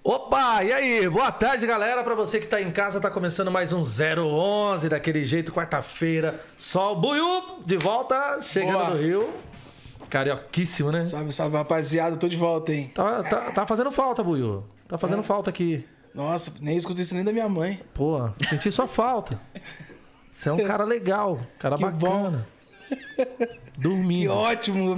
Opa, e aí? Boa tarde, galera. Pra você que tá em casa, tá começando mais um 011 daquele jeito, quarta-feira. Sol Buiú, de volta, chegando do Rio. Carioquíssimo, né? Salve, salve, rapaziada. Tô de volta, hein? Tá fazendo falta, Buiú. Tá fazendo falta aqui. Nossa, nem escuto isso nem da minha mãe. Pô, senti sua falta. Você é um cara legal, cara Que bacana. Dormindo. Que ótimo.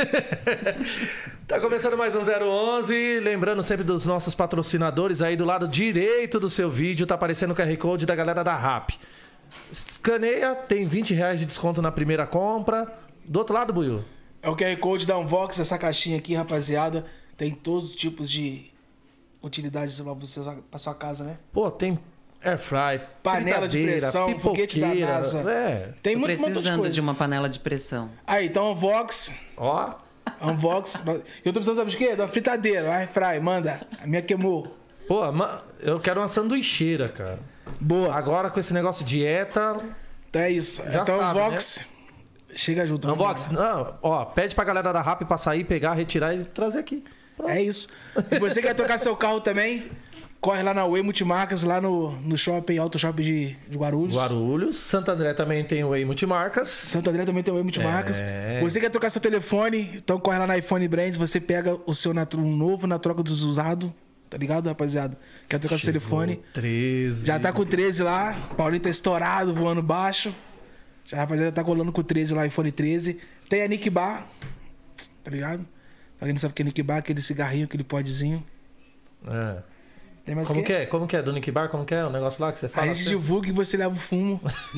Tá começando mais um 011. Lembrando sempre dos nossos patrocinadores. Aí do lado direito do seu vídeo tá aparecendo o QR Code da galera da RAP. Escaneia, tem R$20 de desconto na primeira compra. Do outro lado, Buiú. É o QR Code da Unvox, essa caixinha aqui, rapaziada. Tem todos os tipos de utilidades pra você usar pra sua casa, né? Pô, tem airfry, panela de pressão, foguete da NASA. Tem muito precisando de uma panela de pressão. Aí, então Unvox. Ó. Unvox. Eu tô precisando, sabe de quê? De uma fritadeira, airfry, manda. A minha queimou. Pô, eu quero uma sanduicheira, cara. Boa. Agora com esse negócio de dieta... Então é isso. Já então sabe, Unvox... Né? Chega junto. Unvox, não, ó, pede pra galera da RAP pra sair, pegar, retirar e trazer aqui. Pronto. É isso. E você quer trocar seu carro também? Corre lá na Way Multimarcas, lá no shopping, Auto Shopping de Guarulhos. Guarulhos. Santo André também tem o Way Multimarcas. Santo André também tem o Way Multimarcas. Você quer trocar seu telefone? Então corre lá na iPhone Brands, você pega o seu um novo na troca dos usados. Tá ligado, rapaziada? Quer trocar seu telefone? 13. Já tá com o 13 lá. Paulinho tá estourado, voando baixo. Já, rapaziada, tá colando com o 13 lá, iPhone 13. Tem a Nick Bar, tá ligado? Pra quem não sabe o que é Nick Bar, aquele cigarrinho, aquele podzinho. É. Tem mais Como que é? Como que é? Do Nick Bar, como que é? O negócio lá que você fala? A gente divulga e você leva o fumo.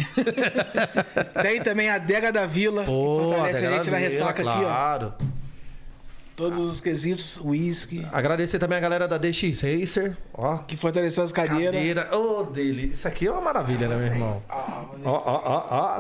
Tem também a Adega da Vila, Pô, que fortalece a gente na ressaca aqui, ó. Claro. Todos os quesitos, whisky. Agradecer também a galera da DX Racer, ó. Que fortaleceu as cadeiras. Cadeira, dele. Isso aqui é uma maravilha, né, meu irmão? Ó.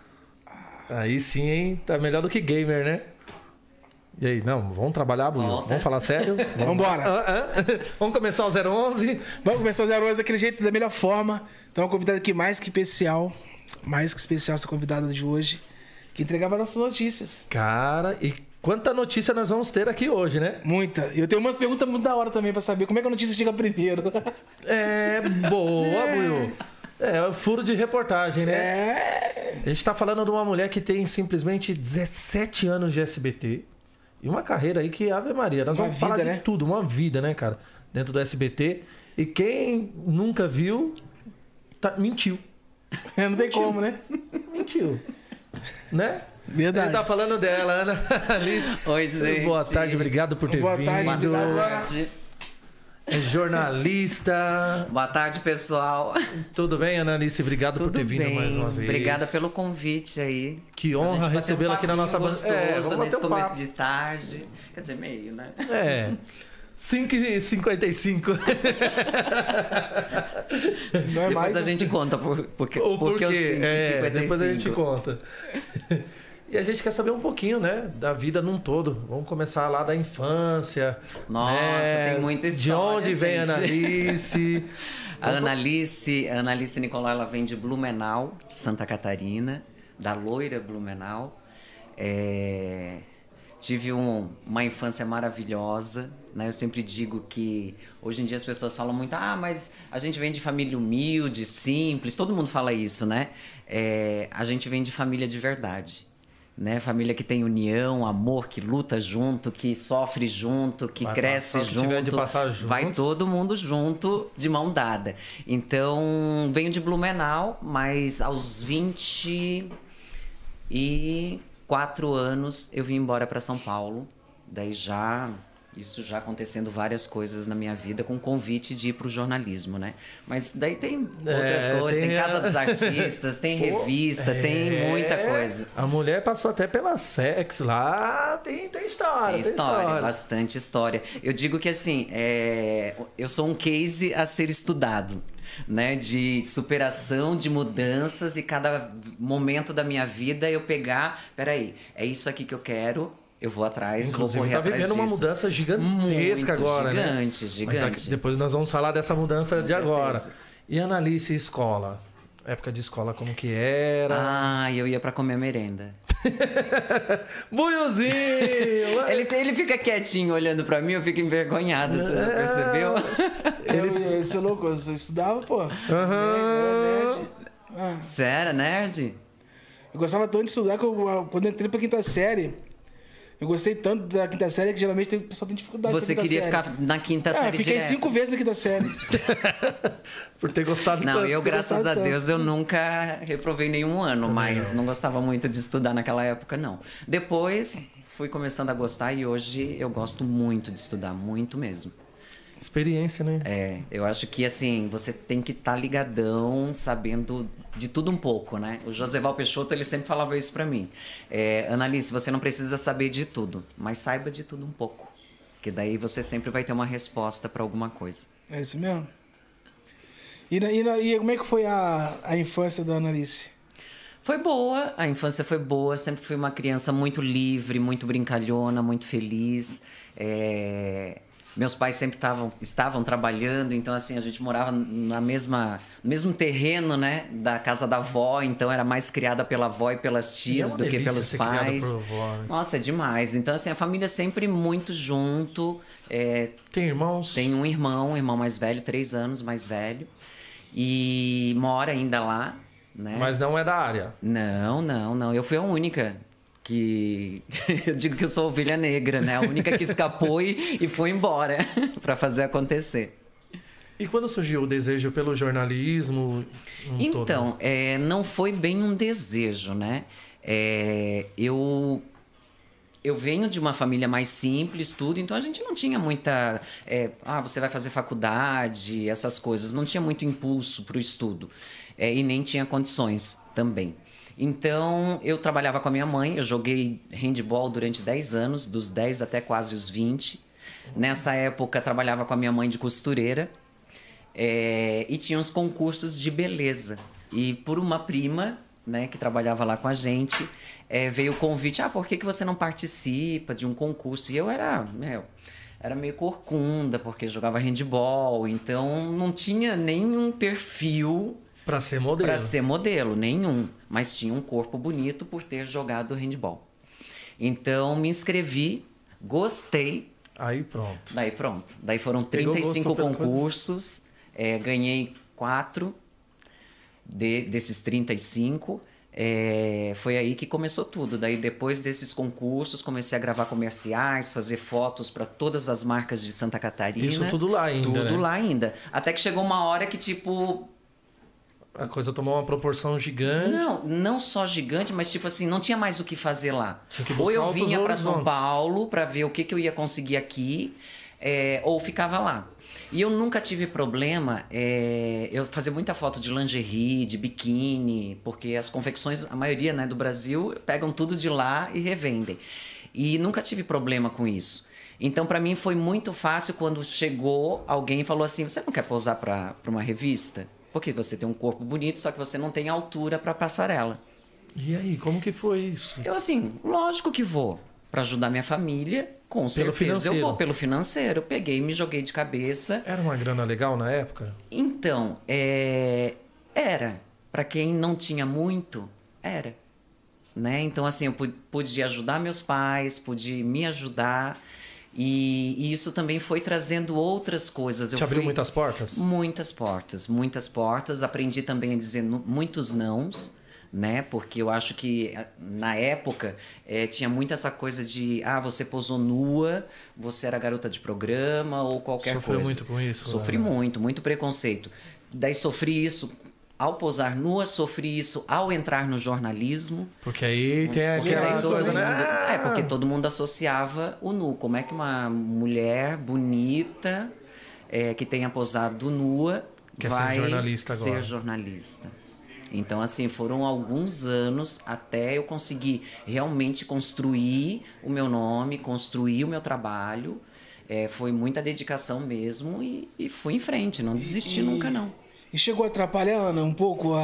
Aí sim, hein? Tá melhor do que gamer, né? E aí, não, vamos trabalhar, Buiú? Vamos falar sério? Vamos embora. Vamos começar o 011? Vamos começar o 011 daquele jeito, da melhor forma. Então, uma convidada aqui mais que especial essa convidada de hoje, que entregava nossas notícias. Cara, e quanta notícia nós vamos ter aqui hoje, né? Muita. E eu tenho umas perguntas muito da hora também pra saber como é que a notícia chega primeiro. Boa, Buiú. É o furo de reportagem, né? A gente tá falando de uma mulher que tem simplesmente 17 anos de SBT. E uma carreira aí que, Ave Maria, nós vamos falar de tudo, uma vida, né, cara? Dentro do SBT. E quem nunca viu, mentiu. Não tem como, né? Mentiu. Né? Verdade. Ele tá falando dela, Ana Alice. Oi, gente. Boa tarde, obrigado por ter vindo. Boa tarde. É jornalista. Boa tarde, pessoal. Tudo bem, Ana Alice? Obrigado por ter vindo mais uma vez. Obrigada pelo convite aí. Que honra recebê-la aqui na nossa banda. Gostoso nesse começo papo de tarde. Quer dizer, meio, né? 5h55. Não é depois mais, a gente conta porque o porquê. eu 5h55. Depois a gente conta. E a gente quer saber um pouquinho, né, da vida num todo. Vamos começar lá da infância. Nossa, né? Tem muita história. De onde vem a Ana Alice? A Ana Alice Nicolau, ela vem de Blumenau, Santa Catarina, da loira Blumenau. Tive uma infância maravilhosa, né? Eu sempre digo que hoje em dia as pessoas falam muito, mas a gente vem de família humilde, simples, todo mundo fala isso, né? A gente vem de família de verdade. Né? Família que tem união, amor, que luta junto, que sofre junto, que cresce junto, vai todo mundo junto, de mão dada. Então, venho de Blumenau, mas aos 24 anos eu vim embora para São Paulo. Daí isso já acontecendo várias coisas na minha vida com convite de ir pro jornalismo, né? Mas daí tem outras coisas, tem Casa dos Artistas, tem revista, tem muita coisa. A mulher passou até pela Sex lá, tem história. Tem história, bastante história. Eu digo que assim, eu sou um case a ser estudado. Né, de superação, de mudanças, e cada momento da minha vida eu pegar, peraí, é isso aqui que eu quero, eu vou atrás, inclusive, vou correr atrás disso. Tá vivendo uma mudança gigantesca agora, gigante, né? Gigante. Depois nós vamos falar dessa mudança de certeza. Agora. E a Ana Alice, escola? Época de escola, como que era? Eu ia pra comer merenda. Buiozinho! Ele fica quietinho olhando pra mim, eu fico envergonhado, você já percebeu? Esse é louco, eu estudava, pô. Aham. Você era nerd? Eu gostava tanto de estudar que quando eu entrei pra quinta série, eu gostei tanto da quinta série que geralmente o pessoal tem dificuldade Você com a quinta queria série. ficar na quinta série Fiquei direto. 5 vezes na quinta série. Por ter gostado Não, tanto. eu, graças a gostado Deus, eu nunca reprovei nenhum ano, mas não gostava muito de estudar naquela época, não. Depois, fui começando a gostar e hoje eu gosto muito de estudar, muito mesmo. Experiência, né? Eu acho que, assim, você tem que estar ligadão, sabendo de tudo um pouco, né? O Joseval Peixoto, ele sempre falava isso pra mim. Annalise, você não precisa saber de tudo, mas saiba de tudo um pouco. Que daí você sempre vai ter uma resposta pra alguma coisa. É isso mesmo. E como é que foi a infância da Annalise? Foi boa, a infância foi boa, sempre fui uma criança muito livre, muito brincalhona, muito feliz. Meus pais sempre estavam trabalhando, então assim, a gente morava no mesmo terreno, né, da casa da avó, então era mais criada pela avó e pelas tias do que pelos pais. Por avó, né? Nossa, é demais. Então assim, a família sempre muito junto. Tem irmãos? Tem um irmão mais velho, 3 anos mais velho, e mora ainda lá, né? Mas não é da área. Não. Eu fui a única que... Eu digo que eu sou ovelha negra, né? A única que escapou e foi embora para fazer acontecer. E quando surgiu o desejo pelo jornalismo? Então, não foi bem um desejo, né? Eu venho de uma família mais simples, tudo, então a gente não tinha muita... você vai fazer faculdade, essas coisas. Não tinha muito impulso para o estudo. E nem tinha condições também. Então, eu trabalhava com a minha mãe, eu joguei handball durante 10 anos, dos 10 até quase os 20. Nessa época, trabalhava com a minha mãe de costureira e tinha uns concursos de beleza. E por uma prima, né, que trabalhava lá com a gente, veio o convite, por que você não participa de um concurso? E eu era meio corcunda, porque jogava handball, então não tinha nenhum perfil... Para ser modelo. Para ser modelo, nenhum. Mas tinha um corpo bonito por ter jogado handball. Então, me inscrevi, gostei. Aí pronto. Daí foram 35 concursos, ganhei 4 desses 35. Foi aí que começou tudo. Daí, depois desses concursos, comecei a gravar comerciais, fazer fotos para todas as marcas de Santa Catarina. Isso tudo lá ainda, Tudo lá ainda. Até que chegou uma hora que, tipo... A coisa tomou uma proporção gigante. Não só gigante, mas tipo assim, não tinha mais o que fazer lá. Tinha que buscar ou eu outros vinha para São horizontes. Paulo para ver o que eu ia conseguir aqui, ou ficava lá. E eu nunca tive problema, eu fazia muita foto de lingerie, de biquíni, porque as confecções, a maioria, né, do Brasil, pegam tudo de lá e revendem. E nunca tive problema com isso. Então, para mim, foi muito fácil quando chegou alguém e falou assim, você não quer posar para uma revista? Porque você tem um corpo bonito, só que você não tem altura para passarela. E aí, como que foi isso? Eu assim, lógico que vou. Para ajudar minha família, com certeza financeiro. eu vou pelo financeiro. Eu peguei e me joguei de cabeça. Era uma grana legal na época? Então, era. Para quem não tinha muito, era. Né? Então, assim, eu pude ajudar meus pais, pude me ajudar. E isso também foi trazendo outras coisas. Te abriu muitas portas? Muitas portas. Aprendi também a dizer muitos nãos, né? Porque eu acho que na época tinha muito essa coisa de você posou nua, você era garota de programa ou qualquer coisa. Sofreu muito com isso? Sofri muito preconceito. Daí sofri isso ao posar nua, sofri isso ao entrar no jornalismo. Porque aí tem aquela coisa, né? Porque todo mundo associava o nu. Como é que uma mulher bonita que tenha posado nua vai ser jornalista? Então, assim, foram alguns anos até eu conseguir realmente construir o meu nome, construir o meu trabalho. Foi muita dedicação mesmo e fui em frente, não desisti nunca, não. E chegou a atrapalhar, Ana, um pouco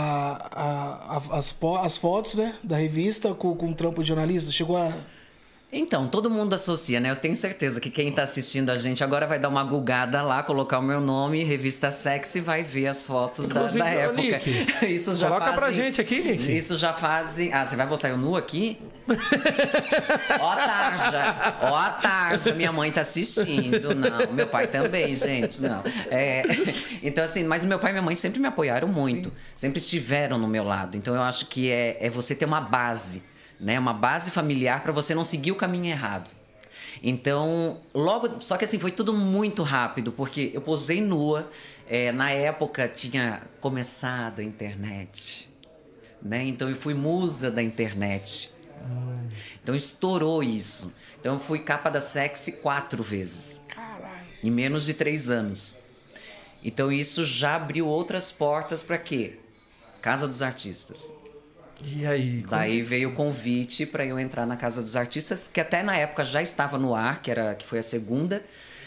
as fotos, né, da revista com o trampo de jornalista? Chegou a... Então, todo mundo associa, né? Eu tenho certeza que quem tá assistindo a gente agora vai dar uma gulgada lá, colocar o meu nome, Revista Sexy, e vai ver as fotos da época. Nick, isso já coloca fazem, pra gente aqui, Nick. Isso já fazem... Ah, você vai botar eu nu aqui? Ó a tarja, minha mãe tá assistindo. Não, meu pai também, gente, não. Então, assim, mas meu pai e minha mãe sempre me apoiaram muito. Sim. Sempre estiveram no meu lado. Então, eu acho que é você ter uma base, né? Uma base familiar para você não seguir o caminho errado. Então, logo... Só que assim, foi tudo muito rápido, porque eu posei nua. Na época, tinha começado a internet, né? Então, eu fui musa da internet. Então, estourou isso. Então, eu fui capa da Sexy 4 vezes. Caralho. Em menos de 3 anos. Então, isso já abriu outras portas para quê? Casa dos Artistas. E aí? Daí veio o convite para eu entrar na Casa dos Artistas, que até na época já estava no ar, que foi a segunda.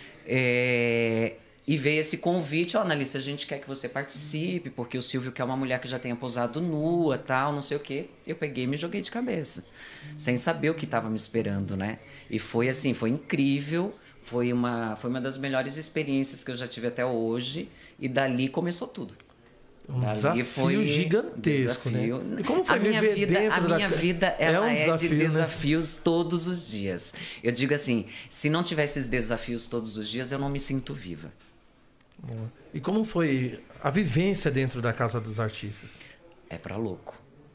E veio esse convite, Annalise, a gente quer que você participe, porque o Silvio quer uma mulher que já tenha posado nua, tal, não sei o quê. Eu peguei e me joguei de cabeça, sem saber o que estava me esperando, né? E foi assim, foi incrível, foi uma das melhores experiências que eu já tive até hoje, e dali começou tudo. Um desafio gigantesco, né? E como foi viver dentro da... A minha vida, ela desafio, de desafios, né? Todos os dias. Eu digo assim, se não tivesse esses desafios todos os dias, eu não me sinto viva. E como foi a vivência dentro da Casa dos Artistas? É pra louco.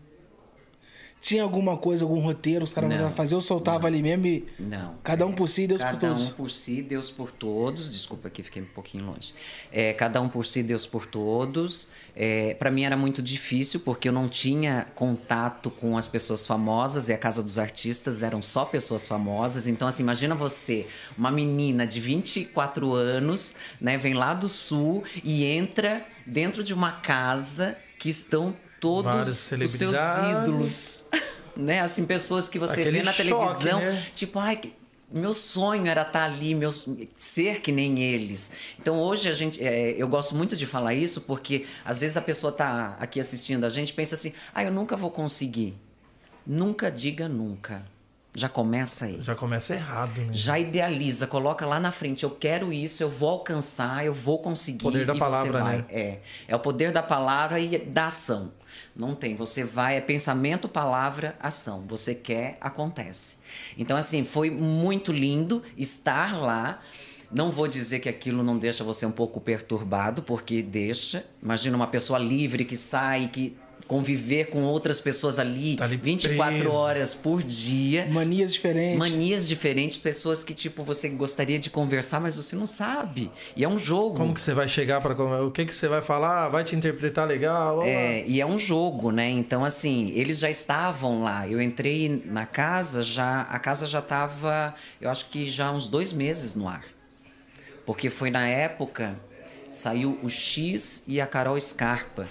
Tinha alguma coisa, algum roteiro, os caras mandavam fazer, eu soltava ali mesmo e... Não. Cada um por si, Deus por todos. Cada um por si, Deus por todos. Desculpa aqui, fiquei um pouquinho longe. Cada um por si, Deus por todos. Para mim era muito difícil, porque eu não tinha contato com as pessoas famosas, e a Casa dos Artistas eram só pessoas famosas. Então, assim, imagina você, uma menina de 24 anos, né, vem lá do Sul e entra dentro de uma casa que estão todos os seus ídolos, né? Assim, pessoas que você vê na televisão, né? Tipo, ai, meu sonho era estar ali, ser que nem eles. Então, hoje eu gosto muito de falar isso, porque às vezes a pessoa tá aqui assistindo a gente e pensa assim, eu nunca vou conseguir. Nunca diga nunca. Já começa aí. Já começa errado, né? Já idealiza, coloca lá na frente, eu quero isso, eu vou alcançar, eu vou conseguir. Poder da palavra, né? É o poder da palavra e da ação. Não tem, você vai, é pensamento, palavra, ação. Você quer, acontece. Então, assim, foi muito lindo estar lá. Não vou dizer que aquilo não deixa você um pouco perturbado, porque deixa. Imagina uma pessoa livre que sai, que conviver com outras pessoas ali, tá ali 24 preso. Horas por dia. Manias diferentes, pessoas que, tipo, você gostaria de conversar, mas você não sabe. E é um jogo. Como que você vai chegar para o que você vai falar? Vai te interpretar legal? E é um jogo, né? Então, assim, eles já estavam lá. Eu entrei na casa, a casa já estava, eu acho que já uns 2 meses no ar. Porque foi na época, saiu o X e a Carol Scarpa.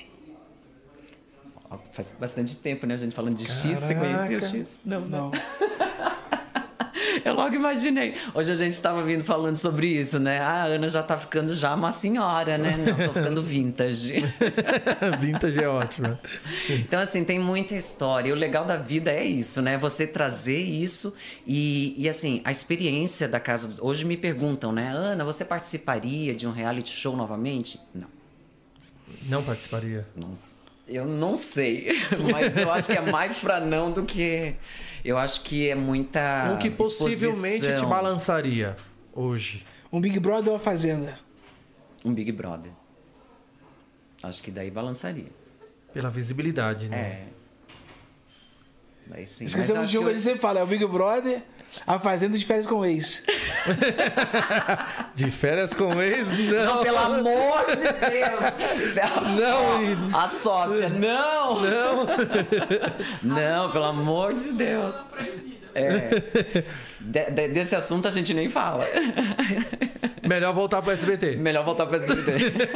Faz bastante tempo, né? A gente falando de X. Você conhecia o X? Não. Eu logo imaginei. Hoje a gente estava vindo falando sobre isso, né? A Ana já tá ficando já uma senhora, né? Não, tô ficando vintage. Vintage é ótimo. Então, assim, tem muita história. E o legal da vida é isso, né? Você trazer isso e assim, a experiência da Casa dos... Hoje me perguntam, né? Ana, você participaria de um reality show novamente? Não. Não participaria? Não. Eu não sei, mas eu acho que é mais pra não do que... Eu acho que é muita o que possivelmente exposição. Te balançaria hoje? Um Big Brother ou a Fazenda? Um Big Brother. Acho que daí balançaria. Pela visibilidade, né? Daí sim. Esquecemos de um que a gente sempre fala, é o Big Brother, a Fazenda de Férias com o Ex. De Férias com o Ex? Não. Não, pelo amor de Deus. Não. A sócia, não. Não. Não, pelo amor de Deus. Desse assunto a gente nem fala. Melhor voltar pro SBT. Melhor voltar pro SBT.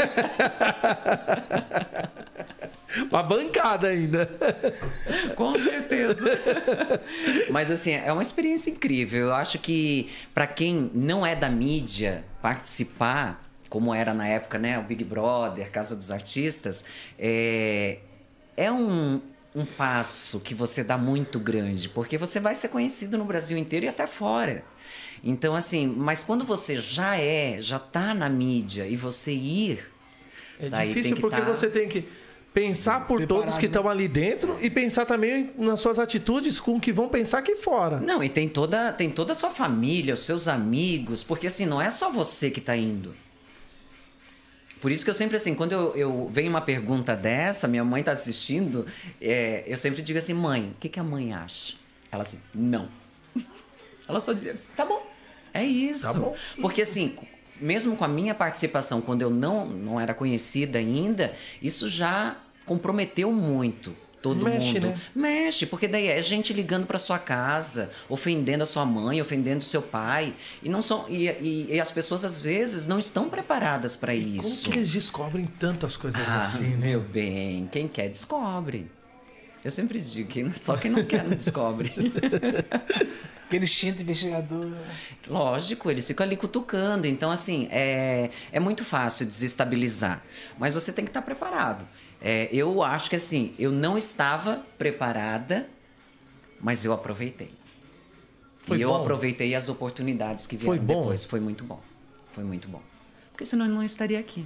Uma bancada ainda. Com certeza. Mas assim, é uma experiência incrível. Eu acho que para quem não é da mídia, participar, como era na época, né, o Big Brother, Casa dos Artistas, é um um passo que você dá muito grande, porque você vai ser conhecido no Brasil inteiro e até fora. Então, assim, mas quando você já tá na mídia e você ir... É daí difícil tem que porque você tem que pensar por Preparado, todos que estão ali dentro e pensar também nas suas atitudes com o que vão pensar aqui fora. Não, e tem toda a sua família, os seus amigos, porque assim, não é só você que tá indo. Por isso que eu sempre, assim, quando eu venho uma pergunta dessa, minha mãe tá assistindo, eu sempre digo assim, mãe, o que a mãe acha? Ela assim, não. Ela só diz, tá bom, é isso. Tá bom. Porque assim, mesmo com a minha participação, quando eu não era conhecida ainda, isso já comprometeu muito todo Mexe, mundo. né? Mexe, porque daí é gente ligando para sua casa, ofendendo a sua mãe, ofendendo o seu pai. E não são e as pessoas às vezes não estão preparadas para isso. Como que eles descobrem tantas coisas assim, né? Meu bem, quem quer descobre. Eu sempre digo que só quem não quer não descobre. Aquele instinto investigador. Lógico, eles ficam ali cutucando. Então, assim, é muito fácil desestabilizar. Mas você tem que estar preparado. Eu acho que, assim, eu não estava preparada, mas eu aproveitei. Foi eu bom? aproveitei as oportunidades que vieram Foi bom? depois. Foi muito bom. Foi muito bom. Porque senão eu não estaria aqui.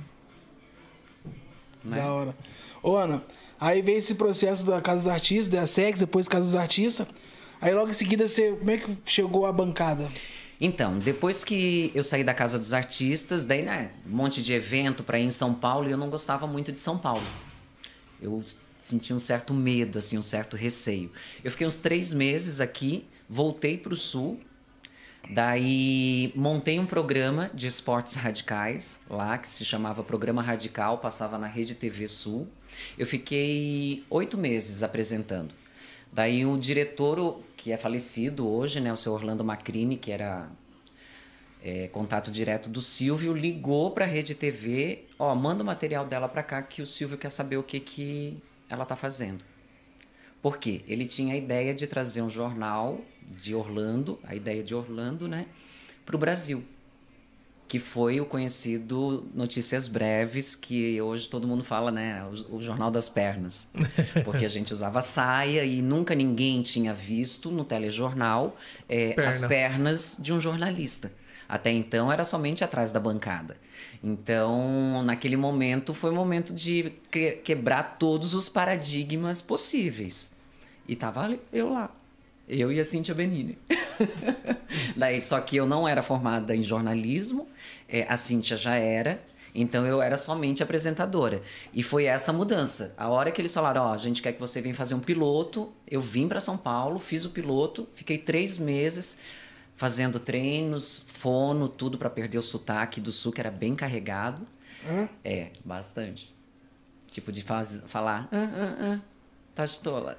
Né? Da hora. Ô, Ana, aí veio esse processo da Casa dos Artistas, da SEX, depois Casa dos Artistas. Aí logo em seguida, como é que chegou a bancada? Então, depois que eu saí da Casa dos Artistas, daí, né, um monte de evento para ir em São Paulo, e eu não gostava muito de São Paulo. Eu sentia um certo medo, assim, um certo receio. Eu fiquei uns 3 meses aqui, voltei para o Sul, daí montei um programa de esportes radicais lá, que se chamava Programa Radical, passava na Rede TV Sul. Eu fiquei 8 meses apresentando. Daí o diretor, que é falecido hoje, né, o seu Orlando Macrini, que era contato direto do Silvio, ligou para a Rede TV, manda o material dela para cá que o Silvio quer saber o que ela tá fazendo. Por quê? Ele tinha a ideia de trazer um jornal de Orlando, a ideia de Orlando, né, para o Brasil, que foi o conhecido Notícias Breves, que hoje todo mundo fala, né, o Jornal das Pernas. Porque a gente usava saia e nunca ninguém tinha visto no telejornal as pernas de um jornalista. Até então era somente atrás da bancada. Então, naquele momento, foi um momento de quebrar todos os paradigmas possíveis. E tava eu lá. Eu e a Cíntia Benini. Daí, só que eu não era formada em jornalismo, a Cíntia já era, então eu era somente apresentadora. E foi essa mudança. A hora que eles falaram, a gente quer que você venha fazer um piloto, eu vim para São Paulo, fiz o piloto, fiquei 3 meses fazendo treinos, fono, tudo para perder o sotaque do Sul, que era bem carregado. Bastante. Tipo de falar... Tá estola.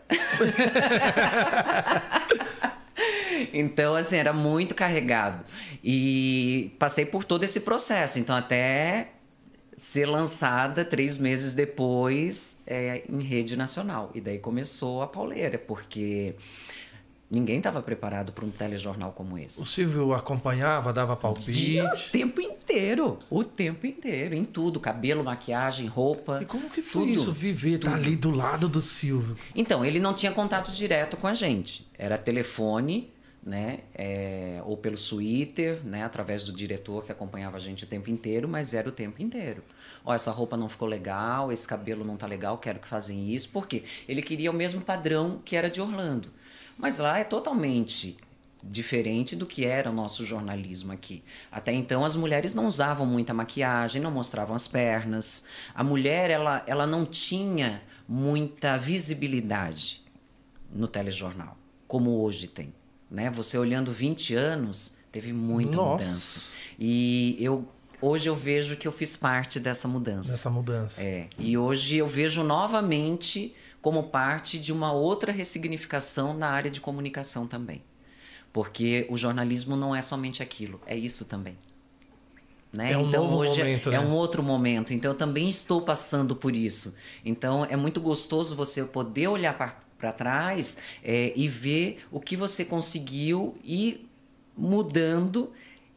Então, assim, era muito carregado. E passei por todo esse processo. Então, até ser lançada 3 meses depois em rede nacional. E daí começou a pauleira, porque ninguém estava preparado para um telejornal como esse. O Silvio acompanhava, dava palpite? O tempo inteiro, em tudo. Cabelo, maquiagem, roupa. E como que foi tudo, isso, viver, estar ali do lado do Silvio? Então, ele não tinha contato direto com a gente. Era telefone, né? Ou pelo Twitter, né? Através do diretor que acompanhava a gente o tempo inteiro, mas era o tempo inteiro. Essa roupa não ficou legal, esse cabelo não tá legal, quero que fazem isso. Por quê? Ele queria o mesmo padrão que era de Orlando. Mas lá é totalmente diferente do que era o nosso jornalismo aqui. Até então as mulheres não usavam muita maquiagem, não mostravam as pernas. A mulher, ela não tinha muita visibilidade no telejornal, como hoje tem. Né? Você olhando 20 anos, teve muita mudança. E hoje eu vejo que eu fiz parte dessa mudança. Dessa mudança. E hoje eu vejo novamente como parte de uma outra ressignificação na área de comunicação também. Porque o jornalismo não é somente aquilo, é isso também. Né? É um então novo hoje momento, é né? um outro momento. Então eu também estou passando por isso. Então é muito gostoso você poder olhar para trás e ver o que você conseguiu ir mudando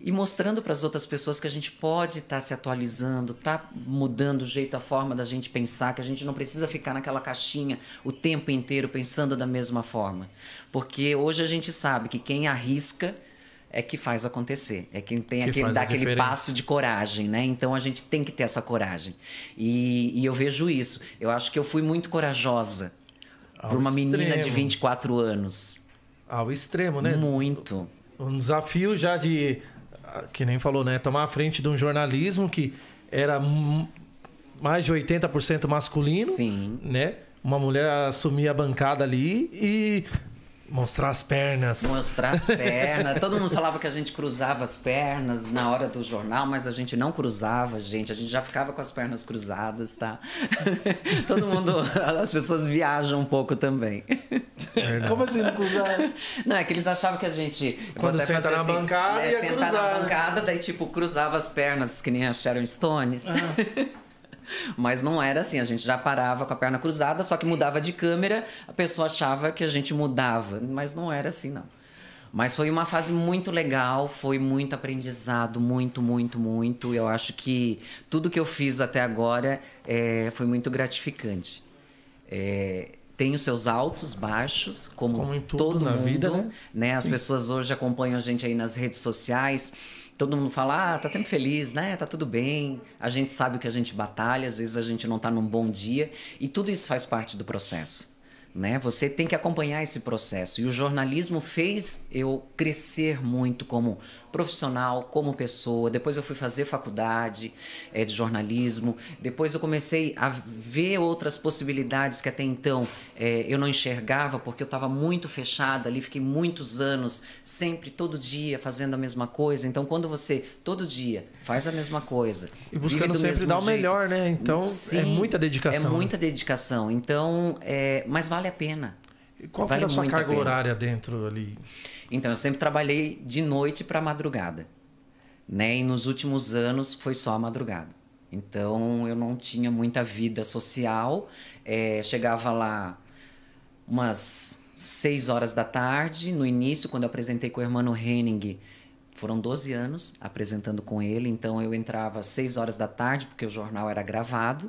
e mostrando para as outras pessoas que a gente pode estar se atualizando, tá mudando o jeito, a forma da gente pensar, que a gente não precisa ficar naquela caixinha o tempo inteiro pensando da mesma forma. Porque hoje a gente sabe que quem arrisca é que faz acontecer, é quem tem dá aquele passo de coragem, né? Então a gente tem que ter essa coragem. E eu vejo isso. Eu acho que eu fui muito corajosa para uma menina de 24 anos. Ao extremo, né? Muito. Um desafio já de, que nem falou, né? Tomar a frente de um jornalismo que era mais de 80% masculino. Sim. Né? Uma mulher assumir a bancada ali e mostrar as pernas. Mostrar as pernas. Todo mundo falava que a gente cruzava as pernas na hora do jornal, mas a gente não cruzava, gente. A gente já ficava com as pernas cruzadas, tá? Todo mundo... As pessoas viajam um pouco também. Verdade. Como assim não cruzar? Não, é que eles achavam que a gente... Quando senta na bancada, ia sentar cruzar. na bancada, daí tipo, cruzava as pernas, que nem a Sharon Stone. Mas não era assim, a gente já parava com a perna cruzada, só que mudava de câmera, a pessoa achava que a gente mudava, mas não era assim, não. Mas foi uma fase muito legal, foi muito aprendizado, muito, muito, muito. Eu acho que tudo que eu fiz até agora foi muito gratificante. Tem os seus altos, baixos, como em tudo todo na mundo, vida, né? As pessoas hoje acompanham a gente aí nas redes sociais. Todo mundo fala, tá sempre feliz, né? Tá tudo bem. A gente sabe o que a gente batalha, às vezes a gente não tá num bom dia. E tudo isso faz parte do processo, né? Você tem que acompanhar esse processo. E o jornalismo fez eu crescer muito como profissional, como pessoa. Depois eu fui fazer faculdade de jornalismo. Depois eu comecei a ver outras possibilidades que até então eu não enxergava, porque eu estava muito fechada ali. Fiquei muitos anos, sempre, todo dia, fazendo a mesma coisa. Então, quando você, todo dia, faz a mesma coisa... E buscando sempre dar o melhor, né? Então, sim, é muita dedicação. É muita dedicação. Então, mas vale a pena. E qual era a sua carga horária dentro ali? Então, eu sempre trabalhei de noite para madrugada, né? E nos últimos anos foi só a madrugada. Então, eu não tinha muita vida social. Chegava lá umas 6 horas da tarde. No início, quando eu apresentei com o Hermano Henning, foram 12 anos apresentando com ele. Então, eu entrava às 6 horas da tarde, porque o jornal era gravado,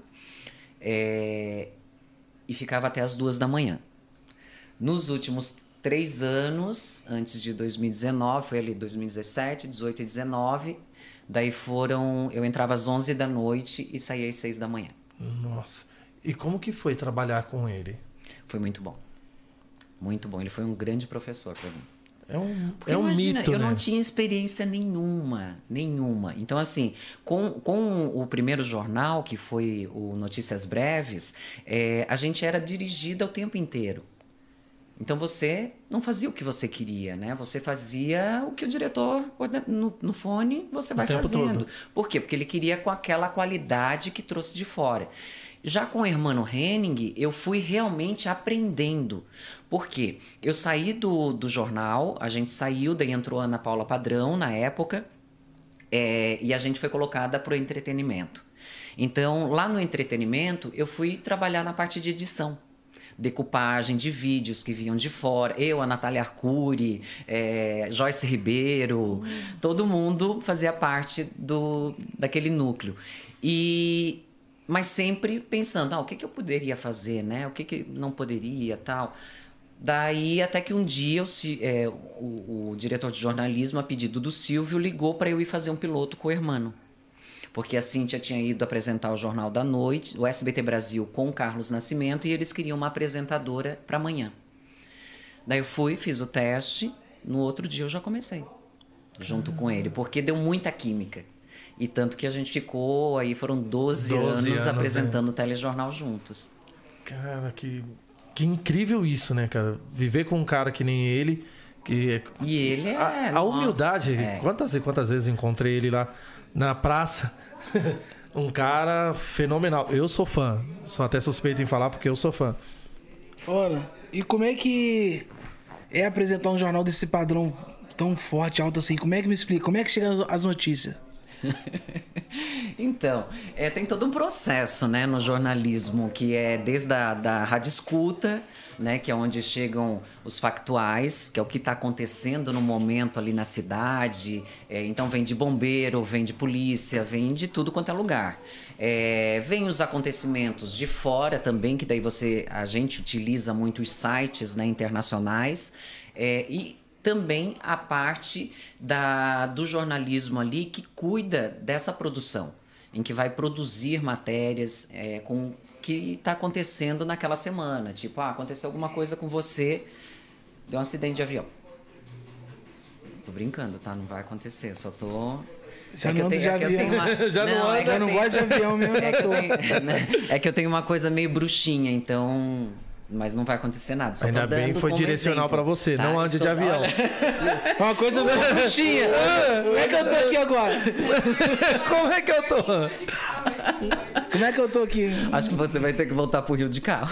e ficava até as 2 da manhã. Nos últimos 3 anos, antes de 2019, foi ali 2017, 18 e 19, daí eu entrava às 11 da noite e saía às 6 da manhã. Nossa. E como que foi trabalhar com ele? Foi muito bom. Muito bom. Ele foi um grande professor para mim. Porque é um imagina, mito, eu né? não tinha experiência nenhuma. Então, assim, com o primeiro jornal, que foi o Notícias Breves, a gente era dirigida o tempo inteiro. Então, você não fazia o que você queria, né? Você fazia o que o diretor, no fone, você vai fazendo. Todo. Por quê? Porque ele queria com aquela qualidade que trouxe de fora. Já com o Hermano Henning, eu fui realmente aprendendo. Por quê? Eu saí do jornal, a gente saiu, daí entrou a Ana Paula Padrão na época, e a gente foi colocada para o entretenimento. Então, lá no entretenimento, eu fui trabalhar na parte de edição. Decupagem de vídeos que vinham de fora. Eu, a Natália Arcuri, Joyce Ribeiro, todo mundo fazia parte daquele núcleo. Mas sempre pensando, o que eu poderia fazer, né? O que não poderia, tal. Daí, até que um dia, o diretor de jornalismo, a pedido do Silvio, ligou para eu ir fazer um piloto com o Hermano. Porque a Cíntia tinha ido apresentar o Jornal da Noite, o SBT Brasil, com o Carlos Nascimento, e eles queriam uma apresentadora para amanhã. Daí eu fui, fiz o teste, no outro dia eu já comecei, junto com ele, porque deu muita química. E tanto que a gente ficou, aí foram 12 anos apresentando o telejornal juntos. Cara, que incrível isso, né, cara? Viver com um cara que nem ele... E ele a humildade, quantas vezes encontrei ele lá na praça, um cara fenomenal. Eu sou fã, sou até suspeito em falar porque eu sou fã. Ora, e como é que é apresentar um jornal desse padrão tão forte, alto assim? Como é que me explica? Como é que chegam as notícias? Então, tem todo um processo, né, no jornalismo, que é desde da rádio escuta, né, que é onde chegam os factuais, que é o que está acontecendo no momento ali na cidade. Então vem de bombeiro, vem de polícia, vem de tudo quanto é lugar. Vem os acontecimentos de fora também, que daí a gente utiliza muito os sites, né, internacionais, e também a parte do jornalismo ali que cuida dessa produção, em que vai produzir matérias com que está acontecendo naquela semana. Tipo, aconteceu alguma coisa com você, deu um acidente de avião. Tô brincando, tá? Não vai acontecer, só tô... Já não ando de avião. Já não gosto de avião mesmo. É que eu tenho uma coisa meio bruxinha, então... Mas não vai acontecer nada. Só ainda bem foi direcional para você, tá? Não ande de avião. Uma coisa meio bruxinha. Como é que eu tô aqui agora? Como é que eu tô? Como é que eu tô aqui? Acho que você vai ter que voltar pro Rio de carro.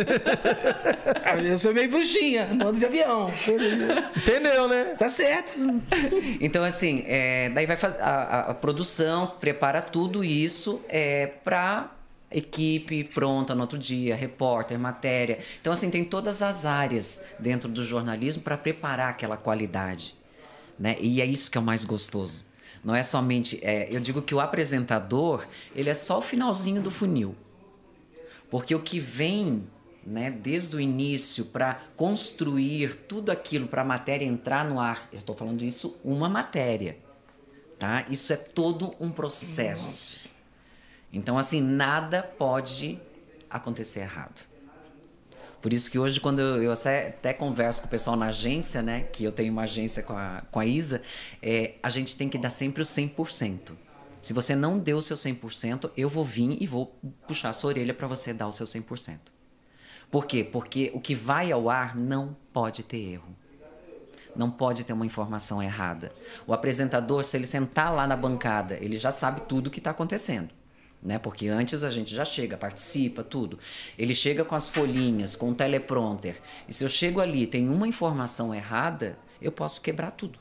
Eu sou meio bruxinha, não ando de avião. Entendeu, né? Tá certo. Então, assim, daí vai fazer a produção, prepara tudo isso pra equipe pronta no outro dia, repórter, matéria. Então, assim, tem todas as áreas dentro do jornalismo para preparar aquela qualidade, né? E é isso que é o mais gostoso. Não é somente... eu digo que o apresentador, ele é só o finalzinho do funil. Porque o que vem, né, desde o início para construir tudo aquilo para a matéria entrar no ar, eu estou falando isso, uma matéria, tá? Isso é todo um processo. Nossa. Então, assim, nada pode acontecer errado. Por isso que hoje, quando eu até converso com o pessoal na agência, né? Que eu tenho uma agência com a Isa, a gente tem que dar sempre o 100%. Se você não deu o seu 100%, eu vou vir e vou puxar a sua orelha para você dar o seu 100%. Por quê? Porque o que vai ao ar não pode ter erro. Não pode ter uma informação errada. O apresentador, se ele sentar lá na bancada, ele já sabe tudo o que está acontecendo. Né? Porque antes a gente já chega, participa, tudo. Ele chega com as folhinhas, com o teleprompter. E se eu chego ali e tem uma informação errada, eu posso quebrar tudo.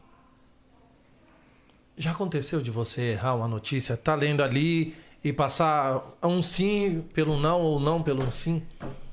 Já aconteceu de você errar uma notícia, tá lendo ali e passar um sim pelo não ou não pelo sim?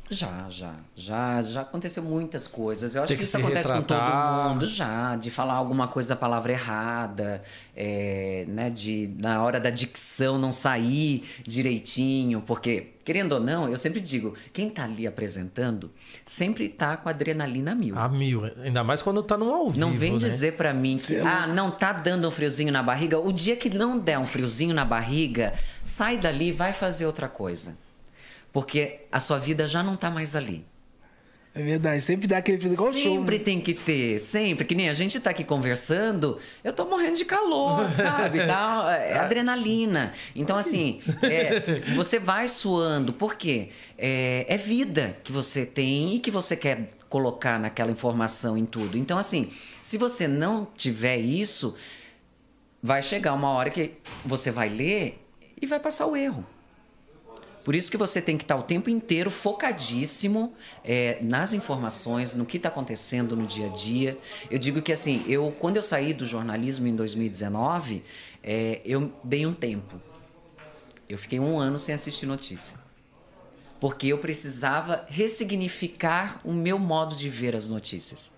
Já aconteceu muitas coisas. Eu acho que isso acontece com todo mundo, de falar alguma coisa, a palavra errada, né, na hora da dicção não sair direitinho, porque, querendo ou não, eu sempre digo, quem tá ali apresentando sempre tá com adrenalina a mil. A mil, ainda mais quando tá no ao vivo, não vem né? dizer pra mim que, não tá dando um friozinho na barriga. O dia que não der um friozinho na barriga, sai dali e vai fazer outra coisa. Porque a sua vida já não tá mais ali. É verdade, sempre dá aquele frio igual show. Sempre tem que ter, sempre. Que nem a gente tá aqui conversando, eu tô morrendo de calor, sabe? Tá, adrenalina. Então, assim, você vai suando. Por quê? É vida que você tem e que você quer colocar naquela informação em tudo. Então, assim, se você não tiver isso, vai chegar uma hora que você vai ler e vai passar o erro. Por isso que você tem que estar o tempo inteiro focadíssimo nas informações, no que está acontecendo no dia a dia. Eu digo que, assim, quando eu saí do jornalismo em 2019, eu dei um tempo. Eu fiquei 1 ano sem assistir notícia. Porque eu precisava ressignificar o meu modo de ver as notícias.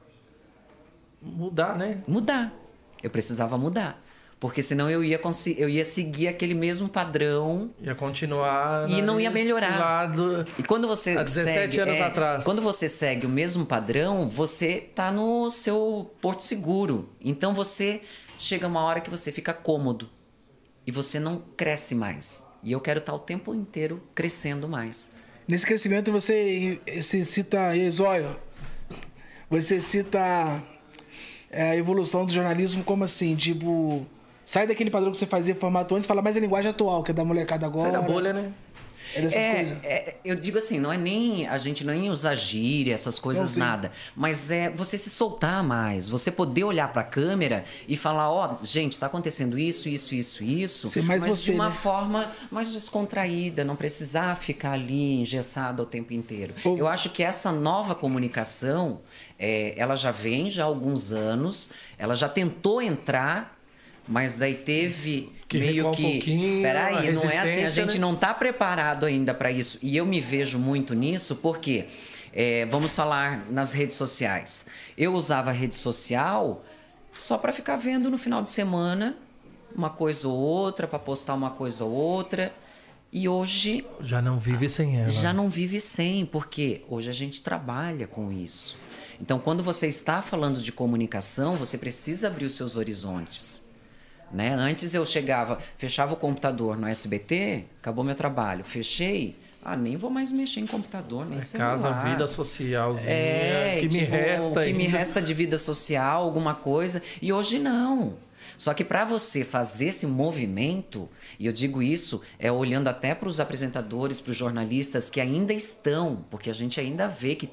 Mudar, né? Mudar. Eu precisava mudar. Porque senão eu ia seguir aquele mesmo padrão. Ia continuar. E não ia melhorar. E quando você há 17 anos atrás. Quando você segue o mesmo padrão, você tá no seu porto seguro. Então você chega uma hora que você fica cômodo. E você não cresce mais. E eu quero estar o tempo inteiro crescendo mais. Nesse crescimento você cita Zóio. Você cita a evolução do jornalismo como assim, tipo... Sai daquele padrão que você fazia formato antes e fala mais a linguagem atual, que é da molecada agora. Sai da bolha, né? Dessas coisas. Eu digo assim, não é nem a gente nem usar gíria, essas coisas, nada. Mas é você se soltar mais, você poder olhar para a câmera e falar, gente, tá acontecendo isso, mais mas você, de uma né? forma mais descontraída, não precisar ficar ali engessado o tempo inteiro. Eu acho que essa nova comunicação, ela já vem já há alguns anos, ela já tentou entrar, Mas daí teve Que meio recua um que... pouquinho, a Peraí, não é assim, a resistência, gente né? não tá preparado ainda para isso. E eu me vejo muito nisso porque, vamos falar nas redes sociais. Eu usava a rede social só para ficar vendo no final de semana uma coisa ou outra, para postar uma coisa ou outra. E hoje Já não vive sem ela. já não vive sem, porque hoje a gente trabalha com isso. Então, quando você está falando de comunicação, você precisa abrir os seus horizontes. Né? Antes eu chegava, fechava o computador no SBT, acabou meu trabalho, fechei, nem vou mais mexer em computador, nem celular. Casa, vida socialzinha, que me tipo, resta o que me ainda. resta de vida social, alguma coisa. E hoje não. Só que para você fazer esse movimento, e eu digo isso olhando até para os apresentadores, para os jornalistas que ainda estão, porque a gente ainda vê que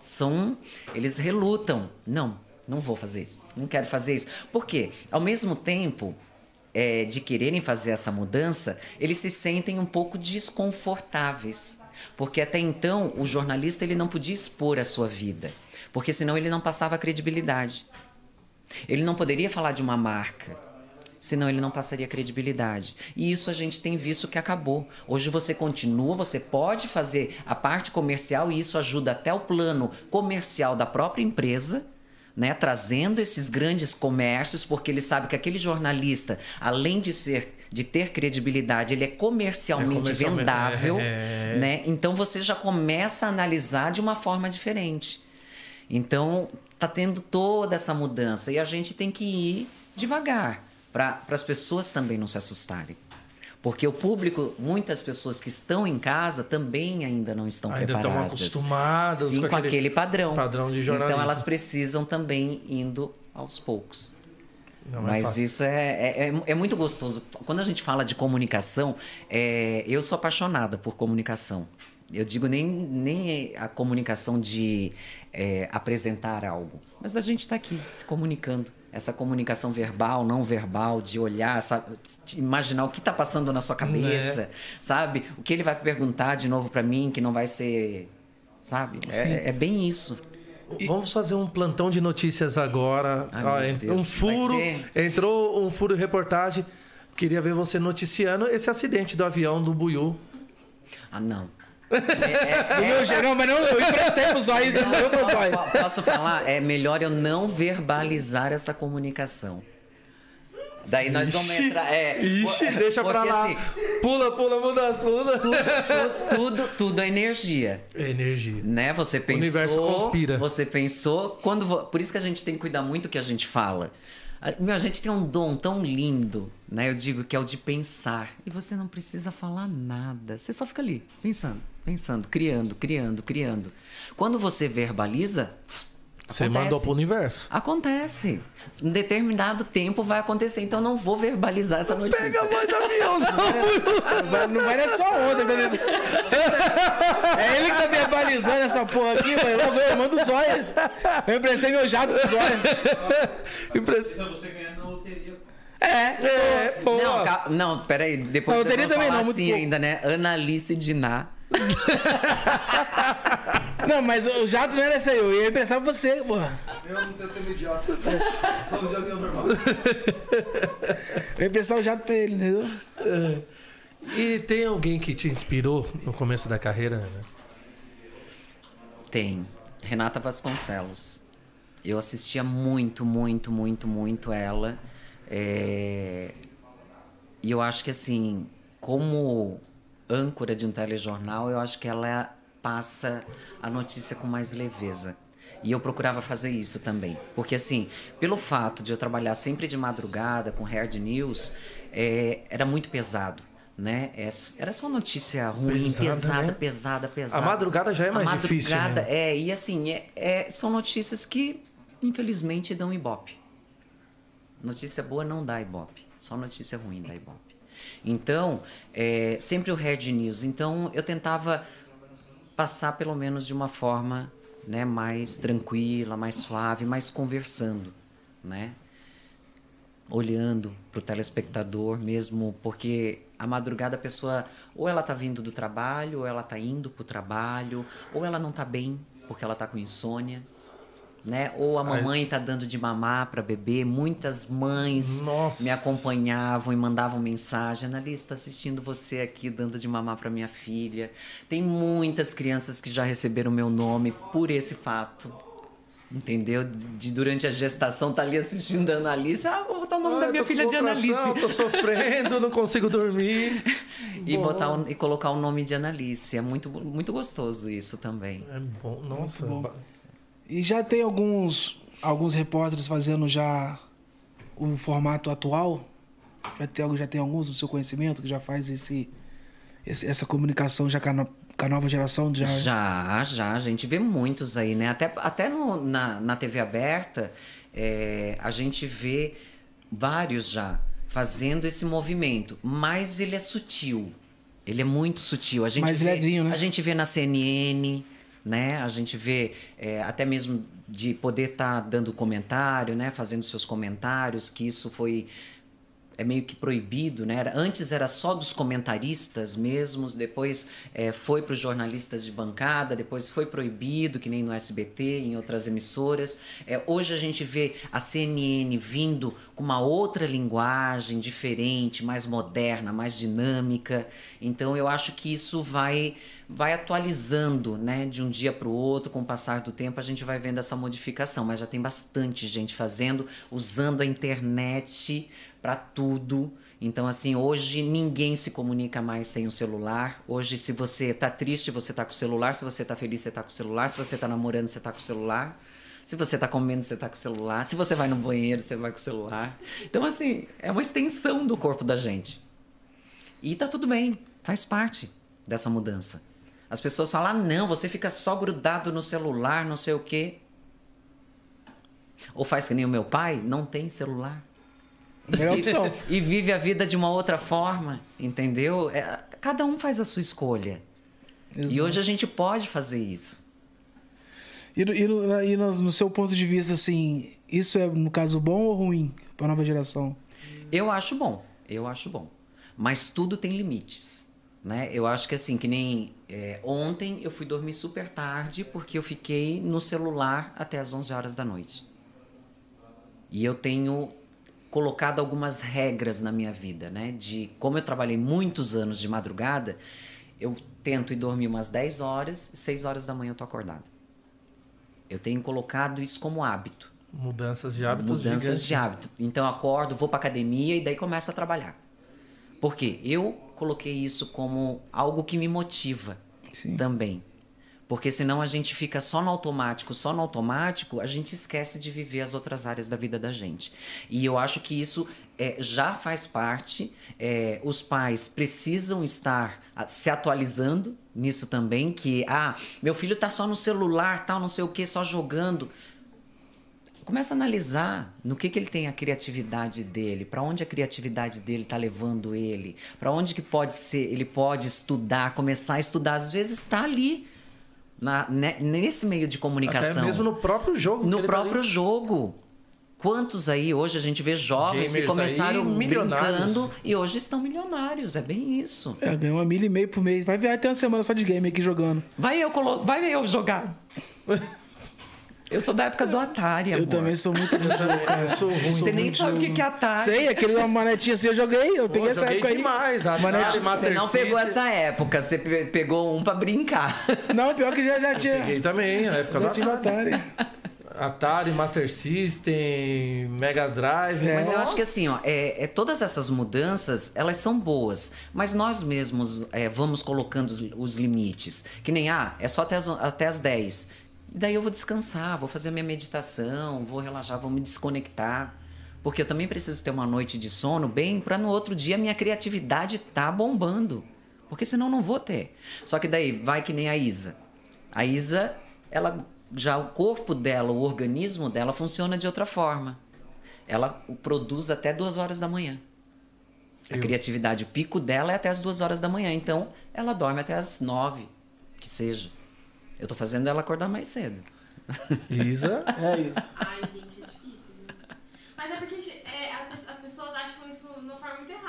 eles relutam. Não vou fazer isso, não quero fazer isso. Por quê? Ao mesmo tempo de quererem fazer essa mudança, eles se sentem um pouco desconfortáveis. Porque até então o jornalista ele não podia expor a sua vida, porque senão ele não passava credibilidade. Ele não poderia falar de uma marca, senão ele não passaria credibilidade. E isso a gente tem visto que acabou. Hoje você continua, você pode fazer a parte comercial e isso ajuda até o plano comercial da própria empresa, né? Trazendo esses grandes comércios, porque ele sabe que aquele jornalista, além de ter credibilidade, ele é comercialmente vendável, né? Então você já começa a analisar de uma forma diferente. Então, tá tendo toda essa mudança e a gente tem que ir devagar para as pessoas também não se assustarem. Porque o público, muitas pessoas que estão em casa também ainda não estão preparadas. Ainda estão acostumadas com aquele padrão. Padrão de jornalismo. Então, elas precisam também indo aos poucos. Mas isso é muito gostoso. Quando a gente fala de comunicação, eu sou apaixonada por comunicação. Eu digo nem a comunicação de apresentar algo, mas da gente estar aqui se comunicando. Essa comunicação verbal, não verbal, de olhar, de imaginar o que está passando na sua cabeça, sabe? O que ele vai perguntar de novo para mim, que não vai ser, sabe? É bem isso. Vamos fazer um plantão de notícias agora. Deus, entrou um furo de reportagem. Queria ver você noticiando esse acidente do avião do Buiú. Não. Não, mas não, eu emprestei pro Zóio. Posso falar? É melhor eu não verbalizar essa comunicação. Daí nós vamos entrar. Deixa pra lá. Assim, pula, muda assunto. Tudo é energia. É energia. Né? Você pensou. O universo conspira. Você pensou. Por isso que a gente tem que cuidar muito do que a gente fala. A gente tem um dom tão lindo, né? Eu digo que é o de pensar. E você não precisa falar nada. Você só fica ali, pensando, criando. Quando você verbaliza, você mandou pro universo. Acontece. Em determinado tempo vai acontecer. Então eu não vou verbalizar essa notícia. Pega mais avião, não. Não vai só onda. É ele que tá verbalizando essa porra aqui, mano. Eu mando o Zóio. Eu emprestei meu jato pro Zóio. Se você ganhar na loteria. Não, peraí. Depois eu vou falar assim ainda, né? Analice Diná. Não, mas o jato não era esse aí. Eu ia emprestar pra você, porra. Eu não tenho imediato. Só um avião normal. Eu ia emprestar o jato pra ele, entendeu? E tem alguém que te inspirou no começo da carreira, né? Tem. Renata Vasconcelos. Eu assistia muito ela. E eu acho que assim, como âncora de um telejornal, eu acho que ela passa a notícia com mais leveza. E eu procurava fazer isso também. Porque assim, pelo fato de eu trabalhar sempre de madrugada com Hard News, era muito pesado. Né? Era só notícia ruim, pesada. A madrugada já é mais difícil. Né? E assim, são notícias que, infelizmente, dão ibope. Notícia boa não dá ibope, só notícia ruim dá ibope. Então, sempre o Hard News. Então, eu tentava passar pelo menos de uma forma, né, mais tranquila, mais suave, mais conversando, né? Olhando para o telespectador mesmo, porque a madrugada a pessoa, ou ela está vindo do trabalho, ou ela está indo para o trabalho, ou ela não está bem, porque ela está com insônia. né? Ou a mamãe tá dando de mamar para bebê. Muitas mães Nossa. me acompanhavam e mandavam mensagem: Annalise, tô assistindo você aqui dando de mamar para minha filha. Tem muitas crianças que já receberam meu nome por esse fato. Entendeu? Durante a gestação tá ali assistindo a Annalise. Ah, vou botar o nome da minha filha de Annalise. Tô sofrendo, não consigo dormir. E, e colocar o nome de Annalise. É muito, muito gostoso isso também. É bom, nossa. Muito bom. E já tem alguns repórteres fazendo já o formato atual? Já tem alguns no seu conhecimento que já faz essa comunicação já com a nova geração? Já. A gente vê muitos aí, né? Até na TV aberta, a gente vê vários já fazendo esse movimento. Mas ele é sutil. Ele é muito sutil. Mais levinho, né? A gente vê na CNN, né? A gente vê até mesmo de poder estar dando comentário, né? Fazendo seus comentários, que isso é meio que proibido, né? Antes era só dos comentaristas mesmos, depois foi para os jornalistas de bancada, depois foi proibido, que nem no SBT, em outras emissoras. Hoje a gente vê a CNN vindo com uma outra linguagem diferente, mais moderna, mais dinâmica. Então eu acho que isso vai atualizando, né? De um dia para o outro, com o passar do tempo a gente vai vendo essa modificação, mas já tem bastante gente fazendo, usando a internet para tudo. Então, assim, hoje ninguém se comunica mais sem o celular. Hoje, se você tá triste, você tá com o celular. Se você tá feliz, você tá com o celular. Se você tá namorando, você tá com o celular. Se você tá comendo, você tá com o celular. Se você vai no banheiro, você vai com o celular. Então, assim, é uma extensão do corpo da gente. E tá tudo bem, faz parte dessa mudança. As pessoas falam: ah, não, você fica só grudado no celular, não sei o quê. Ou faz que nem o meu pai, não tem celular. Melhor opção. E vive a vida de uma outra forma, entendeu? Cada um faz a sua escolha. Exato. E hoje a gente pode fazer isso. E no seu ponto de vista, assim, isso é, no caso, bom ou ruim para a nova geração? Eu acho bom. Mas tudo tem limites, né? Eu acho que assim, que nem ontem eu fui dormir super tarde porque eu fiquei no celular até as 11 horas da noite. E eu tenho colocado algumas regras na minha vida, né? De como eu trabalhei muitos anos de madrugada, eu tento ir dormir umas 10 horas, 6 horas da manhã eu tô acordado. Eu tenho colocado isso como hábito. Mudanças de hábitos. Mudanças de hábito. Então eu acordo, vou pra academia e daí começo a trabalhar. Por quê? Eu coloquei isso como algo que me motiva. Sim. Também. Porque senão a gente fica só no automático, a gente esquece de viver as outras áreas da vida da gente. E eu acho que isso já faz parte, os pais precisam estar se atualizando nisso também, que, meu filho tá só no celular, tal, não sei o que, só jogando. Começa a analisar no que ele tem a criatividade dele, para onde a criatividade dele está levando ele, para onde que pode ser, ele pode estudar, começar a estudar, às vezes está ali. Nesse meio de comunicação. Até mesmo no próprio jogo. No próprio jogo. Quantos aí hoje a gente vê jovens que começaram brincando e hoje estão milionários. É bem isso. Ganhou R$1,5 mil por mês. Vai ver até uma semana só de game aqui jogando. Vai eu jogar. Eu sou da época do Atari, amor. Eu também sou muito ruim. Eu sou ruim. Você nem sabe o que é Atari. Sei, aquele uma manetinha assim, eu peguei essa época aí. Demais. Você não pegou essa época, você pegou um pra brincar. Não, pior que já tinha. Peguei também, na época já do Atari. Atari, Master System, Mega Drive. Mas eu acho que assim, todas essas mudanças, elas são boas. Mas nós mesmos vamos colocando os limites. Que nem, é só até as 10. E daí eu vou descansar, vou fazer minha meditação, vou relaxar, vou me desconectar. Porque eu também preciso ter uma noite de sono bem para no outro dia minha criatividade tá bombando. Porque senão eu não vou ter. Só que daí vai que nem a Isa. A Isa, ela já o corpo dela, o organismo dela funciona de outra forma. Ela produz até 2 horas da manhã. A criatividade, o pico dela é até as 2 horas da manhã. Então, ela dorme até as 9, que seja. Eu tô fazendo ela acordar mais cedo. Isa? É isso. Ai, gente, é difícil, viu? Mas é porque as pessoas acham isso de uma forma muito errada, né? Tipo,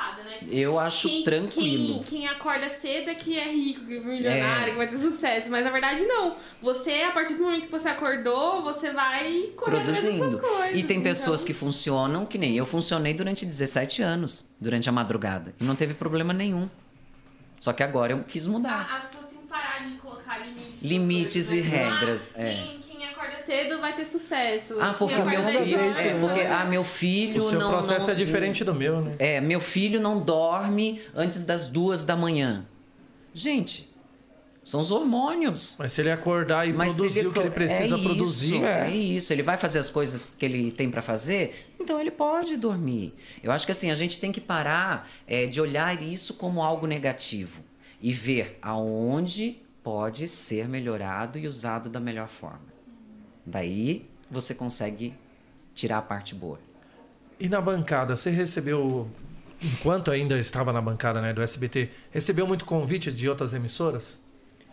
Eu acho tranquilo. Quem acorda cedo é que é rico, que é milionário, que vai ter sucesso. Mas na verdade não. Você, a partir do momento que você acordou, você vai correr atrás das suas coisas. E tem pessoas então... que funcionam, que nem eu funcionei durante 17 anos, durante a madrugada. E não teve problema nenhum. Só que agora eu quis mudar. As pessoas têm que parar de colocar limites. Limites e regras. Quem acorda cedo vai ter sucesso. Porque o meu filho... meu filho o seu não... processo é diferente do meu, né? Meu filho não dorme antes das 2 da manhã. Gente, são os hormônios. Mas se ele acordar e produzir o que ele precisa produzir... É isso, ele vai fazer as coisas que ele tem pra fazer, então ele pode dormir. Eu acho que assim, a gente tem que parar de olhar isso como algo negativo e ver aonde pode ser melhorado e usado da melhor forma. Daí você consegue tirar a parte boa. E na bancada, você recebeu, enquanto ainda estava na bancada, né, do SBT, recebeu muito convite de outras emissoras?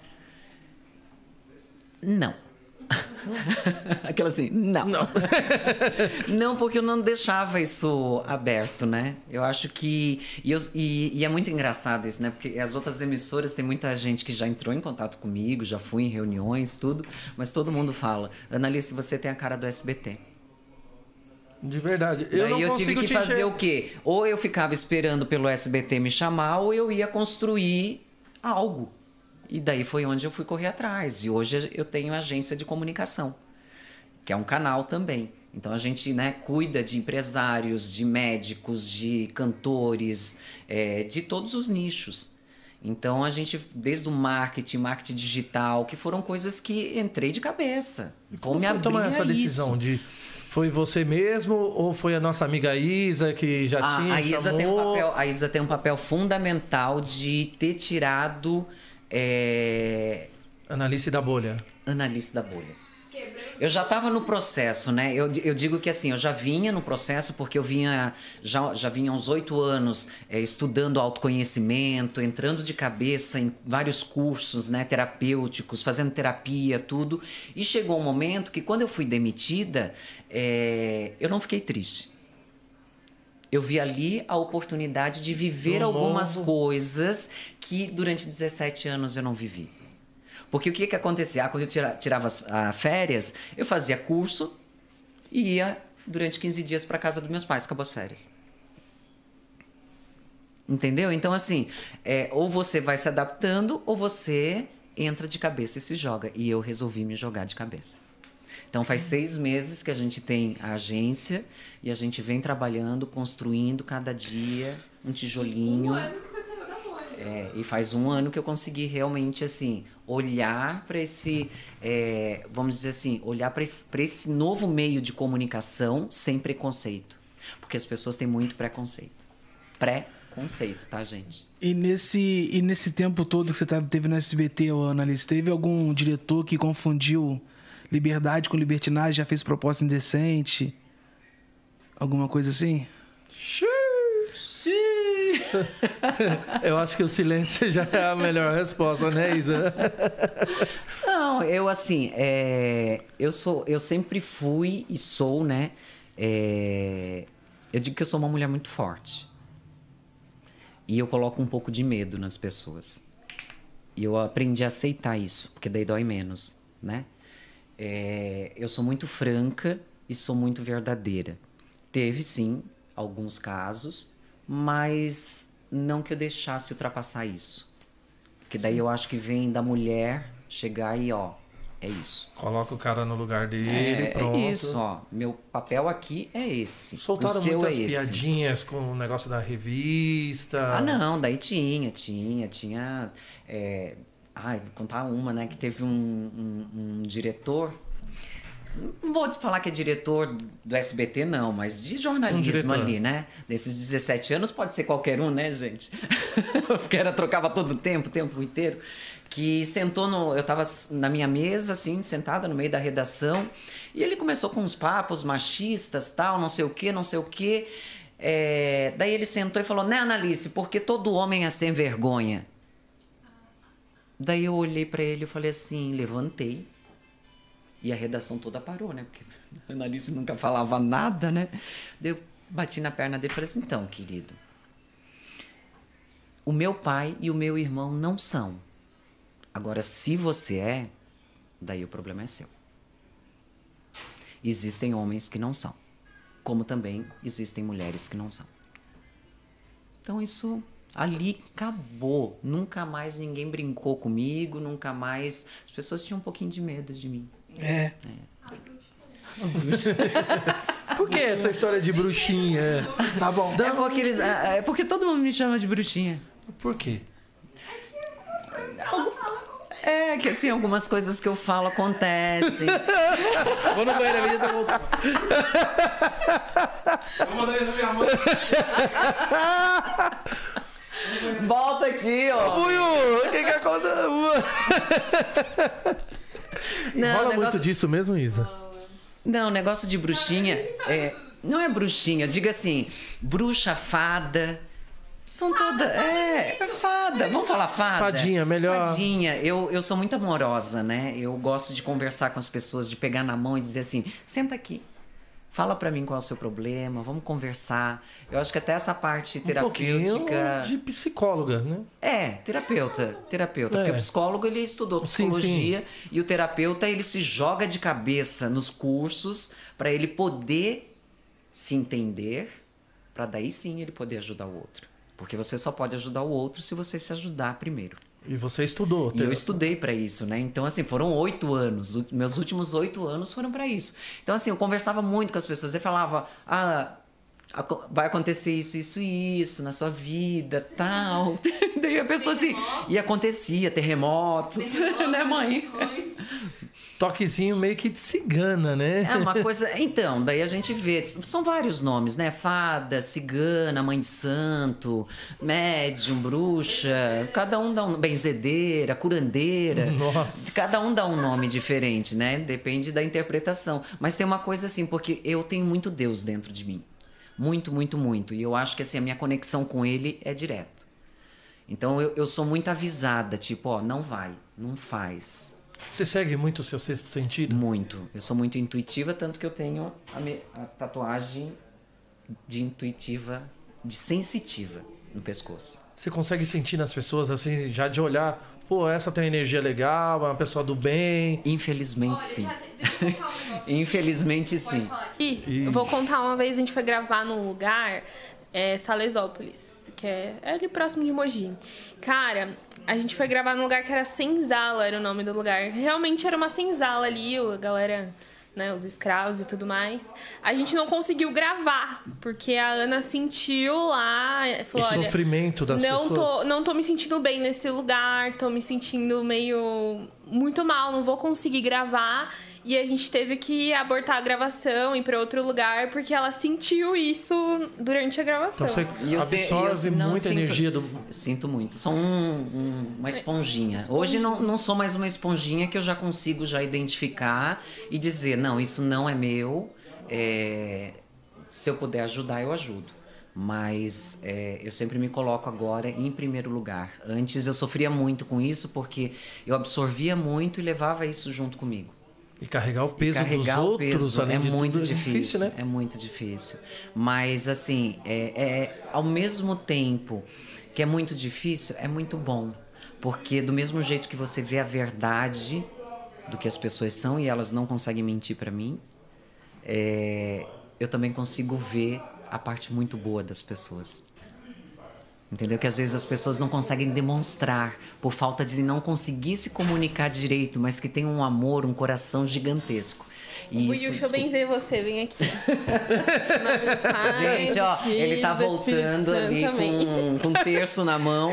Não. Aquela assim, não. Não, porque eu não deixava isso aberto, né? Eu acho que... E é muito engraçado isso, né? Porque as outras emissoras, tem muita gente que já entrou em contato comigo, já fui em reuniões, tudo, mas todo mundo fala, Analice, você tem a cara do SBT. De verdade. Daí eu tive que fazer o quê? Ou eu ficava esperando pelo SBT me chamar, ou eu ia construir algo. E daí foi onde eu fui correr atrás. E hoje eu tenho agência de comunicação, que é um canal também. Então a gente, né, cuida de empresários, de médicos, de cantores, de todos os nichos. Então a gente, desde o marketing digital, que foram coisas que entrei de cabeça. Como foi tomar essa decisão de... Foi você mesmo ou foi a nossa amiga Isa que já tinha a Isa tem um papel fundamental de ter tirado... Analice da bolha. Analice da bolha. Eu já estava no processo, né? Eu digo que assim, eu já vinha no processo porque eu já vinha há uns 8 anos estudando autoconhecimento, entrando de cabeça em vários cursos, né, terapêuticos, fazendo terapia, tudo. E chegou um momento que quando eu fui demitida, eu não fiquei triste. Eu vi ali a oportunidade de viver algumas coisas que durante 17 anos eu não vivi. Porque o que acontecia? Quando eu tirava as férias, eu fazia curso e ia durante 15 dias para casa dos meus pais, acabou as férias. Entendeu? Então, assim, ou você vai se adaptando ou você entra de cabeça e se joga. E eu resolvi me jogar de cabeça. Então, faz 6 meses que a gente tem a agência e a gente vem trabalhando, construindo cada dia um tijolinho. 1 ano que você saiu da bolha. E faz 1 ano que eu consegui realmente, assim, olhar para esse, vamos dizer assim, olhar para esse novo meio de comunicação sem preconceito. Porque as pessoas têm muito preconceito. Preconceito, tá, gente? E nesse tempo todo que você teve no SBT, Analice, teve algum diretor que confundiu liberdade com libertinagem, já fez proposta indecente? Alguma coisa assim? Eu acho que o silêncio já é a melhor resposta, né, Isa? Não, eu assim, eu sempre fui e sou, né? Eu digo que eu sou uma mulher muito forte. E eu coloco um pouco de medo nas pessoas. E eu aprendi a aceitar isso, porque daí dói menos, né? Eu sou muito franca e sou muito verdadeira. Teve, sim, alguns casos, mas não que eu deixasse ultrapassar isso. Porque daí eu acho que vem da mulher chegar e, ó, é isso. Coloca o cara no lugar dele, pronto. É isso, ó. Meu papel aqui é esse. Soltaram o seu muitas é esse. piadinhas com o negócio da revista. Ah, não, daí tinha. Vou contar uma, né? Que teve um diretor. Não vou te falar que é diretor do SBT, não, mas de jornalismo ali, né? Nesses 17 anos pode ser qualquer um, né, gente? Porque trocava todo o tempo inteiro. Que sentou eu tava na minha mesa, assim, sentada no meio da redação, e ele começou com uns papos machistas, tal, não sei o quê. Daí ele sentou e falou, né, Analice, porque todo homem é sem vergonha. Daí eu olhei pra ele e falei assim, levantei. E a redação toda parou, né? Porque a Analice nunca falava nada, né? Daí eu bati na perna dele e falei assim, então, querido, O meu pai e o meu irmão não são. Agora, se você é, daí o problema é seu. Existem homens que não são. Como também existem mulheres que não são. Então isso ali acabou. Nunca mais ninguém brincou comigo, nunca mais... As pessoas tinham um pouquinho de medo de mim. Por que essa história de bruxinha? Tá bom. É porque todo mundo me chama de bruxinha. Por quê? É que assim, algumas coisas que eu falo acontecem. Vou no banheiro ali e tô voltando. Vou mandar isso pra minha mãe. Volta aqui, ó. Buiu, o que aconteceu? Rola muito disso mesmo, Isa? Não, negócio de bruxinha não é bruxinha, diga assim, bruxa, fada. São todas. Fada. Vamos falar fada? Fadinha, melhor. Fadinha. Eu sou muito amorosa, né? Eu gosto de conversar com as pessoas, de pegar na mão e dizer assim: senta aqui. Fala pra mim qual é o seu problema, vamos conversar. Eu acho que até essa parte terapêutica... de psicóloga, né? Terapeuta. Porque o psicólogo, ele estudou psicologia, sim. E o terapeuta, ele se joga de cabeça nos cursos para ele poder se entender, para daí sim ele poder ajudar o outro. Porque você só pode ajudar o outro se você se ajudar primeiro. E você estudou. E eu estudei para isso, né? Então, assim, foram 8 anos. Meus últimos 8 anos foram para isso. Então, assim, eu conversava muito com as pessoas. Eu falava, vai acontecer isso, isso e isso na sua vida, tal. Daí a pessoa assim... E acontecia, terremotos, né, mãe? Toquezinho meio que de cigana, né? É uma coisa... Então, daí a gente vê... São vários nomes, né? Fada, cigana, mãe de santo, médium, bruxa... Cada um dá um... Benzedeira, curandeira... Nossa! Cada um dá um nome diferente, né? Depende da interpretação. Mas tem uma coisa assim, porque eu tenho muito Deus dentro de mim. Muito, muito, muito. E eu acho que assim, a minha conexão com Ele é direto. Então, eu sou muito avisada. Tipo, não vai, não faz... Você segue muito o seu sexto sentido? Muito. Eu sou muito intuitiva, tanto que eu tenho a tatuagem de intuitiva, de sensitiva no pescoço. Você consegue sentir nas pessoas, assim, já de olhar, pô, essa tem uma energia legal, é uma pessoa do bem? Infelizmente, sim. Infelizmente, sim. Eu vou contar uma vez, a gente foi gravar num lugar, Salesópolis, que é ali próximo de Mogi. Cara, a gente foi gravar num lugar que era Senzala, era o nome do lugar. Realmente era uma senzala ali, a galera, né, os escravos e tudo mais. A gente não conseguiu gravar, porque a Ana sentiu lá, falou, o sofrimento das pessoas. Não tô me sentindo bem nesse lugar, tô me sentindo muito mal, não vou conseguir gravar. E a gente teve que abortar a gravação, ir para outro lugar, porque ela sentiu isso durante a gravação. Então você absorve muita energia do... Sinto muito. Sou uma esponjinha. Hoje não sou mais uma esponjinha que eu já consigo já identificar e dizer, não, isso não é meu. Se eu puder ajudar, eu ajudo. Mas eu sempre me coloco agora em primeiro lugar. Antes eu sofria muito com isso, porque eu absorvia muito e levava isso junto comigo. E carregar o peso dos outros, além de muito tudo, difícil, né? É muito difícil. Mas, assim, ao mesmo tempo que é muito difícil, é muito bom. Porque do mesmo jeito que você vê a verdade do que as pessoas são e elas não conseguem mentir para mim, eu também consigo ver a parte muito boa das pessoas. Entendeu? Que às vezes as pessoas não conseguem demonstrar por falta de não conseguir se comunicar direito, mas que tem um amor, um coração gigantesco. Deixa eu benzer você, vem aqui. Nome do Pai, gente, ó, Filho, ele tá voltando ali com um terço na mão.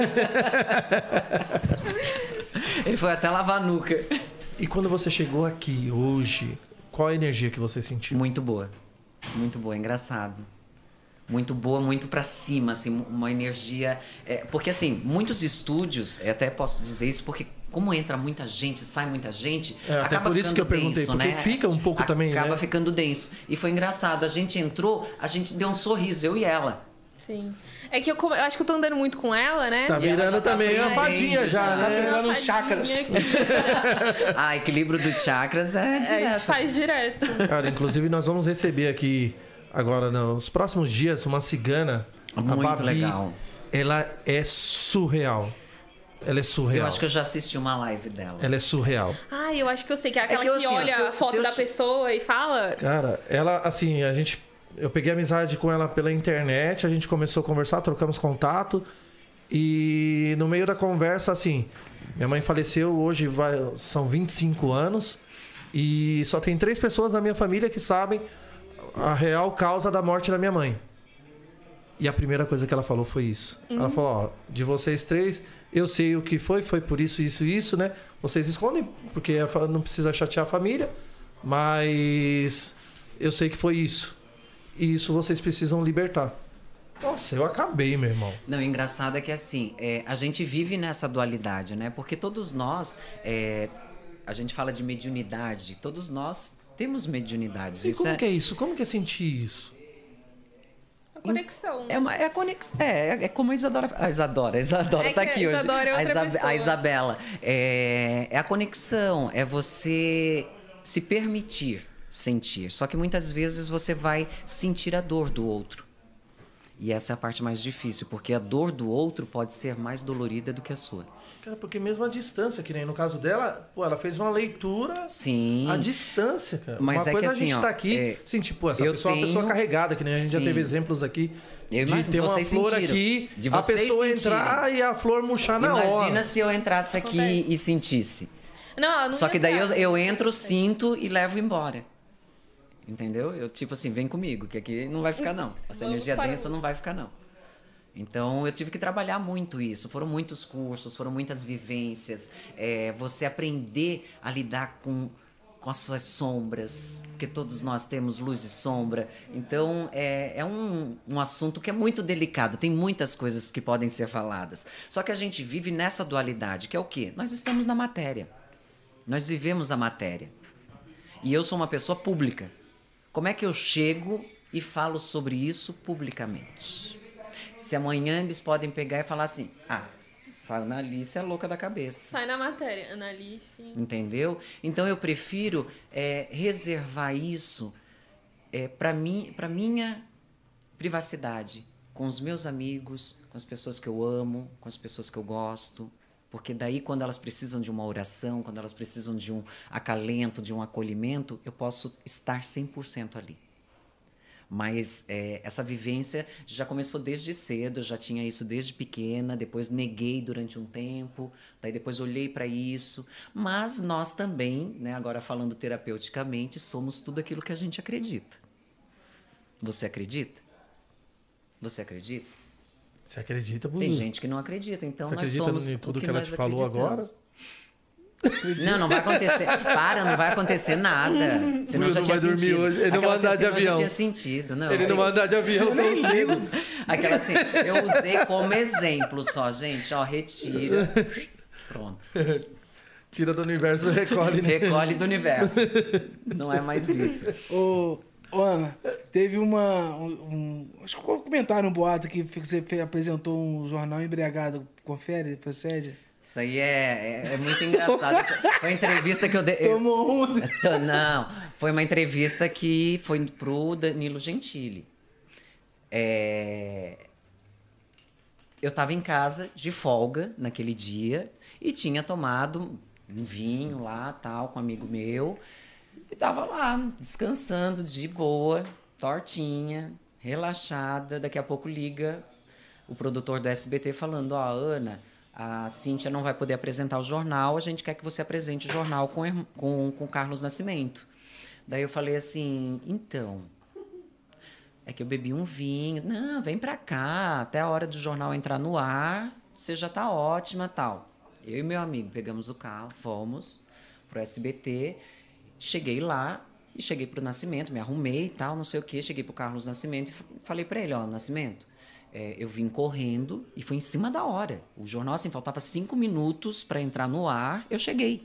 Ele foi até lavar a nuca. E quando você chegou aqui hoje, qual a energia que você sentiu? Muito boa. Muito boa, engraçado. Muito boa, muito pra cima, assim, uma energia... porque, assim, muitos estúdios, até posso dizer isso, porque como entra muita gente, sai muita gente, acaba até por isso que eu perguntei, denso, porque né? fica um pouco também, né? Acaba ficando denso. E foi engraçado, a gente entrou, a gente deu um sorriso, eu e ela. Sim. É que eu acho que eu tô andando muito com ela, né? Tá virando também uma fadinha já, né? Tá pegando os chakras. Equilíbrio dos chakras direto. A gente faz direto. Cara, inclusive nós vamos receber aqui... Agora, nos próximos dias, uma cigana, muito a Babi, legal. ela é surreal. Ela é surreal. Eu acho que eu já assisti uma live dela. Ela é surreal. Ah, eu acho que eu sei, que é aquela que eu, que assim, ó, olha se eu- a foto se eu da che- pessoa e fala. Cara, ela, assim, eu peguei amizade com ela pela internet, a gente começou a conversar, trocamos contato. E no meio da conversa, assim, minha mãe faleceu, hoje são 25 anos. E só tem 3 pessoas na minha família que sabem a real causa da morte da minha mãe. E a primeira coisa que ela falou foi isso. Ela falou, ó, de vocês 3, eu sei o que foi por isso, isso, né? Vocês escondem, porque não precisa chatear a família, mas eu sei que foi isso. E isso vocês precisam libertar. Nossa, eu acabei, meu irmão. Não, o engraçado é que assim, a gente vive nessa dualidade, né? Porque todos nós, a gente fala de mediunidade, todos nós temos mediunidades. E como que é isso? Como que é sentir isso? A conexão. Né? É a conexão. É como a Isadora. A Isadora É tá que aqui a hoje. Isadora é outra pessoa. A Isabela. É a conexão, é você se permitir sentir. Só que muitas vezes você vai sentir a dor do outro. E essa é a parte mais difícil, porque a dor do outro pode ser mais dolorida do que a sua. Cara, porque mesmo a distância, que nem no caso dela, pô, ela fez uma leitura Sim. à distância, cara. Mas uma é coisa que a gente assim, tá ó, aqui, assim, tipo, essa eu pessoa é uma pessoa tenho- carregada, que nem a gente já Sim. teve exemplos aqui, Eu de imagino, ter uma vocês flor sentiram, aqui, de a vocês pessoa sentirem. entrar e a flor murchar na hora. Imagina se eu entrasse aqui Acontece. e sentisse. Não, ela não Só ia que daí entrar. eu entro, sinto e levo embora. Entendeu? Eu tipo assim, vem comigo, que aqui não vai ficar não. Essa Vamos energia para densa os- não vai ficar não. Então eu tive que trabalhar muito isso. Foram muitos cursos, foram muitas vivências. Você aprender a lidar com as suas sombras, porque todos nós temos luz e sombra. Então é um assunto que é muito delicado. Tem muitas coisas que podem ser faladas. Só que a gente vive nessa dualidade, que é o quê? Nós estamos na matéria. Nós vivemos a matéria. E eu sou uma pessoa pública. Como é que eu chego e falo sobre isso publicamente? Se amanhã eles podem pegar e falar assim, essa Analice é louca da cabeça. Sai na matéria, Analice. Entendeu? Então eu prefiro reservar isso para minha privacidade, com os meus amigos, com as pessoas que eu amo, com as pessoas que eu gosto. Porque daí, quando elas precisam de uma oração, quando elas precisam de um acalento, de um acolhimento, eu posso estar 100% ali. Mas essa vivência já começou desde cedo, eu já tinha isso desde pequena, depois neguei durante um tempo, daí depois olhei para isso. Mas nós também, né, agora falando terapeuticamente, somos tudo aquilo que a gente acredita. Você acredita? Você acredita? Você acredita, Budu? Tem gente que não acredita, então Você nós acredita somos em o tudo que que ela nós te falou agora? acreditamos. Não vai acontecer. Não vai acontecer nada. Senão Will já não tinha vai dormir sentido. hoje, ele não vai andar de senão já avião. tinha sentido. Não, Ele não vai andar de avião tão cedo. Aquela assim, eu usei como exemplo só, gente. Ó, retira. Pronto. Tira do universo e recolhe. Né? Recolhe do universo. Não é mais isso. Ô, Ana, teve acho que comentaram um boato que você apresentou um jornal embriagado. Confere, procede? Isso aí é muito engraçado. Foi uma entrevista que eu dei. Tomou 11. Não, foi uma entrevista que foi pro Danilo Gentili. Eu estava em casa de folga naquele dia e tinha tomado um vinho lá, tal, com um amigo meu. E tava lá, descansando de boa, tortinha, relaxada. Daqui a pouco liga o produtor do SBT falando, ó, Ana, a Cíntia não vai poder apresentar o jornal, a gente quer que você apresente o jornal com o Carlos Nascimento. Daí eu falei assim, então, é que eu bebi um vinho. Não, vem pra cá, até a hora do jornal entrar no ar, você já tá ótima, tal. Eu e meu amigo pegamos o carro, fomos pro SBT, cheguei lá e cheguei pro Nascimento, me arrumei e tal, não sei o quê, cheguei pro Carlos Nascimento e falei pra ele, ó, Nascimento, eu vim correndo e foi em cima da hora. O jornal, assim, faltava 5 minutos para entrar no ar, eu cheguei.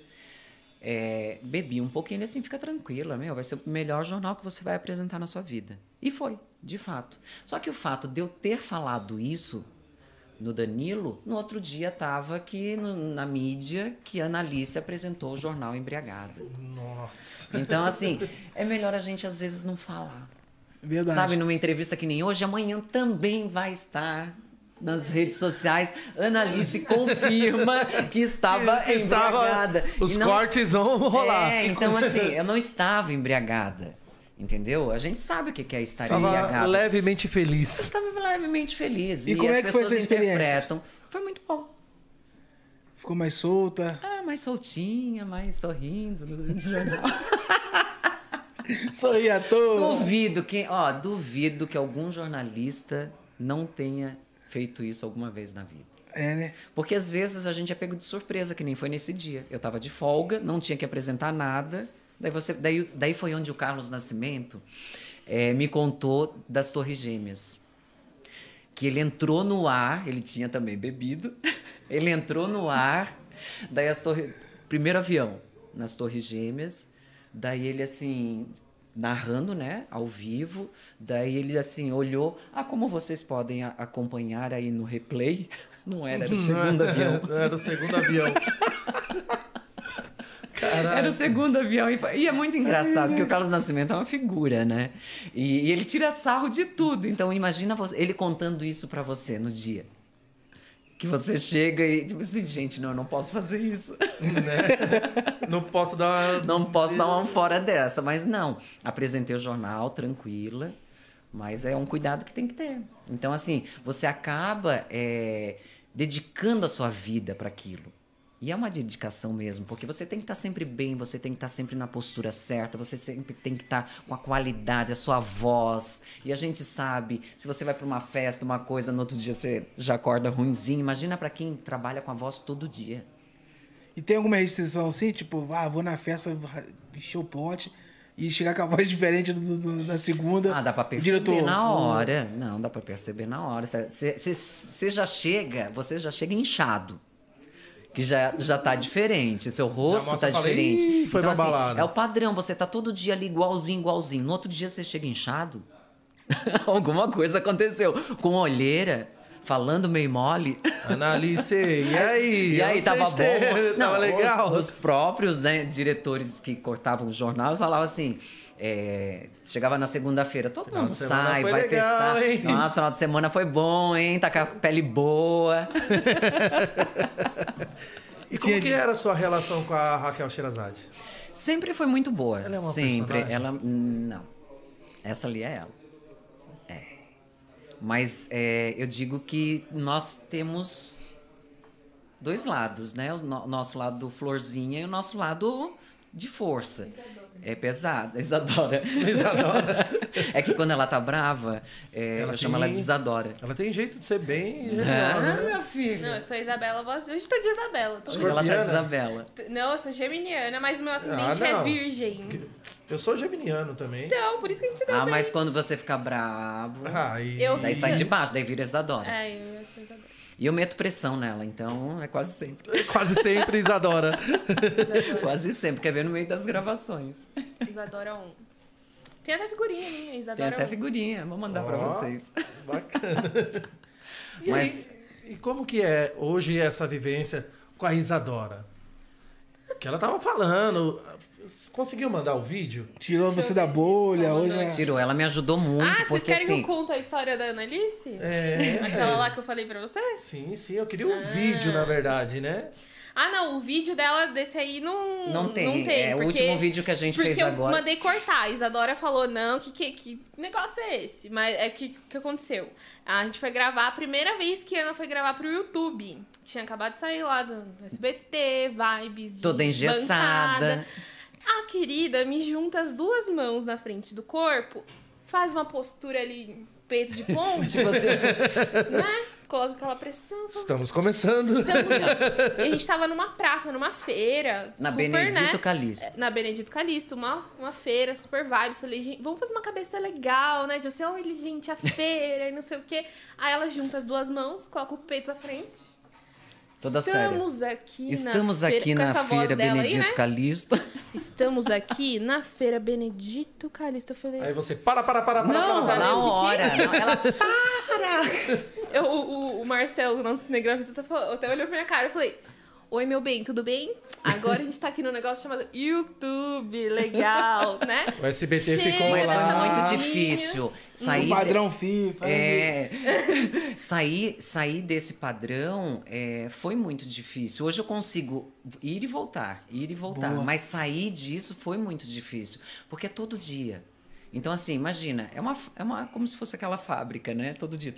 Bebi um pouquinho, ele assim, fica tranquila, vai ser o melhor jornal que você vai apresentar na sua vida. E foi, de fato. Só que o fato de eu ter falado isso no Danilo, no outro dia estava aqui na mídia que a Analice apresentou o jornal embriagada. Nossa. Então, assim, é melhor a gente às vezes não falar. Verdade. Sabe, numa entrevista que nem hoje, amanhã também vai estar nas redes sociais. Ana Alice confirma que estava embriagada. Os cortes vão rolar. Então assim, eu não estava embriagada. Entendeu? A gente sabe o que é estar Estava embriagado. levemente Eu feliz. estava levemente feliz. E como as é que foi pessoas essa experiência? interpretam. Foi muito bom. Ficou mais solta. Mais soltinha, mais sorrindo no jornal. Sorri à toa. Duvido que algum jornalista não tenha feito isso alguma vez na vida. É, né? Porque às vezes a gente é pego de surpresa, que nem foi nesse dia. Eu estava de folga, não tinha que apresentar nada. Daí foi onde o Carlos Nascimento me contou das Torres Gêmeas. Que ele entrou no ar, ele tinha também bebido, ele entrou no ar, daí primeiro avião nas Torres Gêmeas, daí ele assim, narrando, né, ao vivo, daí ele assim, olhou, como vocês podem acompanhar aí no replay, não era o segundo avião. Era o segundo avião. Caralho. Era o segundo avião. E é muito engraçado, porque o Carlos Nascimento é uma figura, né? E ele tira sarro de tudo. Então, imagina ele contando isso pra você no dia. Que você chega e, tipo assim, gente, não, eu não posso fazer isso. Né? Não posso dar uma fora dessa. Mas não, apresentei o jornal tranquila, mas é um cuidado que tem que ter. Então, assim, você acaba dedicando a sua vida para aquilo. E é uma dedicação mesmo, porque você tem que estar sempre bem, você tem que estar sempre na postura certa, você sempre tem que estar com a qualidade, a sua voz. E a gente sabe, se você vai para uma festa, uma coisa, no outro dia você já acorda ruinzinho. Imagina para quem trabalha com a voz todo dia. E tem alguma restrição assim? Tipo, vou na festa, encher o pote e chegar com a voz diferente da segunda. Dá pra perceber na hora. Não, dá pra perceber na hora. Você já chega inchado. Que já tá diferente, seu rosto tá diferente. Foi uma balada. É o padrão, você tá todo dia ali igualzinho. No outro dia você chega inchado. Alguma coisa aconteceu. Com olheira, falando meio mole. Ana Alice, e aí? E aí, tava bom? Tava legal? Os próprios, né, diretores que cortavam o jornal falavam assim... chegava na segunda-feira, todo mundo sai, vai legal, festar. Hein? Nossa, final de semana foi bom, hein? Tá com a pele boa. E como que era a sua relação com a Raquel Sherazade? Sempre foi muito boa. Ela é uma sempre. personagem? Não. Essa ali é ela. Mas eu digo que nós temos dois lados, né? O nosso lado Florzinha e o nosso lado de força. É pesado. Isadora. É que quando ela tá brava, eu chamo ela de Isadora. Ela tem jeito de ser bem... Minha filha. Não, eu sou Isabela. Hoje tô de Isabela. Hoje ela tá de Isabela. Não, eu sou geminiana, mas o meu ascendente é virgem. Eu sou geminiano também. Então, por isso que a gente se deu bem. Mas quando você fica bravo... Eu sai de baixo, daí vira Isadora. Eu sou Isabela. E eu meto pressão nela, então é quase sempre. Quase sempre Isadora. Quase sempre, quer ver no meio das gravações. Isadora 1. Tem até figurinha minha, Isadora 1. Tem até figurinha, vou mandar pra vocês. Bacana. E como que é hoje essa vivência com a Isadora? Que ela tava falando... Conseguiu mandar o vídeo? Tirou você da bolha. Hoje Tirou, ela me ajudou muito. Vocês querem que eu conte a história da Ana Alice? Aquela lá que eu falei pra você? Sim, eu queria o vídeo, na verdade, né? Não, o vídeo dela desse aí não tem. É o último vídeo que a gente fez agora. Porque eu mandei cortar. A Isadora falou, não, que negócio é esse? Mas é que aconteceu? A gente foi gravar, a primeira vez que a Ana foi gravar pro YouTube. Tinha acabado de sair lá do SBT, Vibes. Toda engessada. Bancada. A querida me junta as duas mãos na frente do corpo, faz uma postura ali, peito de ponte, você, né? Coloca aquela pressão. Estamos começando. E a gente tava numa praça, numa feira. Na super, Benedito né? Calixto. Na Benedito Calixto, uma feira, super vibes. Falei, gente, vamos fazer uma cabeça legal, né? De você, olha, gente, a feira e não sei o quê. Aí ela junta as duas mãos, coloca o peito à frente. Toda Estamos séria. aqui na feira Benedito aí, né? Calixto. Estamos aqui na feira Benedito Calixto. Eu falei... Aí você, para. Não, na hora. Ela, para! O Marcelo, nosso cinegrafista, até olhou pra minha cara. Eu falei, Oi, meu bem, tudo bem? Agora a gente tá aqui no negócio chamado YouTube, legal, né? O SBT ficou Mas lá. foi muito Sim. difícil sair. O padrão FIFA. Sair desse padrão foi muito difícil. Hoje eu consigo ir e voltar. Boa. Mas sair disso foi muito difícil. Porque é todo dia. Então, assim, imagina, é uma como se fosse aquela fábrica, né? Todo dia.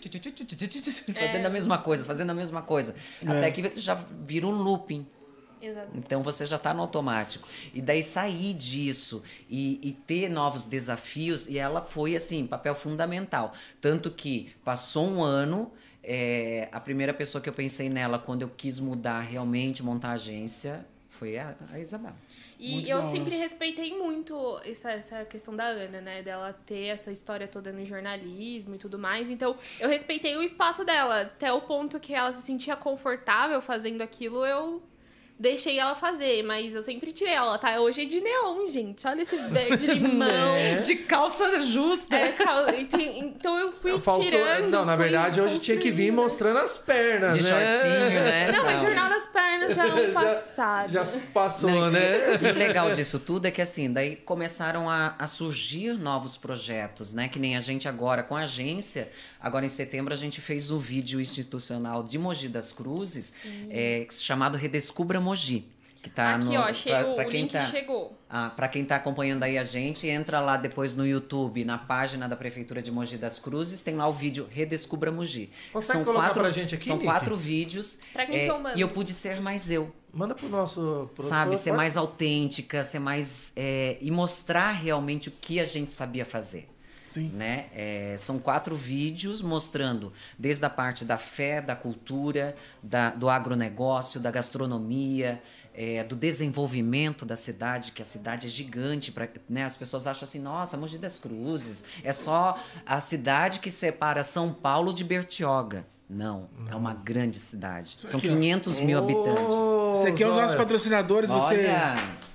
Fazendo a mesma coisa. Até que já vira um looping. Exato. Então você já está no automático. E daí sair disso e ter novos desafios, e ela foi assim, papel fundamental. Tanto que passou um ano, a primeira pessoa que eu pensei nela quando eu quis mudar realmente, montar a agência, foi a Isabela. E Muito eu da hora. sempre respeitei muito essa questão da Ana, né? Dela ter essa história toda no jornalismo e tudo mais. Então, eu respeitei o espaço dela. Até o ponto que ela se sentia confortável fazendo aquilo, eu deixei ela fazer. Mas eu sempre tirei ela, tá? Hoje é de neon, gente. Olha esse verde limão. De calça justa. Então eu fui Faltou... tirando. Não, na fui verdade, hoje tinha que vir construindo. mostrando as pernas, De né? shortinho, né? Não, mas Jornal das Pernas já é um passado. Já passou, Não, né? E o legal disso tudo é que, assim, daí começaram a surgir novos projetos, né? Que nem a gente agora, com a agência, agora em setembro a gente fez o vídeo institucional de Mogi das Cruzes, chamado Redescubra Mogi. Que tá Aqui, ó, achei o quem link chegou. Para quem tá acompanhando aí a gente, entra lá depois no YouTube, na página da Prefeitura de Mogi das Cruzes, tem lá o vídeo Redescubra Mogi. Consegue colocar pra gente aqui, São Nick? 4 vídeos. Pra quem que eu mando? E eu pude ser mais eu. Manda pro nosso produtor. Sabe, ser pode? mais autêntica, ser mais. E mostrar realmente o que a gente sabia fazer. Sim. Né? São 4 vídeos mostrando desde a parte da fé, da cultura, do agronegócio, da gastronomia, do desenvolvimento da cidade, que a cidade é gigante. Né? As pessoas acham assim, nossa, Mogi das Cruzes é só a cidade que separa São Paulo de Bertioga. Não, é uma grande cidade. São aqui, ó. 500 mil habitantes. Esse aqui é um dos nossos Zóia. patrocinadores. Você Olha,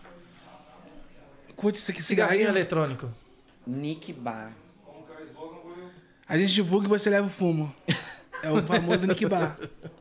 curte esse aqui, Cigarrinho cigarrinho. eletrônico. Nick Bar. A gente divulga e você leva o fumo. É o famoso Nick Bar.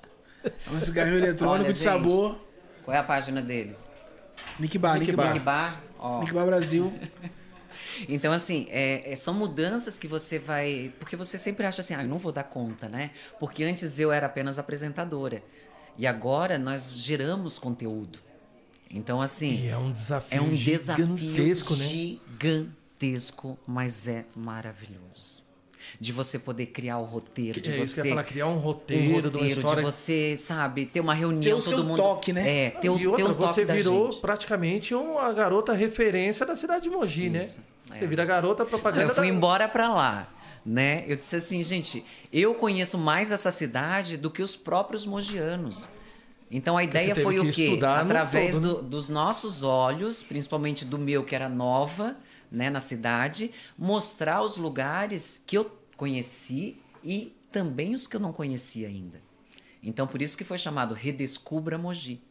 É um cigarrinho eletrônico Olha, de gente. sabor. Qual é a página deles? Nick Bar, Nick Bar. Nick Bar. Ó. Nick Bar Brasil. Então, assim, são mudanças que você vai... Porque você sempre acha assim, eu não vou dar conta, né? Porque antes eu era apenas apresentadora. E agora nós geramos conteúdo. Então, assim... E é um desafio É um desafio gigantesco, né? gigantesco, mas é maravilhoso. De você poder criar o roteiro, de É isso que eu você... ia falar, criar um roteiro, de uma história. de você, sabe, ter uma reunião, Ter o todo seu mundo... toque, né? Ter o E outra, toque você da virou gente. praticamente uma garota referência da cidade de Mogi, Isso, né? Você vira garota propaganda Eu fui da... embora pra lá, né? Eu disse assim, gente, eu conheço mais essa cidade do que os próprios mogianos. Então a ideia teve foi o que quê? estudar no Através todo, né? dos nossos olhos, principalmente do meu, que era nova, né, na cidade, mostrar os lugares que eu conheci e também os que eu não conhecia ainda. Então por isso que foi chamado Redescubra Mogi.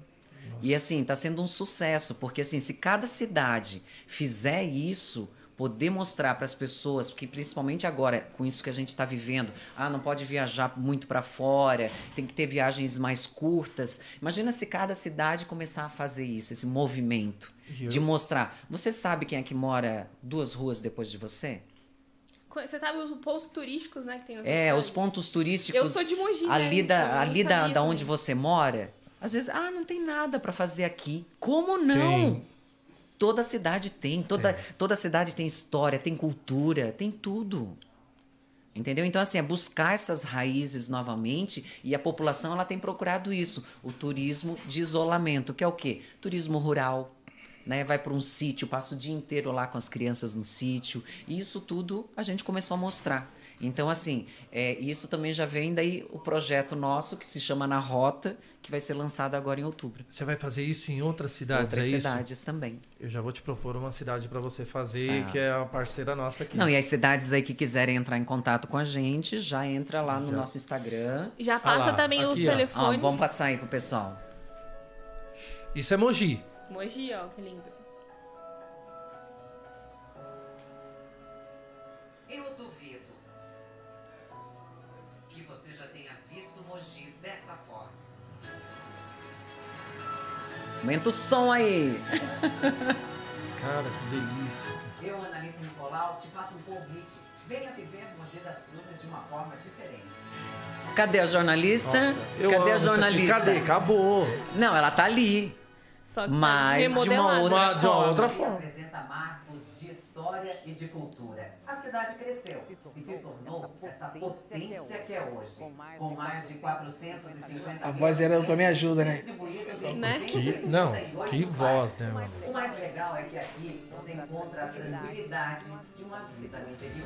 E assim, tá sendo um sucesso, porque assim, se cada cidade fizer isso, poder mostrar para as pessoas, porque principalmente agora, com isso que a gente está vivendo, não pode viajar muito para fora, tem que ter viagens mais curtas. Imagina se cada cidade começar a fazer isso, esse movimento de mostrar. Você sabe quem é que mora 2 ruas depois de você? Você sabe os pontos turísticos, né, que tem Os pontos turísticos. Eu sou de Mogi, né? Ali Então eu não ali sabia da onde também. você mora, às vezes, não tem nada para fazer aqui. Como não? Tem. Toda cidade tem, toda cidade tem história, tem cultura, tem tudo. Entendeu? Então, assim, é buscar essas raízes novamente, e a população ela tem procurado isso. O turismo de isolamento, que é o quê? Turismo rural, né? Vai para um sítio, passa o dia inteiro lá com as crianças no sítio. E isso tudo a gente começou a mostrar. Então, assim, isso também já vem daí o projeto nosso, que se chama Na Rota, que vai ser lançado agora em outubro. Você vai fazer isso em outras cidades, Outras é isso? cidades também. Eu já vou te propor uma cidade para você fazer, que é uma parceira nossa aqui. Não, e as cidades aí que quiserem entrar em contato com a gente, já entra lá no nosso Instagram. Já passa lá, também os aqui, ó. telefones. Vamos passar aí pro pessoal. Isso é Mogi. Mogi, ó, que lindo. Eu duvido que você já tenha visto Mogi desta forma. Aumenta o som aí. Cara, que delícia. Eu, Analice Nicolau, te faço um convite. Venha viver Mogi das Cruzes de uma forma diferente. Cadê a jornalista? Nossa, eu Cadê amo a isso aqui. jornalista? Cadê? Acabou. Não, ela tá ali. Só que Mas tá de uma remodelada. outra De uma outra forma. forma. Apresenta marcos de história e de cultura. A cidade cresceu e se tornou essa potência que é hoje. Com mais de 450 A voz dela também ajuda, né? Né? Que voz, né, mano? O mais legal é que aqui você encontra a tranquilidade de uma vida no interior.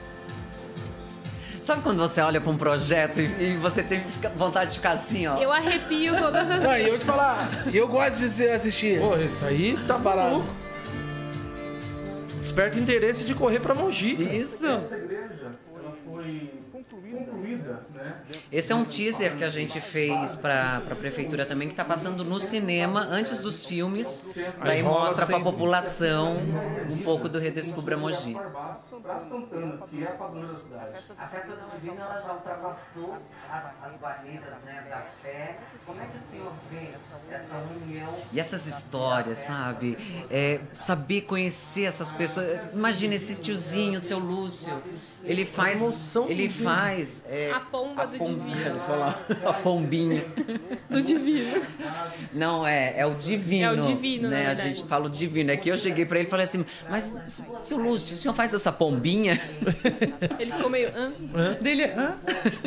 Sabe quando você olha para um projeto e você tem vontade de ficar assim, ó? Eu arrepio todas as Não, e vezes. eu vou te falar, eu gosto de assistir. Pô, isso aí tá Disparado. maluco. Desperta interesse de correr pra Mogi, cara. Isso. Essa igreja, ela foi concluída, né? Esse é um teaser que a gente fez para a prefeitura também, que está passando no cinema antes dos filmes. Daí Aí rola mostra para a sempre. população um pouco do Redescubra Mogi. Barbaço pra Santana, que é a padrona da cidade. A festa do Divino ela já ultrapassou as barreiras, né, da fé. Como é que o senhor vê essa união? E essas histórias, sabe? Saber conhecer essas pessoas. Imagina esse tiozinho, seu Lúcio. Ele faz. emoção Ele do faz. A pomba do divino. Ele fala, a pombinha. Do divino. Não, é o divino. É o divino, né? na A verdade. gente fala o divino. É que eu cheguei pra ele e falei assim, mas, seu Lúcio, o senhor faz essa pombinha? Ele ficou meio. Dele, hã?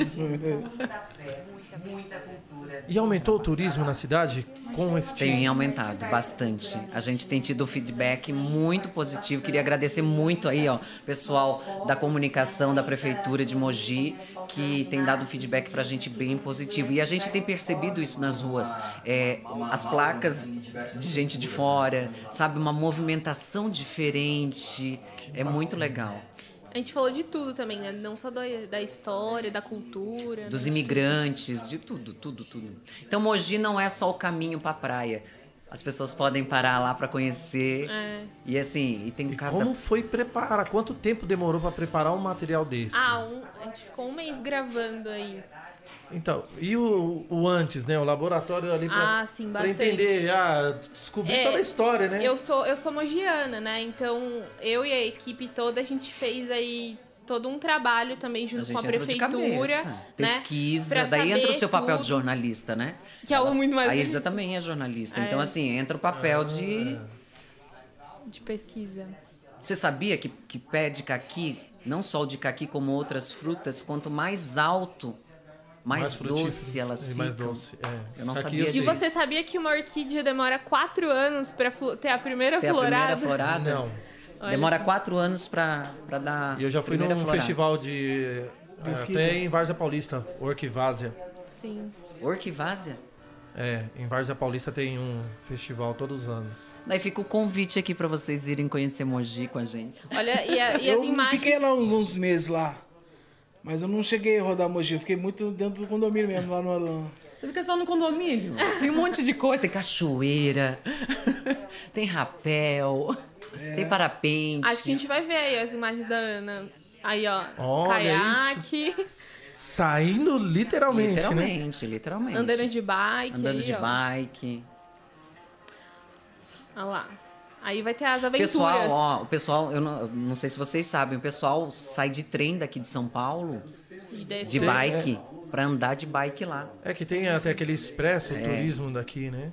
E aumentou o turismo na cidade com esse tipo? Tem aumentado bastante. A gente tem tido feedback muito positivo. Queria agradecer muito aí, ó, pessoal da comunicação da prefeitura de Mogi, que tem dado feedback pra gente bem positivo. E a gente tem percebido isso nas ruas. As placas de gente de fora, sabe? Uma movimentação diferente. É muito legal. A gente falou de tudo também, né? Não só da história, da cultura. Dos imigrantes, de tudo. Então Mogi não é só o caminho pra praia. As pessoas podem parar lá pra conhecer. E assim, e tem E cada... como foi preparar? Quanto tempo demorou pra preparar um material desse? A gente ficou um mês gravando aí. Então, e o antes, né? O laboratório ali pra, Sim, pra bastante. entender, descobrir toda a história, né? Eu sou mogiana, né? Então, eu e a equipe toda, a gente fez aí todo um trabalho também junto com a entrou de prefeitura. cabeça, Né? pesquisa, Pra daí entra o saber seu papel tudo, de jornalista, né? que é o muito mais A Isa também é jornalista, então É. assim, entra o papel de... de pesquisa. Você sabia que pé de caqui, não só o de caqui como outras frutas, quanto mais alto, mais frutífero doce elas e ficam? mais doce, Eu não Aqui sabia eu E sei. disso. você sabia que uma orquídea demora 4 anos pra ter a primeira Tem a florada? primeira florada? Não. Olha Demora 4 anos pra dar E eu já a fui primeira num florada. festival de... até em Várzea Paulista, Orquivásia. Sim. Orquivásia? Em Várzea Paulista tem um festival todos os anos. Daí fica o convite aqui pra vocês irem conhecer Mogi com a gente. Olha, e as Eu imagens... fiquei lá alguns meses lá. Mas eu não cheguei a rodar Mogi, eu fiquei muito dentro do condomínio mesmo, lá no... Você fica só no condomínio. Tem um monte de coisa. Tem cachoeira, tem rapel, tem parapente. Acho que a gente vai ver aí as imagens da Ana. Aí, ó, Olha caiaque, Saindo literalmente, né? Literalmente. andando de bike. Andando aí, de ó. bike. Olha lá. Aí vai ter as aventuras. O pessoal, eu não sei se vocês sabem, o pessoal sai de trem daqui de São Paulo, E desce de pra- bike, pra andar de bike lá. É que tem até aquele expresso, o turismo daqui, né?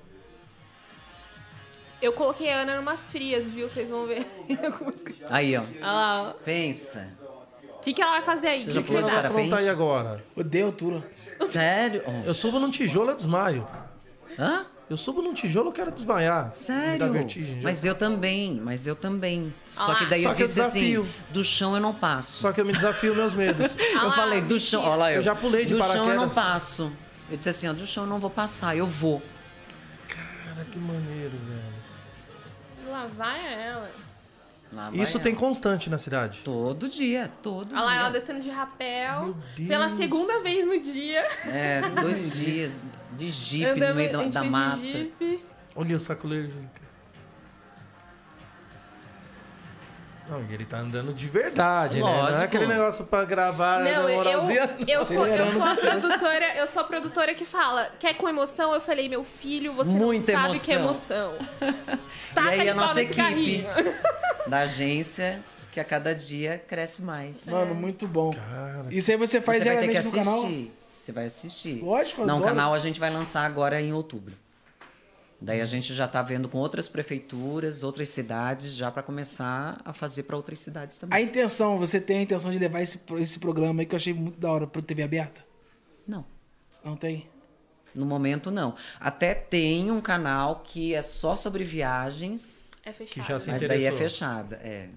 Eu coloquei a Ana numas frias, viu? Vocês vão ver. Aí, ó. Olha lá, ó. Pensa. O que ela vai fazer aí? Você O já que pulou você de dá? parapente? Pronto aí agora. Odeio altura. Sério? Oh. Eu subo num tijolo, eu desmaio. Hã? Eu subo num tijolo, eu quero desmaiar. Me Sério? dá vertigem. já. Mas eu também. Só Ah que lá. daí Só eu que eu disse assim, desafio. do chão eu não passo. Só que eu me desafio meus medos. Eu lá, falei, do chão, olha lá, Eu já pulei de do chão eu não paraquedas. passo. Eu disse assim, ó, do chão eu não vou passar, eu vou. Cara, que maneiro, velho. Lá vai ela. Lá vai Isso ela. tem constante na cidade. Todo dia. Olha lá, ela descendo de rapel. Meu Deus. Pela segunda vez no dia. 2 dias de jipe Andando, no meio a gente da fez mata. de jipe. Olha o sacoleiro, gente. Não, e ele tá andando de verdade, né? Não Lógico. é aquele negócio pra gravar Não, na moralzinha. eu sou a produtora que fala, quer com emoção? Eu falei, meu filho, você Muita não sabe o que é emoção. E aí Taca-lhe a pau nossa nesse equipe carrinho. da agência, que a cada dia cresce mais. Mano, muito bom. Cara. Isso aí você faz Você vai ter que diariamente no canal? assistir. Você vai assistir. Lógico, eu Não, o adoro. canal a gente vai lançar agora em outubro. Daí a gente já tá vendo com outras prefeituras, outras cidades, já para começar a fazer para outras cidades A também. intenção, você tem a intenção de levar esse programa aí que eu achei muito da hora pra TV aberta? Não. Não tem? No momento, não. Até tem um canal que é só sobre viagens, É fechado. Que já se mas daí é interessou. fechada. É.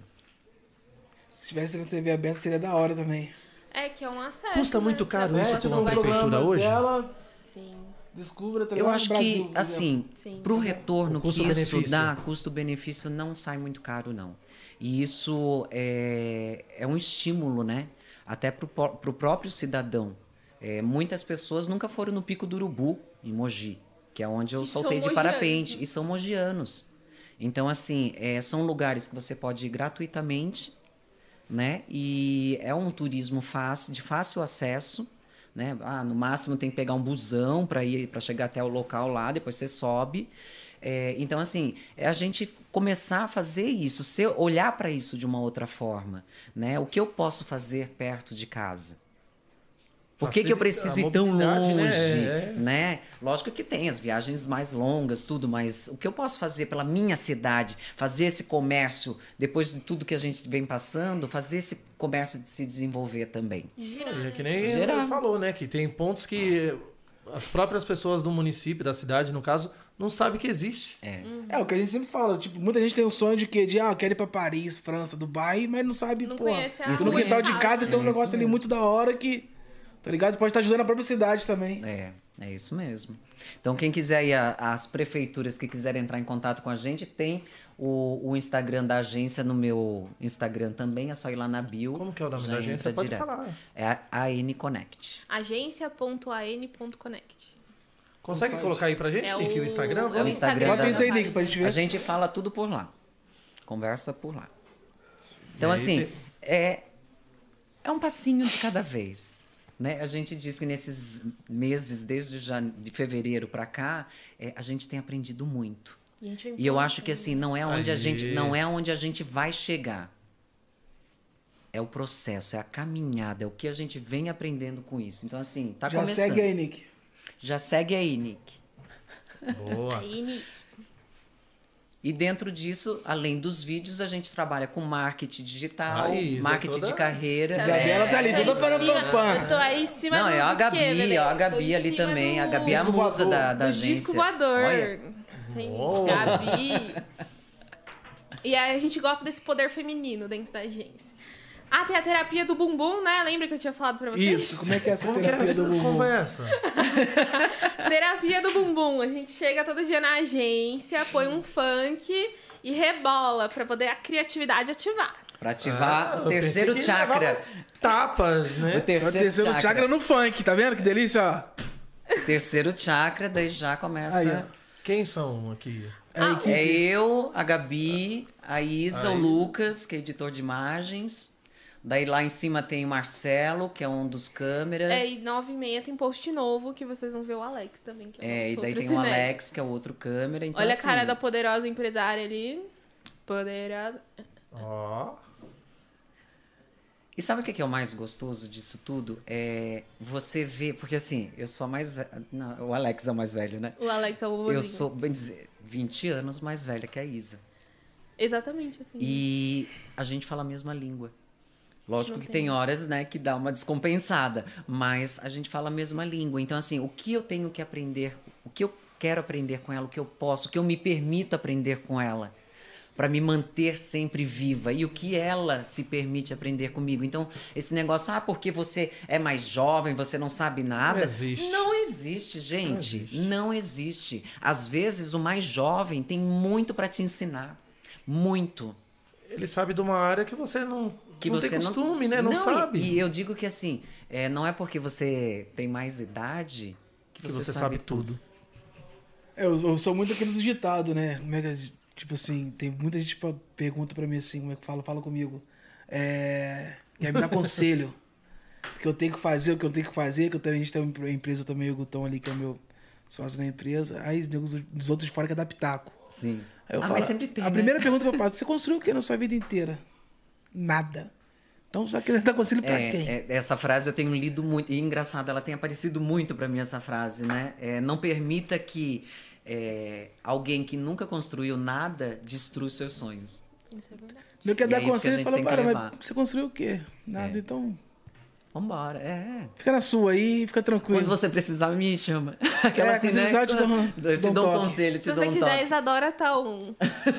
Se tivesse na TV aberta, seria da hora também. É que é um acesso. Custa muito caro pra isso população pra uma brasileira. prefeitura hoje? Dela, Sim. descubra, tá Eu ligado? acho No Brasil, que, por exemplo. assim, Sim. pro retorno O que isso custo-benefício. dá, custo-benefício não sai muito caro, não. E isso é um estímulo, né? Até pro próprio cidadão. Muitas pessoas nunca foram no Pico do Urubu, em Mogi, que é onde eu Que são soltei de mogianos, parapente. né? E são mogianos. Então, assim, são lugares que você pode ir gratuitamente, né? E é um turismo fácil, de fácil acesso, né? No máximo tem que pegar um busão para chegar até o local lá, depois você sobe. Então, assim, é a gente começar a fazer isso, olhar para isso de uma outra forma, né? O que eu posso fazer perto de casa? Por que eu Facilita preciso a ir tão mobilidade, né? longe, né? Lógico que tem as viagens mais longas, tudo, mas o que eu posso fazer pela minha cidade, fazer esse comércio, depois de tudo que a gente vem passando, fazer esse comércio de se desenvolver também. E é que nem Geral. ele falou, né? Que tem pontos que as próprias pessoas do município, da cidade, no caso, não sabem que existe. É o que a gente sempre fala, tipo, muita gente tem o sonho de que, eu quero ir pra Paris, França, Dubai, mas não sabe, Não pô, conhece a no quintal de realidade. casa tem um É negócio isso ali mesmo. muito da hora que, tá ligado? Pode estar ajudando a própria cidade também. É isso mesmo. Então, quem quiser ir, as prefeituras que quiserem entrar em contato com a gente, tem o Instagram da agência no meu Instagram também, é só ir lá na bio. Como que é o nome já da agência? entra Pode direto. falar. É a AN Connect. Agência.an.connect. Consegue colocar aí pra gente, É Nick, o Instagram? é o Vamos? Instagram Bota da- isso aí, Nick, pra gente A ver. gente fala tudo por lá. Conversa por lá. Então, E aí assim, é um passinho de cada vez. Né? A gente diz que nesses meses, desde de fevereiro para cá, a gente tem aprendido muito. E eu acho que assim, não é onde a gente vai chegar. É o processo, é a caminhada, é o que a gente vem aprendendo com isso. Então, assim, tá Já começando. segue aí, Nick. Já segue aí, Nick. Boa. Aí, Nick. E dentro disso, além dos vídeos, a gente trabalha com marketing digital, Ah, Isa, marketing toda- de carreira. Isabela tá ali, Tô toda aí em cima- pam. Eu tô aí em cima Não, do é a do Gabi, quê, Bebê? ó, a Tô Gabi em ali cima também. A do- Gabi é a Disco musa voador. da do agência. disco voador. Olha, Tem Oh. Gabi. E aí a gente gosta desse poder feminino dentro da agência. Ah, tem a terapia do bumbum, né? Lembra que eu tinha falado pra vocês? Isso, como é que é essa Como que é terapia essa do bumbum? conversa? Terapia do bumbum. A gente chega todo dia na agência, põe um funk e rebola pra poder a criatividade ativar. pra ativar Ah, o eu terceiro pensei que chakra. levava Tapas, O né? É o terceiro chakra no funk, tá vendo? Que delícia, ó. Terceiro chakra, daí já começa. Aí, ó. Quem são aqui? É eu, a Gabi, a Isa, A o Isa. Lucas, que é editor de imagens. Daí lá em cima tem o Marcelo, que é um dos câmeras. E 9h30 tem post novo que vocês vão ver o Alex também. Que é o E nosso daí outro tem o cinético. Alex, que é o outro câmera. Então, Olha assim, a cara da poderosa empresária ali. Poderosa. Ó. E sabe o que é o mais gostoso disso tudo? É você ver, porque assim, eu sou a mais velha. Não, o Alex é o mais velho, né? O Alex é o vovozinho. Eu sou, bem dizer, 20 anos mais velha que a Isa. Exatamente assim. E a gente fala a mesma língua. Lógico não que tem tem isso. horas, né, que dá uma descompensada, mas a gente fala a mesma língua. Então, assim, o que eu tenho que aprender, o que eu quero aprender com ela, o que eu posso, o que eu me permito aprender com ela, para me manter sempre viva, e o que ela se permite aprender comigo. Então, esse negócio, porque você é mais jovem, você não sabe nada. Não existe. Não existe, gente. existe. Não existe. Às vezes, o mais jovem tem muito para te ensinar. Muito. Ele sabe de uma área que você não Que tem você costume, né? Não sabe. E eu digo que assim, não é porque você tem mais idade que Que você sabe tudo. Eu sou muito aquele do ditado, né? Como é que é? Tipo assim, tem muita gente que pergunta pra mim assim, como é que fala comigo. Quer me dar conselho. O que eu tenho que fazer, o que eu tenho que fazer, que a gente tem uma empresa também, o Gutão ali, que é o meu sócio na empresa. Aí os outros de fora quer dar pitaco. Sim. Aí eu falo, mas sempre tem, a primeira pergunta que eu faço, você construiu o que na sua vida inteira? Nada. Então você vai querer dar conselho pra quem? Essa frase eu tenho lido muito. E engraçado, ela tem aparecido muito pra mim, essa frase, né? Não permita que alguém que nunca construiu nada destrua os seus sonhos. Isso é verdade. Eu quero dar isso que a conselho e gente fala, tem que para, levar. mas você construiu o quê? Nada, então Vambora, fica na sua aí, fica tranquilo. Quando você precisar, me chama. Aquela se precisar, eu te dou um dou um toque. conselho, te Se dou você um quiser, toque. Isadora tá um.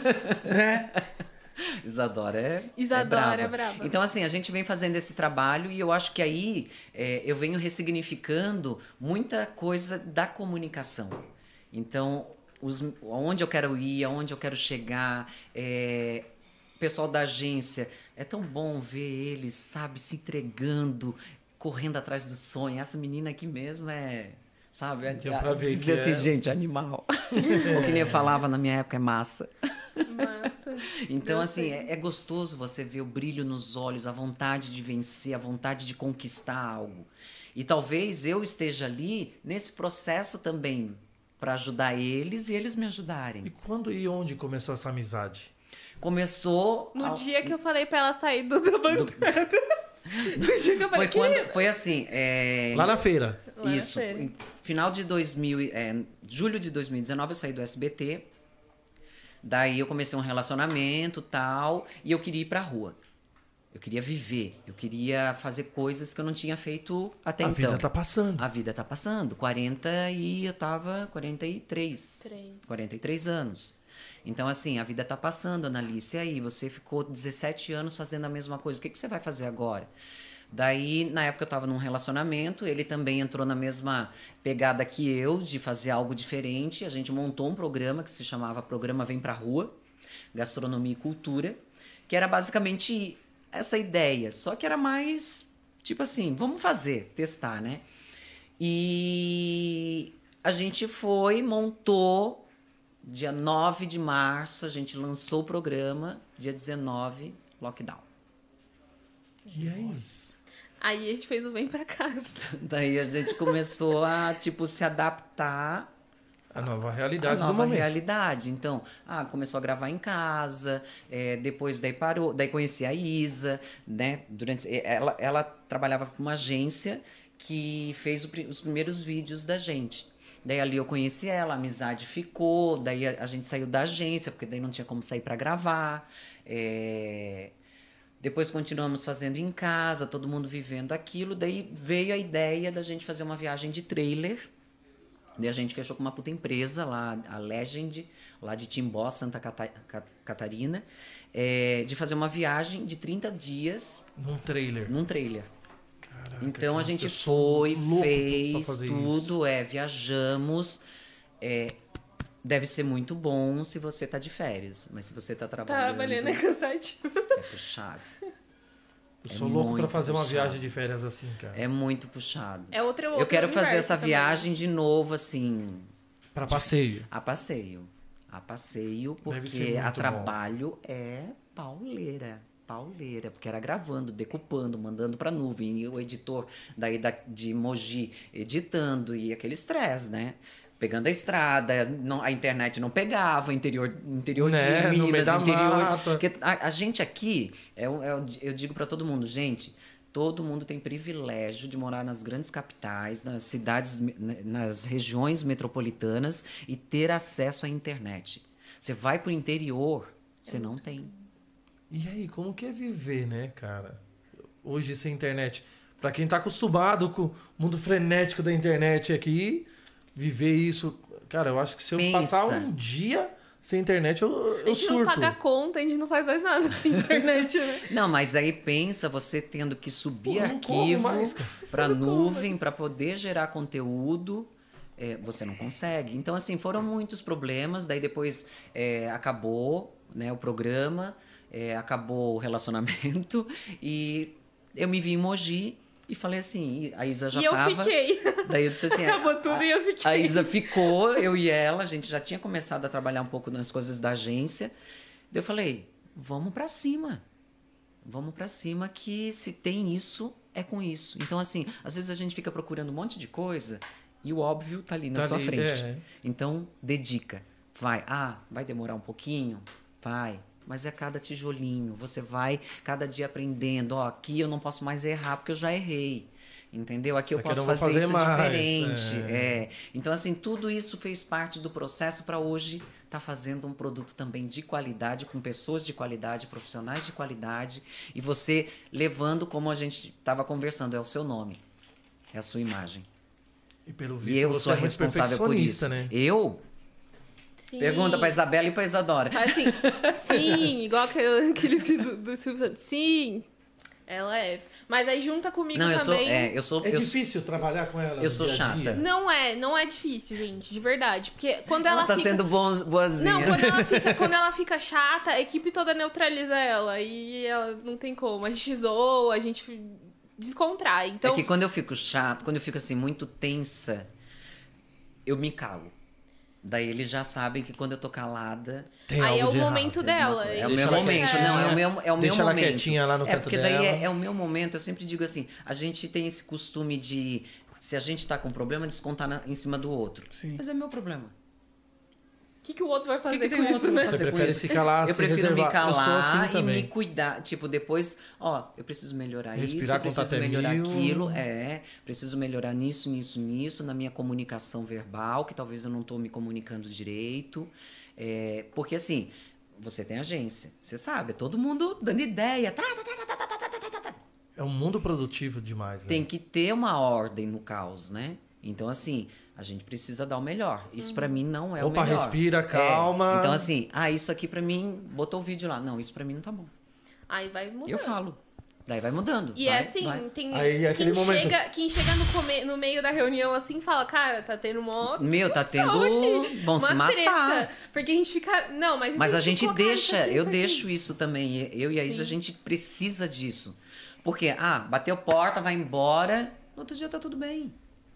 Isadora Isadora é é brava. Então, assim, a gente vem fazendo esse trabalho e eu acho que aí eu venho ressignificando muita coisa da comunicação. Então, aonde eu quero ir, aonde eu quero chegar, o pessoal da agência, é tão bom ver eles, sabe, se entregando, correndo atrás do sonho. Essa menina aqui mesmo sabe, Deu pra ver dizer que assim, gente, animal. O que nem eu falava na minha época, é massa. Massa. Então, Eu assim, sei. é gostoso você ver o brilho nos olhos, a vontade de vencer, a vontade de conquistar algo. E talvez eu esteja ali nesse processo também, para ajudar eles e eles me E ajudarem. quando e onde começou essa amizade? Começou... No dia que eu falei pra ela sair da bancada. No dia que eu falei, Foi assim... Lá na feira. Lá na Isso. feira. Em final de julho de 2019, eu saí do SBT. Daí eu comecei um relacionamento, tal, e eu queria ir pra rua. Eu queria viver, eu queria fazer coisas que eu não tinha feito até A então. vida tá passando. A vida tá passando. 43 anos. Então, assim, a vida tá passando, Analice. E aí, você ficou 17 anos fazendo a mesma coisa. O que você vai fazer agora? Daí, na época, eu estava num relacionamento. Ele também entrou na mesma pegada que eu, de fazer algo diferente. A gente montou um programa que se chamava Programa Vem Pra Rua, Gastronomia e Cultura, que era basicamente essa ideia. Só que era mais, tipo assim, vamos fazer, testar, né? E a gente montou... Dia 9 de março, a gente lançou o programa. Dia 19, lockdown. E é isso. Aí a gente fez o Vem Pra Casa. Daí a gente começou a, se adaptar A nova à realidade do nova momento. realidade. Então, começou a gravar em casa, depois daí parou, daí conheci a Isa, né? Ela trabalhava com uma agência que fez os primeiros vídeos da gente. Daí ali eu conheci ela, a amizade ficou, daí a gente saiu da agência, porque daí não tinha como sair para gravar. Depois continuamos fazendo em casa, todo mundo vivendo aquilo. Daí veio a ideia da gente fazer uma viagem de trailer. Daí a gente fechou com uma puta empresa lá, a Legend, lá de Timbó, Santa Catarina, de fazer uma viagem de 30 dias Num trailer. num trailer. Caraca, Então cara, a gente eu sou foi, louco pra fez fazer tudo, viajamos. Deve ser muito bom se você tá de férias, mas se você tá Trabalhando é cansativo. é puxado. Eu sou louco pra muito fazer uma puxado. viagem de férias assim, cara. É muito puxado. É outro Eu quero fazer universo essa também. viagem de novo, assim, Pra passeio. a passeio. A passeio, Deve ser porque muito a bom. trabalho é pauleira. Pauleira, porque era gravando, decupando, mandando pra nuvem. E o editor daí de Mogi editando e aquele estresse, né? Pegando a estrada, a internet não pegava, interior Né, de no meio Minas, da interior. mata. Porque a gente aqui, eu digo pra todo mundo, gente, todo mundo tem privilégio de morar nas grandes capitais, nas cidades, nas regiões metropolitanas e ter acesso à internet. Você vai pro interior, você não tem. E aí, como que é viver, né, cara? Hoje sem internet. Pra quem tá acostumado com o mundo frenético da internet aqui, viver isso... Cara, eu acho que se eu Pensa. passar um dia sem internet, eu A gente surto. não paga conta, a gente não faz mais nada sem internet, né? Não, mas aí pensa você tendo que subir Pô, eu não como arquivo mais, cara. para nuvem para poder gerar conteúdo. Você não consegue. Então, assim, foram muitos problemas. Daí depois acabou, né, o programa, acabou o relacionamento e eu me vi em Mogi E falei assim, a Isa já E eu tava... fiquei. Daí eu disse assim... Acabou tudo e eu fiquei. A Isa ficou, eu e ela, a gente já tinha começado a trabalhar um pouco nas coisas da agência. Daí eu falei, vamos pra cima. Vamos pra cima que se tem isso, é com isso. Então, assim, às vezes a gente fica procurando um monte de coisa e o óbvio tá ali na sua frente. Então, dedica. Vai. Vai demorar um pouquinho? Vai. Mas é cada tijolinho. Você vai cada dia aprendendo. Ó, aqui eu não posso mais errar porque eu já errei. Entendeu? Aqui eu posso fazer isso diferente. Então, assim, tudo isso fez parte do processo para hoje estar fazendo um produto também de qualidade, com pessoas de qualidade, profissionais de qualidade. E você levando, como a gente estava conversando, é o seu nome. É a sua imagem. E pelo visto, eu você sou é muito responsável por isso. né? Eu? Sim. Pergunta pra Isabela e pra Isadora. Assim, sim, igual aqueles do Silvio Santos. Sim, ela é. Mas aí junta comigo também. É difícil trabalhar com ela. Eu sou dia a dia? chata. Não é difícil, gente, de verdade. Porque quando ela tá fica... sendo boazinha. Não, quando ela fica chata, a equipe toda neutraliza ela. E ela não tem como. A gente zoa, a gente descontrai. Então... É que quando eu fico chato, quando eu fico assim, muito tensa, eu me calo. Daí eles já sabem que quando eu tô calada... Tem aí é algo o de momento errado. dela. É o meu momento. Não, é o meu momento. Deixa ela quietinha lá no canto porque dela. daí é o meu momento. Eu sempre digo assim, a gente tem esse costume de, se a gente tá com problema, descontar em cima do outro. Sim. Mas é meu problema. O que o outro vai fazer que com tem isso, outro né? pra fazer Você com prefere isso? se calar, Eu se prefiro reservar. me calar Eu sou assim e também. me cuidar. Tipo, depois, eu preciso melhorar Respirar, isso, eu contar preciso até melhorar 1000. aquilo. Preciso melhorar nisso, na minha comunicação verbal, que talvez eu não tô me comunicando direito. Porque assim, você tem agência, você sabe, é todo mundo dando ideia. É um mundo produtivo demais, né? Tem que ter uma ordem no caos, né? Então, assim, a gente precisa dar o melhor. Isso pra mim não é o Opa, melhor. respira, calma. Então, assim, isso aqui pra mim, botou o vídeo lá. Não, isso pra mim não tá bom. Aí vai mudando. Eu falo. Daí vai mudando. E vai, é assim, vai. tem Aí, aquele momento... quem chega no meio da reunião assim fala, cara, tá tendo uma Tá discussão tendo... aqui, Vão se uma matar. treta. Porque a gente fica... Não, mas Mas a gente colocar deixa, isso eu aqui. deixo isso também. Eu e a Isa, a gente precisa disso. Porque, bateu porta, vai embora, no outro dia tá tudo bem.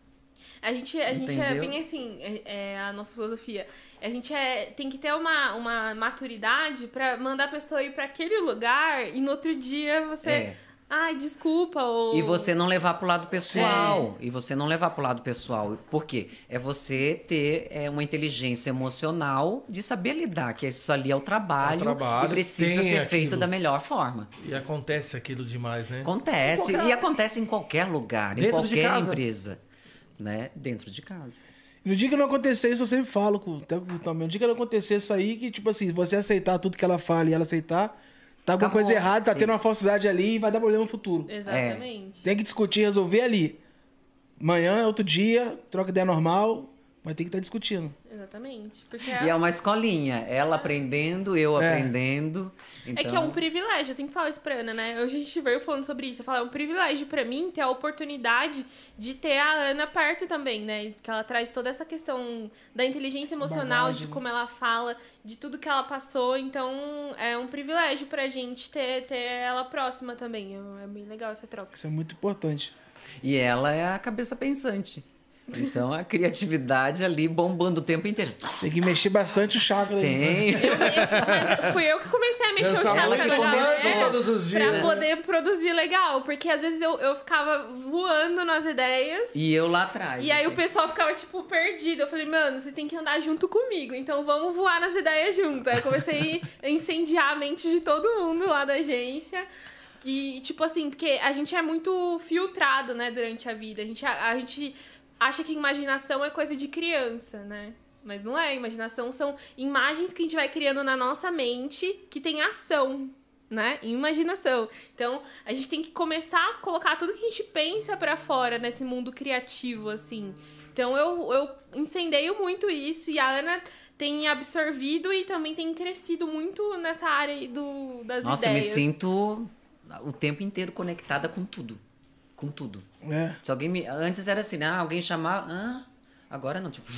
A gente é Entendeu? bem assim, a nossa filosofia. A gente tem que ter uma maturidade pra mandar a pessoa ir pra aquele lugar e no outro dia você... Ai, desculpa. Ou... E você não levar pro lado pessoal. E você não levar pro lado pessoal. Por quê? É você ter uma inteligência emocional de saber lidar, que isso ali é o trabalho, e precisa tem ser feito aquilo. da melhor forma. E acontece aquilo demais, né? Acontece. E acontece em qualquer lugar, em Dentro de qualquer casa. empresa. Né? Dentro de casa. No dia que não acontecer isso, eu sempre falo até com o também. No dia que não acontecer isso aí, que tipo assim, você aceitar tudo que ela fala e ela aceitar, tá alguma coisa errada, tá tendo uma falsidade ali e vai dar problema no futuro. Exatamente. Tem que discutir, resolver ali. Amanhã é outro dia, troca ideia normal, mas tem que estar discutindo. Exatamente. Porque E é uma escolinha. Ela aprendendo, eu aprendendo. Então... É que é um privilégio, eu sempre falo isso pra Ana, né? Hoje a gente veio falando sobre isso. Eu falo, é um privilégio pra mim ter a oportunidade de ter a Ana perto também, né? Que ela traz toda essa questão da inteligência emocional, de como ela fala, de tudo que ela passou. Então, é um privilégio pra gente ter ela próxima também. É bem legal essa troca. Isso é muito importante. E ela é a cabeça pensante. Então, a criatividade ali bombando o tempo inteiro. Tem que mexer bastante o chakra aí. Tem. Eu mexo, mas fui eu que comecei a mexer o chakra ela que da começou galera todos os dias, pra né? poder produzir legal. Porque às vezes eu ficava voando nas ideias. E eu lá atrás. E aí assim. o pessoal ficava, tipo, perdido. Eu falei, mano, vocês têm que andar junto comigo. Então vamos voar nas ideias junto. Aí eu comecei a incendiar a mente de todo mundo lá da agência. E, tipo assim, porque a gente é muito filtrado, né, durante a vida. A gente acha que imaginação é coisa de criança, né? Mas não é. Imaginação são imagens que a gente vai criando na nossa mente que tem ação, né? Imaginação. Então, a gente tem que começar a colocar tudo que a gente pensa pra fora nesse mundo criativo, assim. Então, eu incendeio muito isso e a Ana tem absorvido e também tem crescido muito nessa área aí das ideias. Nossa, eu me sinto o tempo inteiro conectada com tudo. Com tudo. É. Se alguém antes era assim, alguém chamava... agora não, tipo...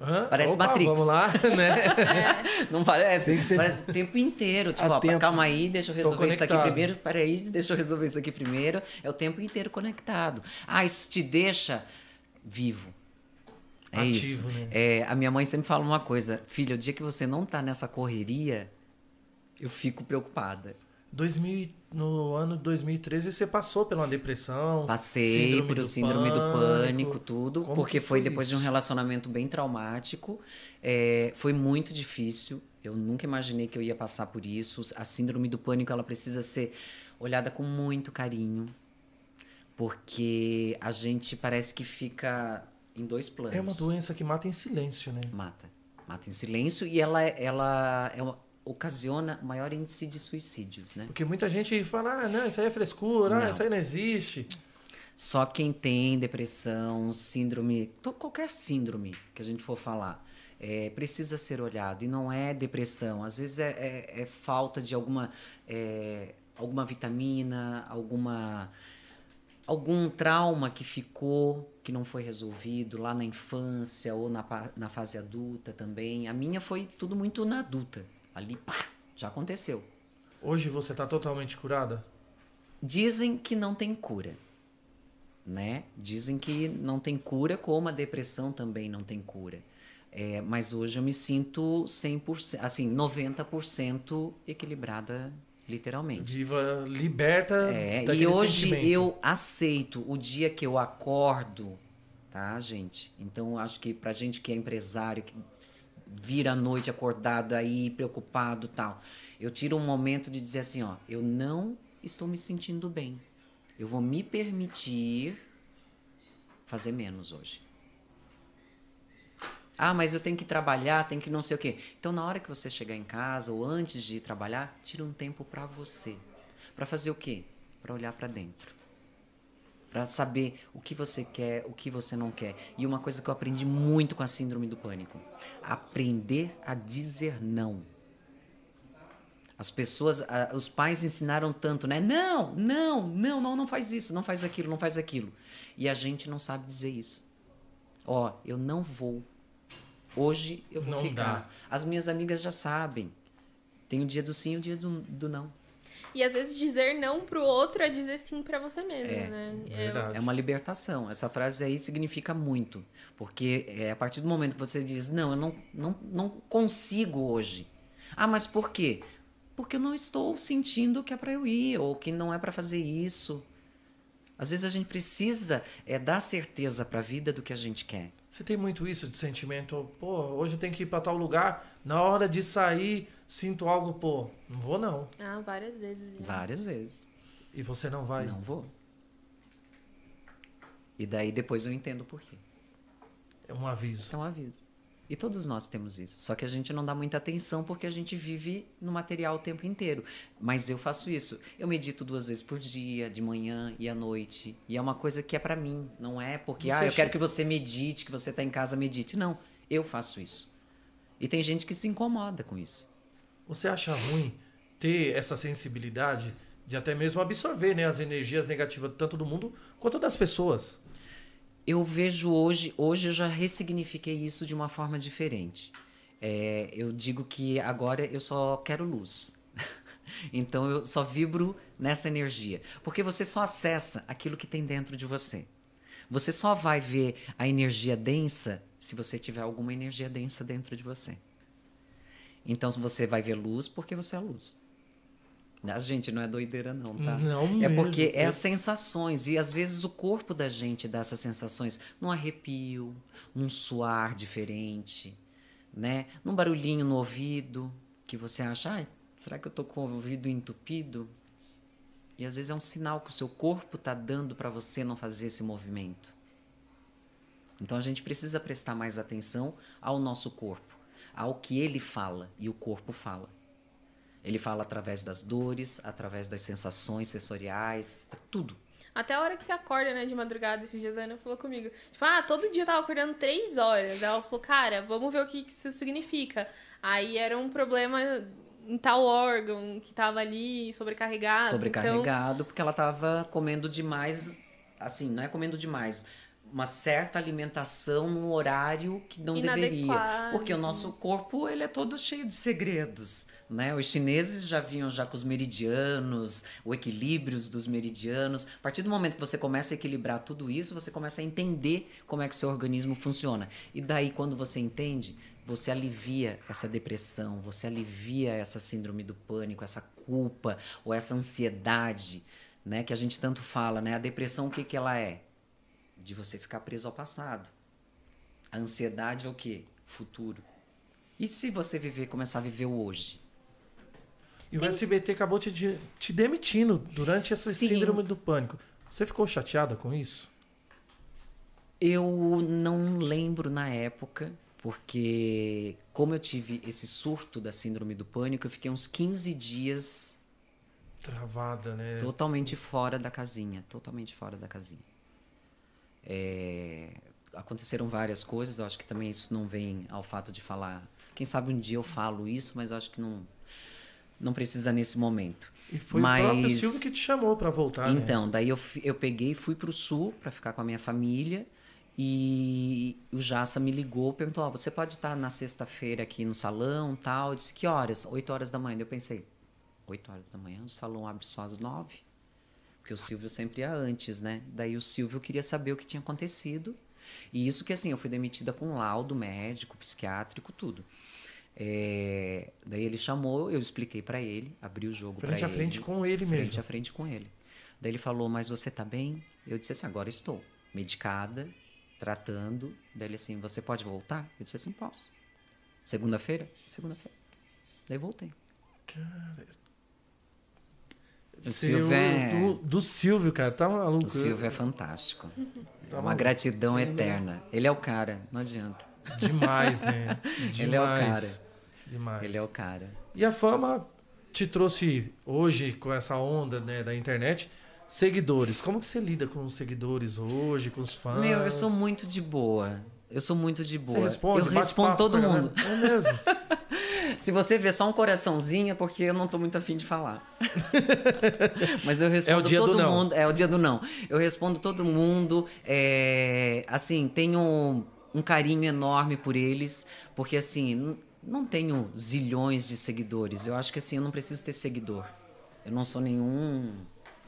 Parece Opa, Matrix. Vamos lá, né? Não parece? Tem que ser Parece o tempo inteiro. Tipo, ó, atento. calma aí, deixa eu resolver isso aqui conectado. primeiro. Peraí, deixa eu resolver isso aqui primeiro. É o tempo inteiro conectado. Ah, isso te deixa vivo. É Ativo, isso. né? A minha mãe sempre fala uma coisa. Filha, o dia que você não tá nessa correria, eu fico preocupada. No ano de 2013 você passou por uma depressão. Passei por o síndrome do pânico, tudo, Como porque que foi depois de um isso? relacionamento bem traumático. Foi muito difícil. Eu nunca imaginei que eu ia passar por isso. A síndrome do pânico, ela precisa ser olhada com muito carinho, porque a gente parece que fica em dois planos. É uma doença que mata em silêncio, né? Mata em silêncio e ocasiona o maior índice de suicídios, né? Porque muita gente fala, não, isso aí é frescura, Não. isso aí não existe. Só quem tem depressão, síndrome, qualquer síndrome que a gente for falar, precisa ser olhado. E não é depressão. Às vezes é falta de alguma vitamina, algum trauma que ficou, que não foi resolvido lá na infância ou na fase adulta também. A minha foi tudo muito na adulta. Ali, pá, já aconteceu. Hoje você está totalmente curada? Dizem que não tem cura, né? Dizem que não tem cura, como a depressão também não tem cura. Mas hoje eu me sinto 100%, assim, 90% equilibrada, literalmente. Viva, liberta E daquele hoje sentimento. eu aceito o dia que eu acordo, tá, gente? Então, eu acho que pra gente que é empresário, que vira à noite acordado aí, preocupado e tal, eu tiro um momento de dizer assim, ó, eu não estou me sentindo bem. Eu vou me permitir fazer menos hoje. Ah, mas eu tenho que trabalhar, tenho que não sei o quê. Então, na hora que você chegar em casa ou antes de ir trabalhar, tira um tempo pra você. Pra fazer o quê? Pra olhar pra dentro. Pra saber o que você quer, o que você não quer. E uma coisa que eu aprendi muito com a síndrome do pânico. Aprender a dizer não. As pessoas, os pais ensinaram tanto, né? Não faz isso, não faz aquilo, não faz aquilo. E a gente não sabe dizer isso. Ó, eu não vou. Hoje eu vou Não ficar. dá. As minhas amigas já sabem. Tem o dia do sim e o dia do não. E às vezes dizer não pro outro é dizer sim pra você mesmo, né? Verdade. É uma libertação. Essa frase aí significa muito. Porque a partir do momento que você diz, não, eu não consigo hoje. Ah, mas por quê? Porque eu não estou sentindo que é para eu ir, ou que não é para fazer isso. Às vezes a gente precisa dar certeza para a vida do que a gente quer. Você tem muito isso de sentimento, pô, hoje eu tenho que ir pra tal lugar, na hora de sair, sinto algo, pô, não vou não. Ah, várias vezes. Já. Várias vezes. E você não vai? Não vou. E daí depois eu entendo por quê. É um aviso. É um aviso. E todos nós temos isso. Só que a gente não dá muita atenção porque a gente vive no material o tempo inteiro. Mas eu faço isso. Eu medito 2 vezes por dia, de manhã e à noite. E é uma coisa que é pra mim. Não é porque, eu quero que você medite, que você tá em casa, medite. Não, eu faço isso. E tem gente que se incomoda com isso. Você acha ruim ter essa sensibilidade de até mesmo absorver, né, as energias negativas tanto do mundo quanto das pessoas? Eu vejo hoje eu já ressignifiquei isso de uma forma diferente. Eu digo que agora eu só quero luz. Então eu só vibro nessa energia. Porque você só acessa aquilo que tem dentro de você. Você só vai ver a energia densa se você tiver alguma energia densa dentro de você. Então você vai ver luz porque você é luz. A gente não é doideira não, tá? Não É mesmo. porque é as sensações. E às vezes o corpo da gente dá essas sensações. Num arrepio, num suar diferente, né? Num barulhinho no ouvido, que você acha, será que eu tô com o ouvido entupido? E às vezes é um sinal que o seu corpo tá dando para você não fazer esse movimento. Então a gente precisa prestar mais atenção ao nosso corpo, ao que ele fala e o corpo fala. Ele fala através das dores, através das sensações sensoriais, tudo. Até a hora que você acorda, né, de madrugada, esses dias a Ana falou comigo. Tipo, todo dia eu tava acordando 3 horas. Ela falou, cara, vamos ver o que isso significa. Aí era um problema em tal órgão que tava ali sobrecarregado. Sobrecarregado, porque ela tava comendo demais, assim, não é comendo demais, uma certa alimentação no horário que não deveria. Inadequado. Porque o nosso corpo, ele é todo cheio de segredos, né? Os chineses já vinham já com os meridianos, o equilíbrio dos meridianos. A partir do momento que você começa a equilibrar tudo isso, você começa a entender como é que o seu organismo funciona. E daí, quando você entende, você alivia essa depressão, você alivia essa síndrome do pânico, essa culpa ou essa ansiedade, né? Que a gente tanto fala, né? A depressão, o que que ela é? De você ficar preso ao passado. A ansiedade é o quê? Futuro. E se você começar a viver o hoje? E o SBT acabou te demitindo durante essa Sim. síndrome do pânico. Você ficou chateada com isso? Eu não lembro na época, porque como eu tive esse surto da síndrome do pânico, eu fiquei uns 15 dias Travada, né? totalmente fora da casinha. Totalmente fora da casinha. Aconteceram várias coisas, eu acho que também isso não vem ao fato de falar. Quem sabe um dia eu falo isso, mas eu acho que não precisa nesse momento. E foi o próprio Silvio que te chamou para voltar, Então, né? daí eu peguei e fui pro sul para ficar com a minha família. E o Jassa me ligou, perguntou: você pode estar na sexta-feira aqui no salão, tal? Eu disse: que horas? 8 horas da manhã. Daí eu pensei: 8 horas da manhã? O salão abre só às 9? Porque o Silvio sempre ia antes, né? Daí o Silvio queria saber o que tinha acontecido. E isso que, assim, eu fui demitida com laudo médico, psiquiátrico, tudo. Daí ele chamou, eu expliquei pra ele, abri o jogo pra ele. Frente a frente com ele mesmo. Frente a frente com ele. Daí ele falou: mas você tá bem? Eu disse assim: agora estou. Medicada, tratando. Daí ele assim: você pode voltar? Eu disse assim: posso. Segunda-feira? Segunda-feira. Daí voltei. Cara, O Silvio é... do Silvio, cara, tá maluco. O Silvio é fantástico. Tá É uma maluco. gratidão eterna. Ele é o cara, não adianta. Demais, né? Demais. Ele é o cara. Demais. Ele é o cara. E a fama te trouxe hoje, com essa onda, né, da internet, seguidores. Como que você lida com os seguidores hoje, com os fãs? Meu, eu sou muito de boa. Eu sou muito de boa. Você responde? Eu bate respondo papo todo com a mundo. galera? É mesmo? Se você ver só um coraçãozinho, é porque eu não tô muito afim de falar. Mas eu respondo dia todo do não. mundo. É o dia do não. Eu respondo todo mundo. Assim, tenho um carinho enorme por eles, porque assim, não tenho zilhões de seguidores. Eu acho que assim, eu não preciso ter seguidor. Eu não sou nenhuma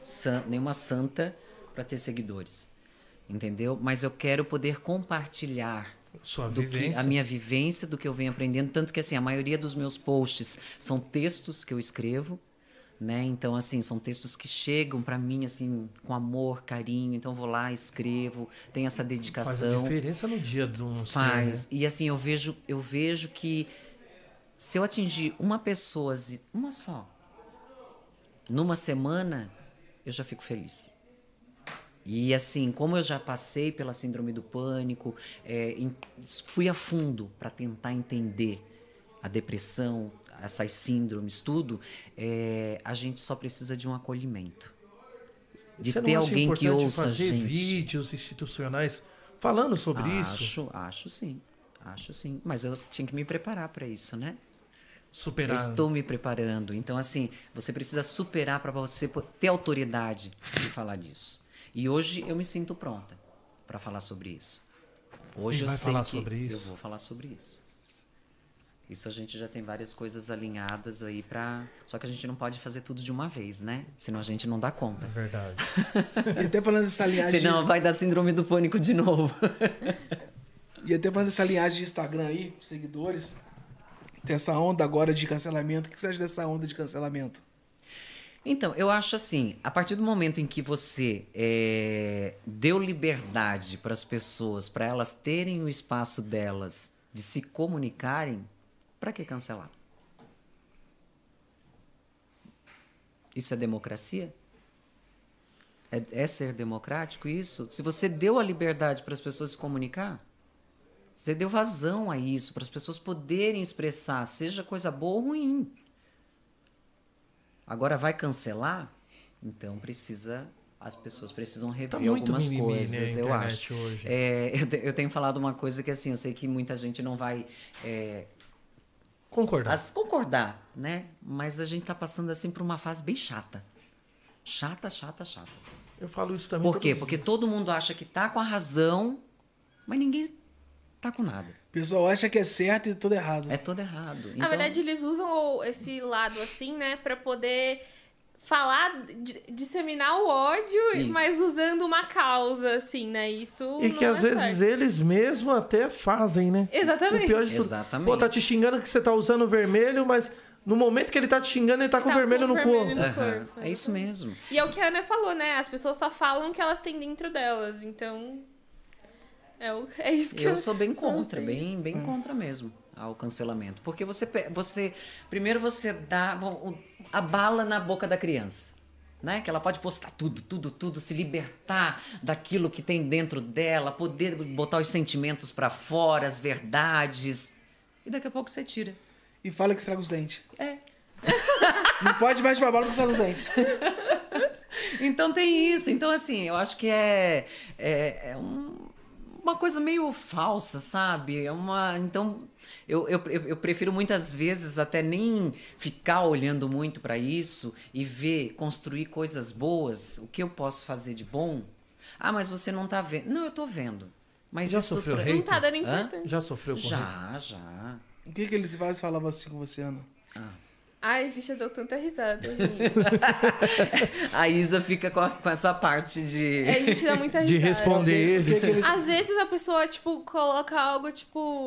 santa para ter seguidores. Entendeu? Mas eu quero poder compartilhar Sua a vivência. minha vivência, do que eu venho aprendendo. Tanto que assim, a maioria dos meus posts são textos que eu escrevo, né? Então, assim, são textos que chegam para mim, assim, com amor, carinho. Então, eu vou lá, escrevo, tenho essa Faz a dedicação. diferença no dia de um Faz. ser, né? E assim, eu vejo que se eu atingir uma pessoa, uma só, numa semana, eu já fico feliz. E assim, como eu já passei pela síndrome do pânico, fui a fundo para tentar entender a depressão, essas síndromes, tudo, a gente só precisa de um acolhimento. De Você ter não acha alguém que importante ouça a fazer gente. vídeos institucionais falando sobre isso? Acho sim. Acho sim. Mas eu tinha que me preparar para isso, né? Superar. Eu estou me preparando. Então, assim, você precisa superar para você ter autoridade de falar disso. E hoje eu me sinto pronta para falar sobre isso. Hoje E eu vai sei falar que sobre isso? eu vou falar sobre isso. Isso a gente já tem várias coisas alinhadas aí para. Só que a gente não pode fazer tudo de uma vez, né? Senão a gente não dá É conta. verdade. E até falando dessa linhagem. Senão vai dar síndrome do pânico de novo. E até falando dessa linhagem de Instagram aí, seguidores. Tem essa onda agora de cancelamento. O que você acha dessa onda de cancelamento? Então, eu acho assim, a partir do momento em que você deu liberdade para as pessoas, para elas terem o espaço delas de se comunicarem, para que cancelar? Isso é democracia? É ser democrático isso? Se você deu a liberdade para as pessoas se comunicar, você deu vazão a isso, para as pessoas poderem expressar, seja coisa boa ou ruim. Agora vai cancelar? Então as pessoas precisam rever Tá muito algumas mimimi, coisas, né, a eu internet acho. hoje. Eu tenho falado uma coisa que assim, eu sei que muita gente não vai Concordar. concordar, né? Mas a gente tá passando assim por uma fase bem chata. Chata. Eu falo isso também. Por quê? todos os Porque dias. todo mundo acha que tá com a razão, mas ninguém tá com nada. O pessoal acha que é certo e tudo errado. É todo errado. Na Então, verdade, eles usam esse lado assim, né, pra poder falar, disseminar o ódio, Isso. mas usando uma causa, assim, né? Isso E não que às é vezes certo. eles mesmos até fazem, né? Exatamente. O pior de tudo. Exatamente. Pô, tá te xingando que você tá usando vermelho, mas no momento que ele tá te xingando, ele tá com Tá vermelho com no vermelho corpo. no aham, corpo, é isso mesmo. E é o que a Ana falou, né? As pessoas só falam o que elas têm dentro delas. Então, é isso que Eu sou bem são os contra, três. bem contra mesmo ao cancelamento. Porque primeiro você dá a bala na boca da criança. Né? Que ela pode postar tudo, se libertar daquilo que tem dentro dela, poder botar os sentimentos pra fora, as verdades. E daqui a pouco você tira. E fala que estraga os dentes. É. Não pode mais pra bola que estraga os dentes. Então tem isso. Então, assim, eu acho que uma coisa meio falsa, sabe? Então, eu prefiro muitas vezes até nem ficar olhando muito para isso e construir coisas boas. O que eu posso fazer de bom? Ah, mas você não tá vendo. Não, eu tô vendo. Mas Já isso sofreu tra- hate? Não tá dando Hã? importância. Já sofreu com hate? Já. O que eles falavam assim com você, Ana? Ai, gente, eu dou tanta risada. gente. A Isa fica com essa parte de... É, a gente dá muita risada. De responder O que ele. eles... Às vezes a pessoa, tipo, coloca algo tipo,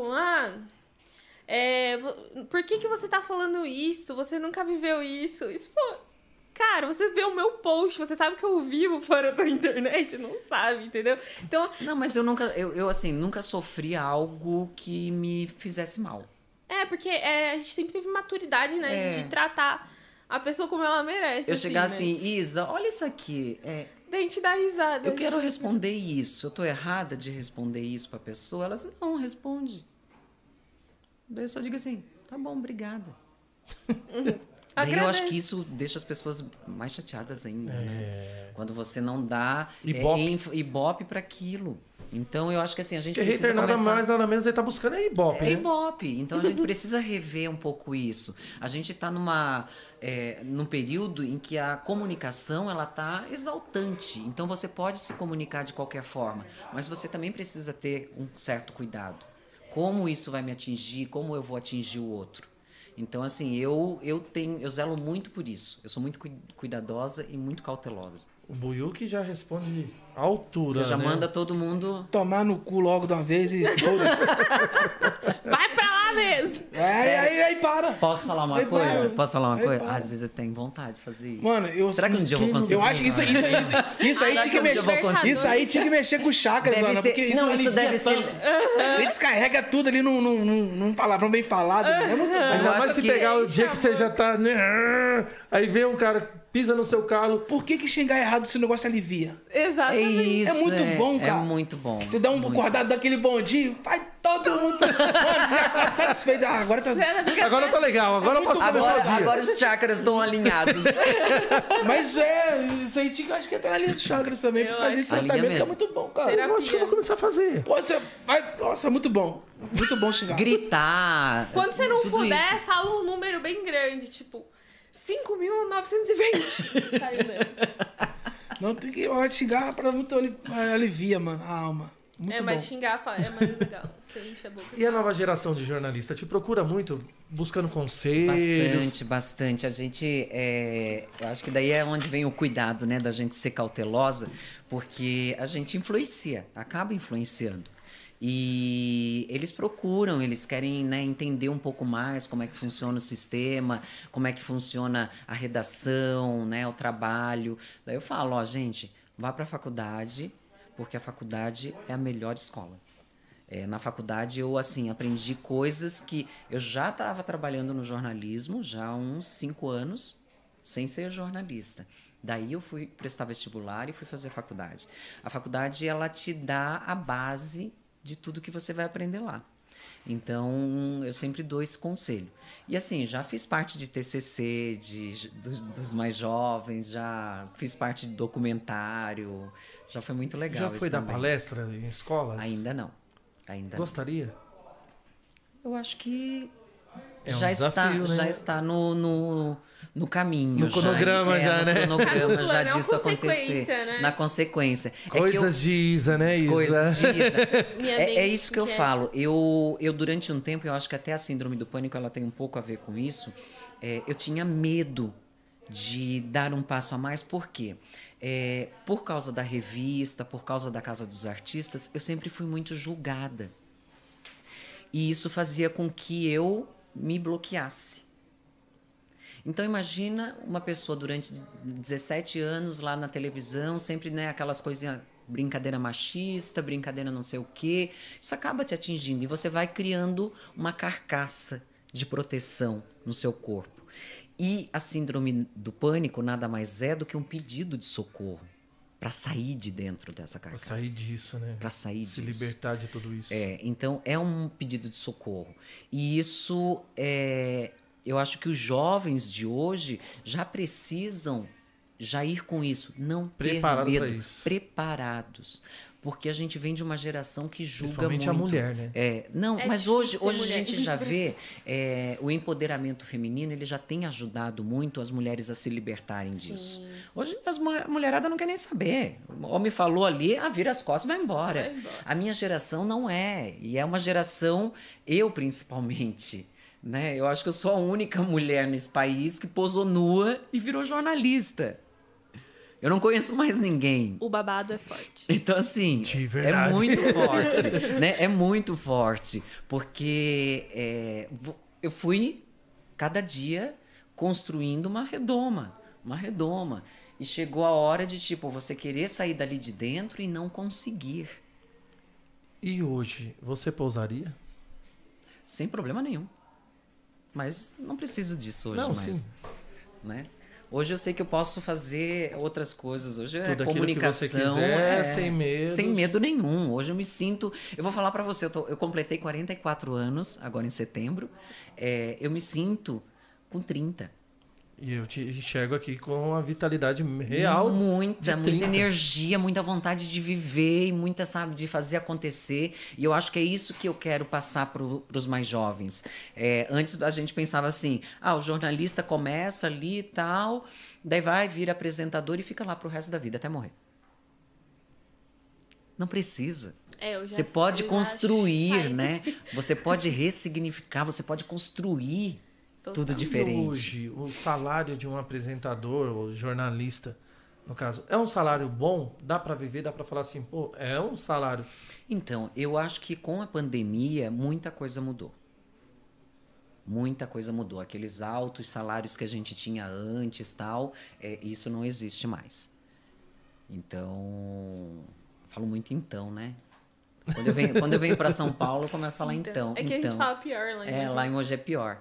por que você tá falando isso? Você nunca viveu isso? Isso, pô, cara, você vê o meu post, você sabe que eu vivo fora da internet? Não sabe, entendeu? Então, Não, mas eu assim, nunca sofri algo que me fizesse mal. porque a gente sempre teve maturidade, né, É. de tratar a pessoa como ela merece. Eu chegar né? assim, Isa, olha isso aqui. Daí a gente dá risada. Eu quero responder isso. Eu tô errada de responder isso pra pessoa? Ela diz, não, responde. Daí eu só digo assim, tá bom, obrigada. Daí eu acho que isso deixa as pessoas mais chateadas ainda, né? Quando você não dá ibope para aquilo. Então eu acho que assim, a gente Porque precisa hater nada começar... mais, nada menos, ele tá buscando é Ibope, É né? Ibope. Então a gente precisa rever um pouco isso. A gente está num período em que a comunicação ela tá exaltante. Então você pode se comunicar de qualquer forma, mas você também precisa ter um certo cuidado. Como isso vai me atingir? Como eu vou atingir o outro? Então assim, eu zelo muito por isso. Eu sou muito cuidadosa e muito cautelosa. O Buyuki já responde à altura, Você já né? manda todo mundo... Tomar no cu logo de uma vez e foda-se. Vai pra lá mesmo! aí para. Posso falar uma Aí coisa? para. Posso falar uma Aí coisa? para. Às vezes eu tenho vontade de fazer isso. Mano, Será que um dia eu vou conseguir? Eu acho que isso aí Será tinha que que um dia eu vou mexer. conseguir? Isso aí tinha que mexer com o chakras, Deve Ana. ser- Porque isso não, isso alivia deve ser- tanto. Ele descarrega tudo ali num palavrão bem falado. É muito bom. Ainda Eu mais acho se que- pegar o dia que você já tá... Aí vem um cara, pisa no seu carro. Por que xingar errado se o negócio alivia? É Exatamente. isso. É muito bom, cara. É muito bom. Você dá um muito. acordado daquele bondinho, vai todo mundo. Mano, já tá satisfeito. Ah, agora tá. Agora eu tô legal, agora eu posso começar o dia. Agora os chakras estão alinhados. Mas isso aí tinha, acho que entra na linha dos chakras também, pra fazer esse Alinha tratamento que é mesmo. muito bom, cara. Terapia. Eu acho que eu vou começar a fazer. Pô, você vai. Nossa, muito bom. Muito bom xingar. Gritar. Quando você não tudo puder, isso. fala um número bem grande, tipo 5.920. Sai mesmo. Não tem que xingar pra muito alivia, mano, a alma. Muito bom. Mas xingar é mais legal. Você enche a boca. E a nova geração de jornalista te procura muito, buscando conselhos? Bastante. A gente, eu acho que daí é onde vem o cuidado, né, da gente ser cautelosa, porque a gente acaba influenciando. E eles procuram, eles querem, né, entender um pouco mais como é que funciona o sistema, como é que funciona a redação, né, o trabalho. Daí eu falo, ó, gente, vá para a faculdade, porque a faculdade é a melhor escola. Na faculdade eu assim aprendi coisas que eu já estava trabalhando no jornalismo já há uns 5 anos sem ser jornalista. Daí eu fui prestar vestibular e fui fazer faculdade. A faculdade ela te dá a base de tudo que você vai aprender lá. Então eu sempre dou esse conselho. E assim, já fiz parte de TCC dos mais jovens, já fiz parte de documentário, já foi muito legal. Já isso foi dar também. palestra em escolas? Ainda não. Ainda não. Gostaria? Eu acho que É um já desafio, né? já está no no caminho. No cronograma já, né? No cronograma já Na disso acontecer. consequência, né? Na consequência. Coisas de Isa, né, Isa? Coisas de Isa. Minha É mente isso que eu inquieta. falo. Eu, durante um tempo, eu acho que até a síndrome do pânico ela tem um pouco a ver com isso. Eu tinha medo de dar um passo a mais. Por quê? Por causa da revista, por causa da Casa dos Artistas, eu sempre fui muito julgada. E isso fazia com que eu me bloqueasse. Então imagina uma pessoa durante 17 anos lá na televisão, sempre, né, aquelas coisinhas, brincadeira machista, brincadeira não sei o quê. Isso acaba te atingindo e você vai criando uma carcaça de proteção no seu corpo. E a síndrome do pânico nada mais é do que um pedido de socorro para sair de dentro dessa Pra carcaça. sair disso, né? Para sair Se disso. libertar de tudo isso. Então é um pedido de socorro. E isso eu acho que os jovens de hoje já precisam já ir com isso, não ter Preparado medo, pra isso. preparados. Porque a gente vem de uma geração que julga Principalmente muito. a mulher, né? Não, É mas difícil hoje ser a mulher. gente já vê o empoderamento feminino, ele já tem ajudado muito as mulheres a se libertarem disso. Hoje a mulherada não quer nem saber. O homem falou ali, vira as costas e vai embora. Vai embora. A minha geração não é. E é uma geração, eu principalmente, né? Eu acho que eu sou a única mulher nesse país que posou nua e virou jornalista. Eu não conheço mais ninguém. O babado é forte. Então, assim, De é verdade. muito forte, né? É muito forte, porque eu fui, cada dia, construindo uma redoma. E chegou a hora de, tipo, você querer sair dali de dentro e não conseguir. E hoje, você pousaria? Sem problema nenhum. Mas não preciso disso hoje Não, mais. sim. Né? Hoje eu sei que eu posso fazer outras coisas. Hoje Tudo é aquilo que comunicação. você quiser, sem medos. Sem medo nenhum. Hoje eu me sinto. Eu vou falar pra você, eu completei 44 anos, agora em setembro. Eu me sinto com 30. E eu te enxergo aqui com a vitalidade real. Muita de 30. energia, muita vontade de viver e muita, sabe, de fazer acontecer. E eu acho que é isso que eu quero passar para os mais jovens. Antes a gente pensava assim, o jornalista começa ali e tal, daí vai, vira apresentador e fica lá pro resto da vida, até morrer. Não precisa. Você pode construir, né? Você pode ressignificar, você pode construir tudo diferente. E hoje, o salário de um apresentador ou jornalista, no caso, é um salário bom? Dá para viver? Dá para falar assim, pô, é um salário. Então, eu acho que com a pandemia, muita coisa mudou. Muita coisa mudou. Aqueles altos salários que a gente tinha antes, tal, isso não existe mais. Então, falo muito então, né? Quando eu venho para São Paulo, eu começo a falar então. É que a gente fala pior lá em Mogi. Lá em Mogi é pior.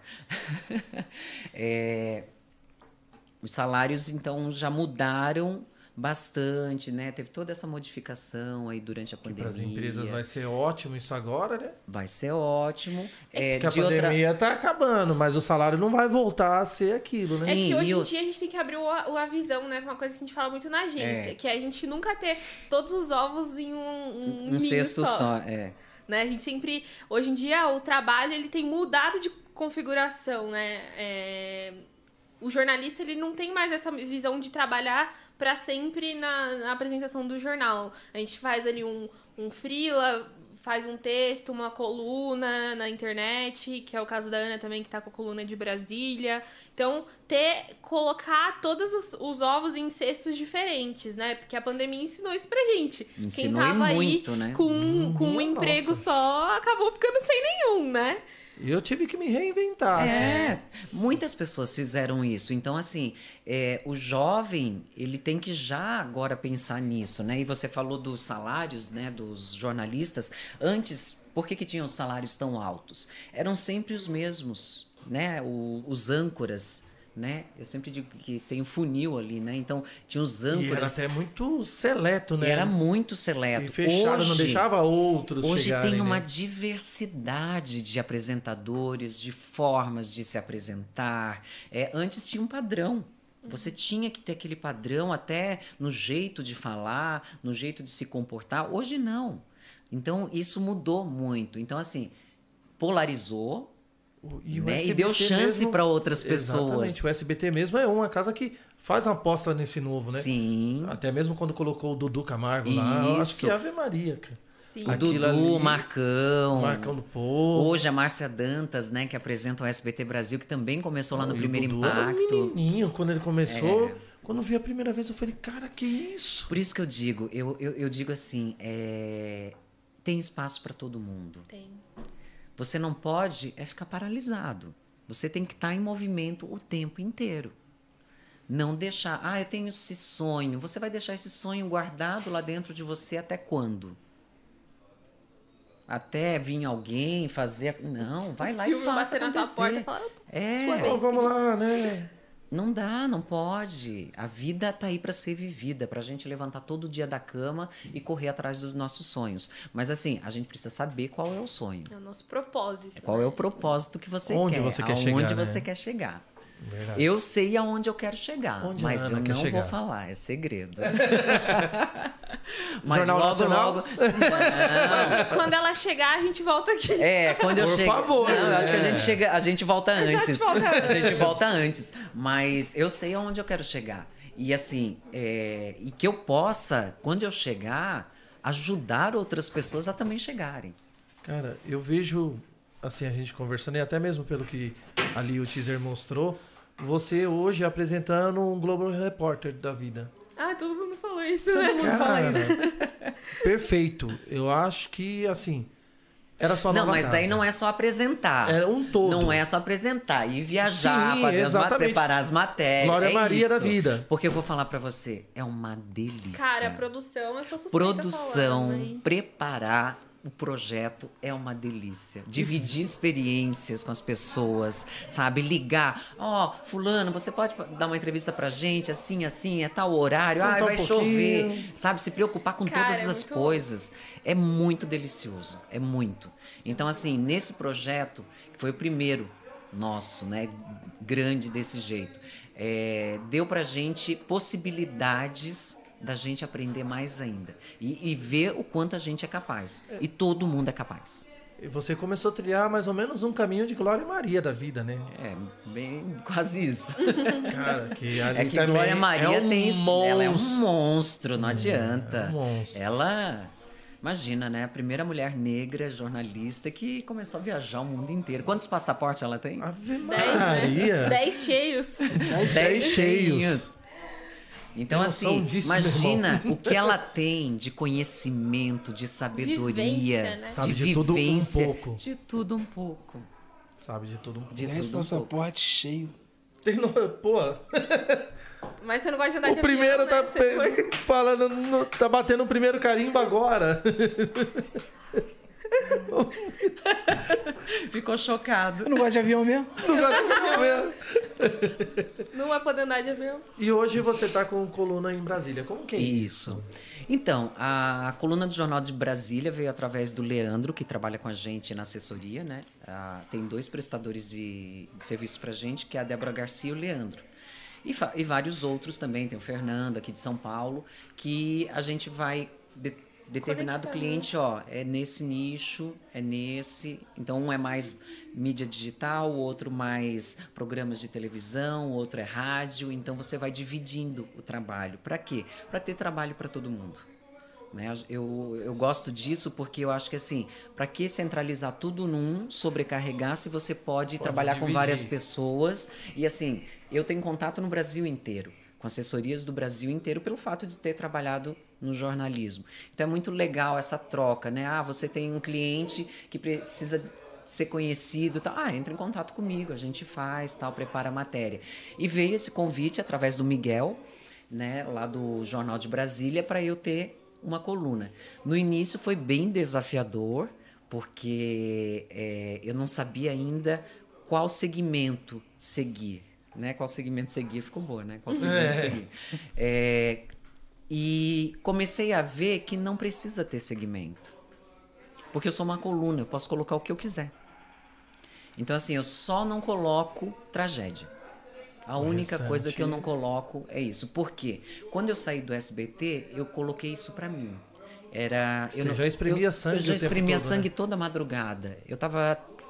Os salários, então, já mudaram bastante, né? Teve toda essa modificação aí durante a pandemia. Para as empresas vai ser ótimo isso agora, né? Vai ser ótimo. Porque a pandemia tá acabando, mas o salário não vai voltar a ser aquilo, né? É que Sim, hoje em dia a gente tem que abrir a visão, né? Uma coisa que a gente fala muito na agência, que é a gente nunca ter todos os ovos em um ninho cesto só. Né? A gente sempre... Hoje em dia, o trabalho ele tem mudado de configuração, né? O jornalista ele não tem mais essa visão de trabalhar para sempre na apresentação do jornal. A gente faz ali um freela, faz um texto, uma coluna na internet, que é o caso da Ana também, que tá com a coluna de Brasília. Então, colocar todos os ovos em cestos diferentes, né? Porque a pandemia ensinou isso pra gente. Ensinou quem tava muito, aí né? com um emprego só, acabou ficando sem nenhum, né? E eu tive que me reinventar. Muitas pessoas fizeram isso. Então, assim, o jovem, ele tem que já agora pensar nisso, né? E você falou dos salários, né, dos jornalistas. Antes, por que tinham salários tão altos? Eram sempre os mesmos, né? Os âncoras, né? Eu sempre digo que tem um funil ali, né? Então, tinha os âncoras. E era até muito seleto, né? Era muito seleto. E fechado, não deixava outros Hoje chegarem, tem uma né? diversidade de apresentadores, de formas de se apresentar. Antes tinha um padrão. Você tinha que ter aquele padrão até no jeito de falar, no jeito de se comportar. Hoje não. Então, isso mudou muito. Então, assim, polarizou, E, o né? E SBT deu chance mesmo- para outras pessoas. Exatamente. O SBT mesmo é uma casa que faz uma aposta nesse novo, né? Sim. Até mesmo quando colocou o Dudu Camargo lá. Eu acho Isso. que Ave Maria, cara. Sim. O Aquilo Dudu, ali, o Marcão. O Marcão do Povo. Hoje a Márcia Dantas, né, que apresenta o SBT Brasil, que também começou lá no E o Primeiro Dudu era Impacto. menininho quando ele começou. É. Quando eu vi a primeira vez, eu falei, cara, que isso? Por isso que eu digo, eu digo assim, tem espaço para todo mundo. Tem. Você não pode ficar paralisado. Você tem que estar em movimento o tempo inteiro. Não deixar, eu tenho esse sonho. Você vai deixar esse sonho guardado lá dentro de você até quando? Até vir alguém fazer. Não, vai lá e Silvio faça bater na tua acontecer. porta e falar, sua vez. Então, vamos lá, né? Não dá, não pode. A vida tá aí para ser vivida, pra gente levantar todo dia da cama e correr atrás dos nossos sonhos. Mas assim, a gente precisa saber qual é o sonho. É o nosso propósito. Qual né? é o propósito que você Onde quer? você quer aonde chegar, você né? quer chegar. Verdade. Eu sei aonde eu quero chegar, Onde a mas Ana eu quer não chegar? vou falar, é segredo. Mas Jornal logo, Nacional? logo. Quando ela chegar, a gente volta aqui. Quando eu Por chego. favor, Não, eu acho que né? a gente volta antes. gente volta A gente volta antes. Mas eu sei aonde eu quero chegar. E assim, e que eu possa, quando eu chegar, ajudar outras pessoas a também chegarem. Cara, eu vejo, assim, a gente conversando, e até mesmo pelo que ali o teaser mostrou, você hoje apresentando um Global Repórter da vida. Todo mundo falou isso, né? Cara, perfeito. Eu acho que, assim, era só Não, nova mas casa. daí não é só apresentar. É um todo. Não é só apresentar. E viajar, Sim, fazer exatamente. preparar as matérias. Glória é Maria da isso. vida. Porque eu vou falar pra você, é uma delícia. Cara, a produção, eu sou suspeita Produção, falando, mas... preparar o projeto é uma delícia. Dividir experiências com as pessoas, sabe? Ligar. Fulano, você pode dar uma entrevista pra gente, assim, é tal horário. Contar Vai um chover. pouquinho. Sabe? Se preocupar com Cara, todas é as muito coisas. É muito delicioso. É muito. Então, assim, nesse projeto, que foi o primeiro nosso, né? Grande desse jeito. Deu pra gente possibilidades da gente aprender mais ainda. E ver o quanto a gente é capaz. E todo mundo é capaz. E você começou a trilhar mais ou menos um caminho de Glória Maria da vida, né? Bem, quase isso. Cara, que ali Que também Glória Maria é um tem. Ela é um monstro. monstro, não adianta. É um monstro. Ela. Imagina, né? A primeira mulher negra jornalista que começou a viajar o mundo inteiro. Quantos passaportes ela tem? Ave 10, Maria. né? 10 cheios. 10 cheios. Então, Tem noção assim, disso, meu imagina irmão? o que ela tem de conhecimento, de sabedoria, Vivência, né? Sabe de tudo um vivência, pouco. De tudo um pouco. Sabe de tudo um pouco. De 10 tudo um pouco. passaportes cheios. Tem no... Pô, Mas você não gosta de andar de o primeiro avião, tá né? Você foi- falando, tá batendo o primeiro carimbo agora. Ficou chocado. Eu não gosto de avião mesmo. Não gosto de avião. Não vai poder andar de avião. E hoje você tá com coluna em Brasília. Como que é Isso. Então, a coluna do Jornal de Brasília veio através do Leandro, que trabalha com a gente na assessoria, né? Tem 2 prestadores de serviço pra gente, que é a Débora Garcia e o Leandro. E vários outros também, tem o Fernando aqui de São Paulo, que a gente vai... Determinado Conectando. cliente, é nesse nicho, é nesse. Então, um é mais mídia digital, o outro mais programas de televisão, o outro é rádio. Então, você vai dividindo o trabalho. Para quê? Para ter trabalho para todo mundo. Né? Eu gosto disso porque eu acho que, assim, para que centralizar tudo num, sobrecarregar, se você pode trabalhar com dividir. várias pessoas. E, assim, eu tenho contato no Brasil inteiro, com assessorias do Brasil inteiro, pelo fato de ter trabalhado no jornalismo. Então é muito legal essa troca, né? Você tem um cliente que precisa ser conhecido, tal. Entra em contato comigo, a gente faz, tal, prepara a matéria. E veio esse convite através do Miguel, né, lá do Jornal de Brasília, para eu ter uma coluna. No início foi bem desafiador, porque eu não sabia ainda qual segmento seguir. Né? Qual segmento seguir ficou boa, né? Qual segmento seguir. E comecei a ver que não precisa ter segmento. Porque eu sou uma coluna, eu posso colocar o que eu quiser. Então, assim, eu só não coloco tragédia. A única restante- coisa que eu não coloco é isso. Por quê? Quando eu saí do SBT, eu coloquei isso pra mim. Você já espremia sangue Eu já o tempo espremia todo, sangue né? toda madrugada. Eu tava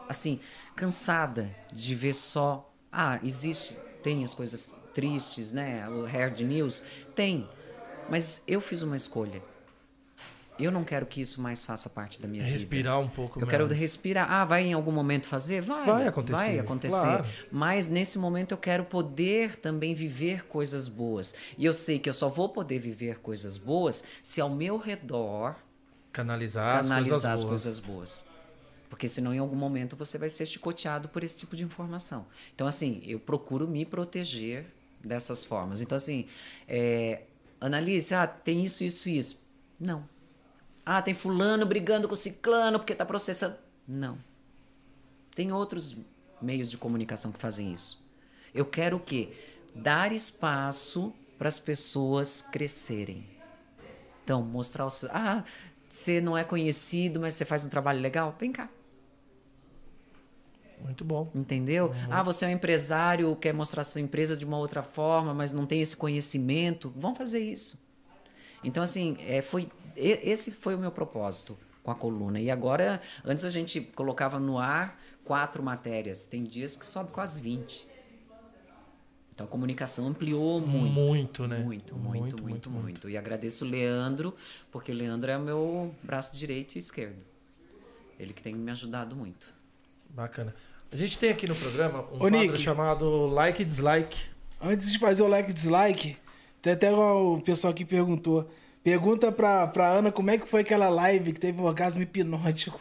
assim, cansada de ver só... tem as coisas tristes, né? O hard news. Tem. Mas eu fiz uma escolha. Eu não quero que isso mais faça parte da minha vida. Respirar um pouco Eu quero respirar. Vai em algum momento fazer? Vai acontecer. Claro. Mas nesse momento eu quero poder também viver coisas boas. E eu sei que eu só vou poder viver coisas boas se ao meu redor canalizar as coisas boas. Porque senão em algum momento você vai ser chicoteado por esse tipo de informação. Então, assim, eu procuro me proteger dessas formas. Então, assim, Annalise, tem isso. Não. Tem fulano brigando com ciclano porque está processando. Não. Tem outros meios de comunicação que fazem isso. Eu quero o quê? Dar espaço para as pessoas crescerem. Então, mostrar o seu... você não é conhecido, mas você faz um trabalho legal? Vem cá. Muito bom. Entendeu? Você é um empresário, quer mostrar sua empresa de uma outra forma, mas não tem esse conhecimento. Vamos fazer isso. Então, assim, esse foi o meu propósito com a coluna. E agora, antes a gente colocava no ar 4 matérias. Tem dias que sobe quase 20. Então, a comunicação ampliou muito. Muito, né? Muito. E agradeço o Leandro, porque o Leandro é o meu braço direito e esquerdo. Ele que tem me ajudado muito. Bacana. A gente tem aqui no programa um Ô, quadro Nick, chamado Like e Dislike. Antes de fazer o like e dislike, tem até o pessoal que perguntou. Pergunta pra Ana como é que foi aquela live que teve um orgasmo hipnótico.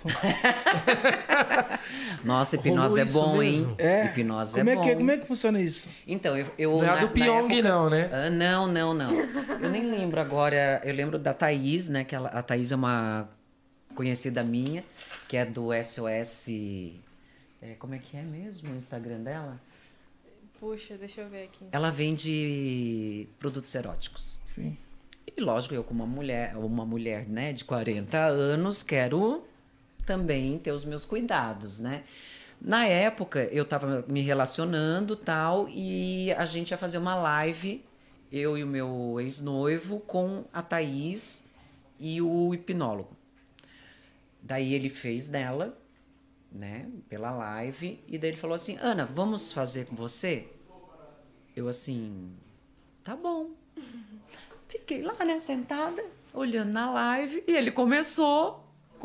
Nossa, hipnose é bom, hein? Hipnose é bom. Como é que funciona isso? Então, não é a do Pyong, não, né? Não. Eu nem lembro agora. Eu lembro da Thaís, né? Que a Thaís é uma conhecida minha, que é do SOS... como é que é mesmo o Instagram dela? Puxa, deixa eu ver aqui. Ela vende produtos eróticos. Sim. E lógico, eu como uma mulher, né, de 40 anos, quero também ter os meus cuidados, né? Na época, eu estava me relacionando tal, e a gente ia fazer uma live, eu e o meu ex-noivo, com a Thaís e o hipnólogo. Daí ele fez dela, né, pela live, e daí ele falou assim: Ana, vamos fazer com você? Eu assim, tá bom. Fiquei lá, né, sentada, olhando na live, e ele começou.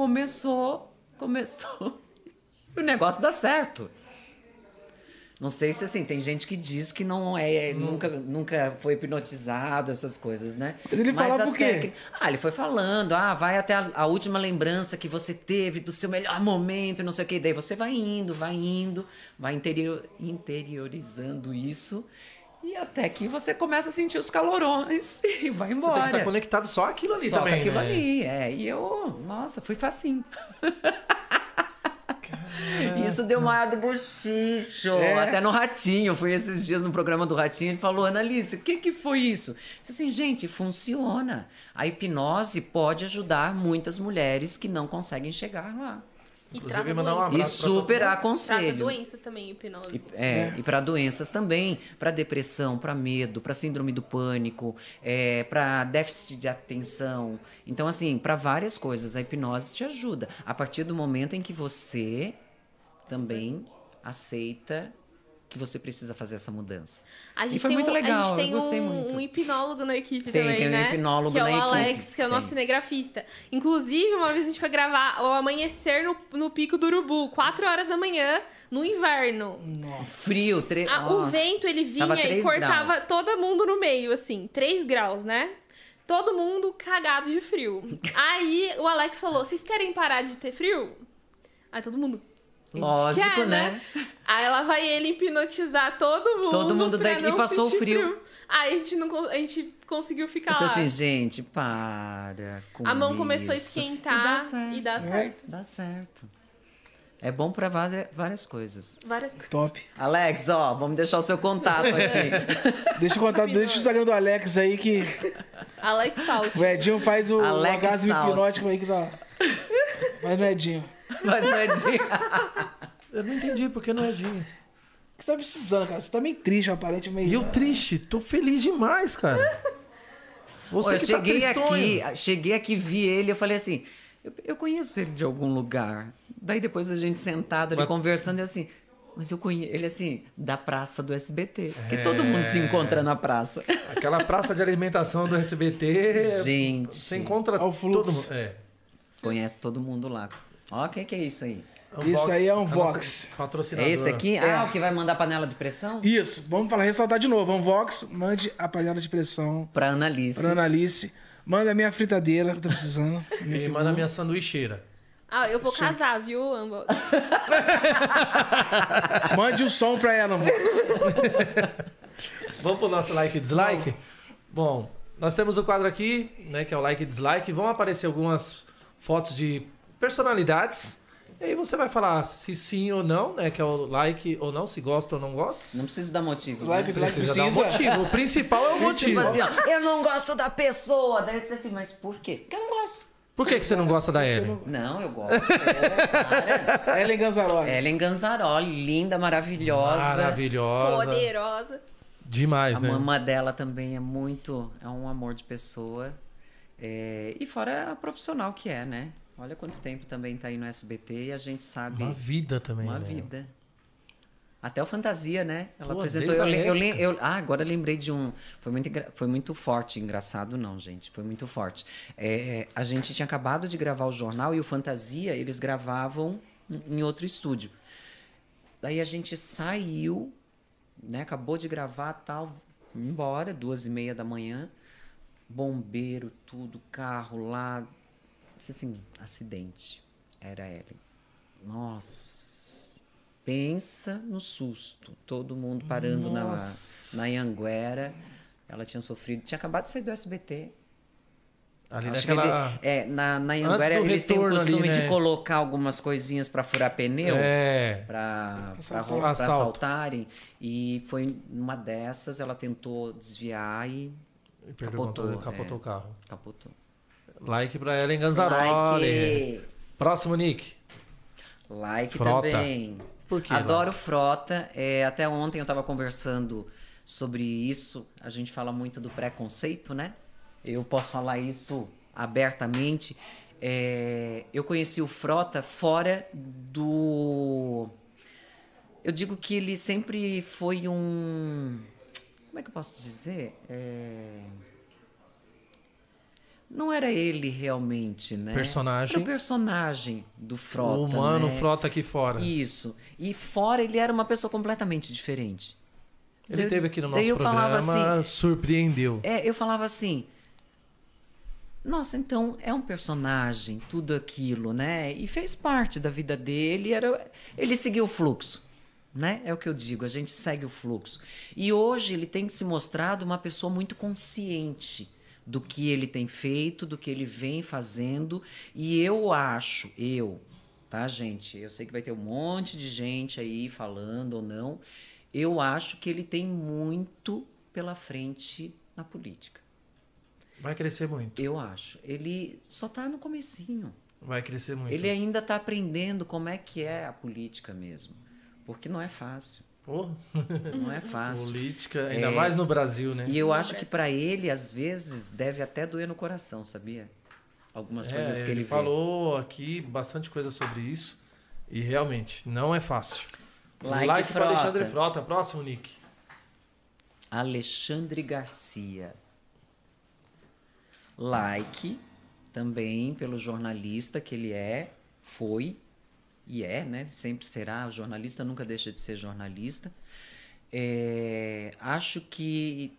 O negócio dá certo. Não sei se, assim, tem gente que diz que nunca foi hipnotizado, essas coisas, né? Mas ele fala por quê? Ele foi falando, vai até a última lembrança que você teve do seu melhor momento, não sei o quê. Daí você vai indo, vai interiorizando isso, e até que você começa a sentir os calorões e vai embora. Você tem que estar conectado só aquilo ali também, Só aquilo né? ali, E eu, nossa, fui facinho. Isso deu uma do bochicho. Até no Ratinho. Fui esses dias no programa do Ratinho. Ele falou: Annalise, o que foi isso? Eu disse assim, gente, funciona. A hipnose pode ajudar muitas mulheres que não conseguem chegar lá. Inclusive, mandar um abraço. E super aconselho. Trata doenças também, hipnose. E para doenças também, para depressão, para medo, para síndrome do pânico, para déficit de atenção. Então, assim, para várias coisas, a hipnose te ajuda. A partir do momento em que você também aceita que você precisa fazer essa mudança. E foi muito legal, a gente tem eu gostei muito. Um hipnólogo na equipe também, tem né? Um hipnólogo que é o na Alex, equipe. que é o nosso cinegrafista. Inclusive, uma vez a gente foi gravar o amanhecer no Pico do Urubu, 4 horas da manhã, no inverno. Nossa. Frio. O vento, ele vinha e cortava graus. Todo mundo no meio, assim. 3 graus, né? Todo mundo cagado de frio. Aí o Alex falou, vocês querem parar de ter frio? Aí todo mundo... Lógico, né? Aí lá vai ele hipnotizar todo mundo. Todo mundo daqui passou o frio. Aí a gente conseguiu ficar lá. Assim, gente, para com a mão isso. começou a esquentar e dá certo. Dá certo. É bom pra várias coisas. Top. Alex, vamos deixar o seu contato aqui. Deixa o Instagram do Alex aí que... Alex Salt. O Edinho faz o orgasmo hipnótico aí que dá. Mas no Edinho. Eu não entendi porque não é Edinho. O que você tá precisando, cara? Você tá meio triste, aparentemente. E eu triste? Tô feliz demais, cara. Eu cheguei aqui, vi ele, eu falei assim, eu conheço ele de algum lugar. Daí depois a gente sentado ali conversando e assim... Mas eu conheço ele assim, da praça do SBT. Porque todo mundo se encontra na praça. Aquela praça de alimentação do SBT. Gente. Você encontra Ao fluxo. todo mundo. Conhece todo mundo lá. Ó, o que é isso aí? Isso aí é um a nossa Vox. Patrocinadora. É esse aqui? É. Ah, o que vai mandar panela de pressão? Isso, vamos falar, ressaltar de novo. Um Vox, mande a panela de pressão Pra Annalise. pra Analice. Manda a minha fritadeira, que eu tô precisando. E manda a minha sanduicheira. Ah, eu vou casar, viu, Ambo? Mande o som pra ela, Vox. Vamos pro nosso like e dislike? Bom, nós temos o quadro aqui, né, que é o like e dislike. Vão aparecer algumas fotos de personalidades. E aí você vai falar se sim ou não, né, que é o like ou não, se gosta ou não gosta. Não preciso dar motivos, Like, né? dislike. Precisa dar um motivo. O principal é o motivo. Tipo assim, ó, eu não gosto da pessoa. Daí eu disse assim, mas por quê? Porque eu não gosto. Por que você não gosta da Ellen? Não, eu gosto. Cara. Ellen Ganzaroli. Ellen Ganzaroli, linda, maravilhosa. Maravilhosa. Poderosa. Demais, A né? mamã dela também é muito... É um amor de pessoa. E fora a profissional que é, né? Olha quanto tempo também tá aí no SBT e a gente sabe... Uma vida também, Uma né? vida. Até o Fantasia, né? Ela Pô, apresentou. desde a época. Agora lembrei de um. Foi muito forte. Engraçado, não, gente. Foi muito forte. A gente tinha acabado de gravar o jornal e o Fantasia, eles gravavam em outro estúdio. Daí a gente saiu, né? Acabou de gravar tal, embora, 2h30 da manhã. Bombeiro, tudo, carro lá. Disse assim, acidente. Era ela. Nossa. Pensa no susto. Todo mundo parando na Anhanguera. Ela tinha sofrido. Tinha acabado de sair do SBT. Ali Acho naquela... que na Anhanguera Antes do eles têm o retorno costume ali, né? de colocar algumas coisinhas para furar pneu. Para Assaltar. assaltarem. E foi numa dessas, ela tentou desviar e capotou. Capotou o carro. Capotou. Like pra Ellen Ganzaroli. Like. Próximo, Nick. Like Frota. também. Por quê? Adoro Frota. Até ontem eu estava conversando sobre isso. A gente fala muito do preconceito, né? Eu posso falar isso abertamente. Eu conheci o Frota fora do... Eu digo que ele sempre foi um... Como é que eu posso dizer? Não era ele realmente, né? Personagem. Era o personagem do Frota, O humano né? Frota aqui fora. Isso. E fora ele era uma pessoa completamente diferente. Ele esteve aqui no daí nosso eu falava programa, assim, surpreendeu. eu falava assim, nossa, então é um personagem, tudo aquilo, né? E fez parte da vida dele, ele seguiu o fluxo, né? É o que eu digo, a gente segue o fluxo. E hoje ele tem se mostrado uma pessoa muito consciente do que ele tem feito, do que ele vem fazendo. E eu acho, tá, gente? Eu sei que vai ter um monte de gente aí falando ou não. Eu acho que ele tem muito pela frente na política. Vai crescer muito. Eu acho. Ele só tá no comecinho. Vai crescer muito. Ele ainda tá aprendendo como é que é a política mesmo. Porque não é fácil. Porra. Não é fácil. Política, ainda mais no Brasil, né? E eu acho que para ele, às vezes, deve até doer no coração, sabia? Algumas coisas que ele vê. falou aqui bastante coisa sobre isso. E realmente, não é fácil. Like pro Frota. Alexandre Frota. Próximo, Nick. Alexandre Garcia. Like também pelo jornalista que ele foi e né? Sempre será. O jornalista nunca deixa de ser jornalista. Acho que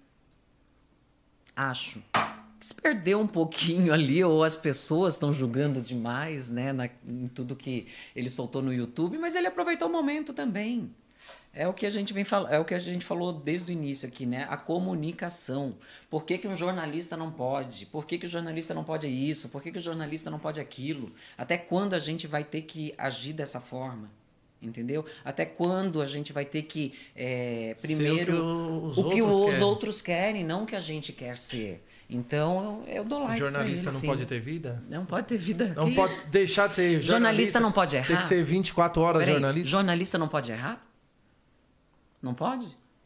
se perdeu um pouquinho ali, ou as pessoas estão julgando demais, né, em tudo que ele soltou no YouTube, mas ele aproveitou o momento também. É o que a gente é o que a gente falou desde o início aqui, né? A comunicação. Por que um jornalista não pode? Por que o jornalista não pode isso? Por que o jornalista não pode aquilo? Até quando a gente vai ter que agir dessa forma? Entendeu? Até quando a gente vai ter que primeiro o que os outros querem, não o que a gente quer ser. Então eu dou like. O jornalista pra ele, não sim. pode ter vida? Não pode ter vida. Não Que pode isso? deixar de ser Jornalista não pode errar? Tem que ser 24 horas Peraí, jornalista? jornalista não pode errar? Não pode?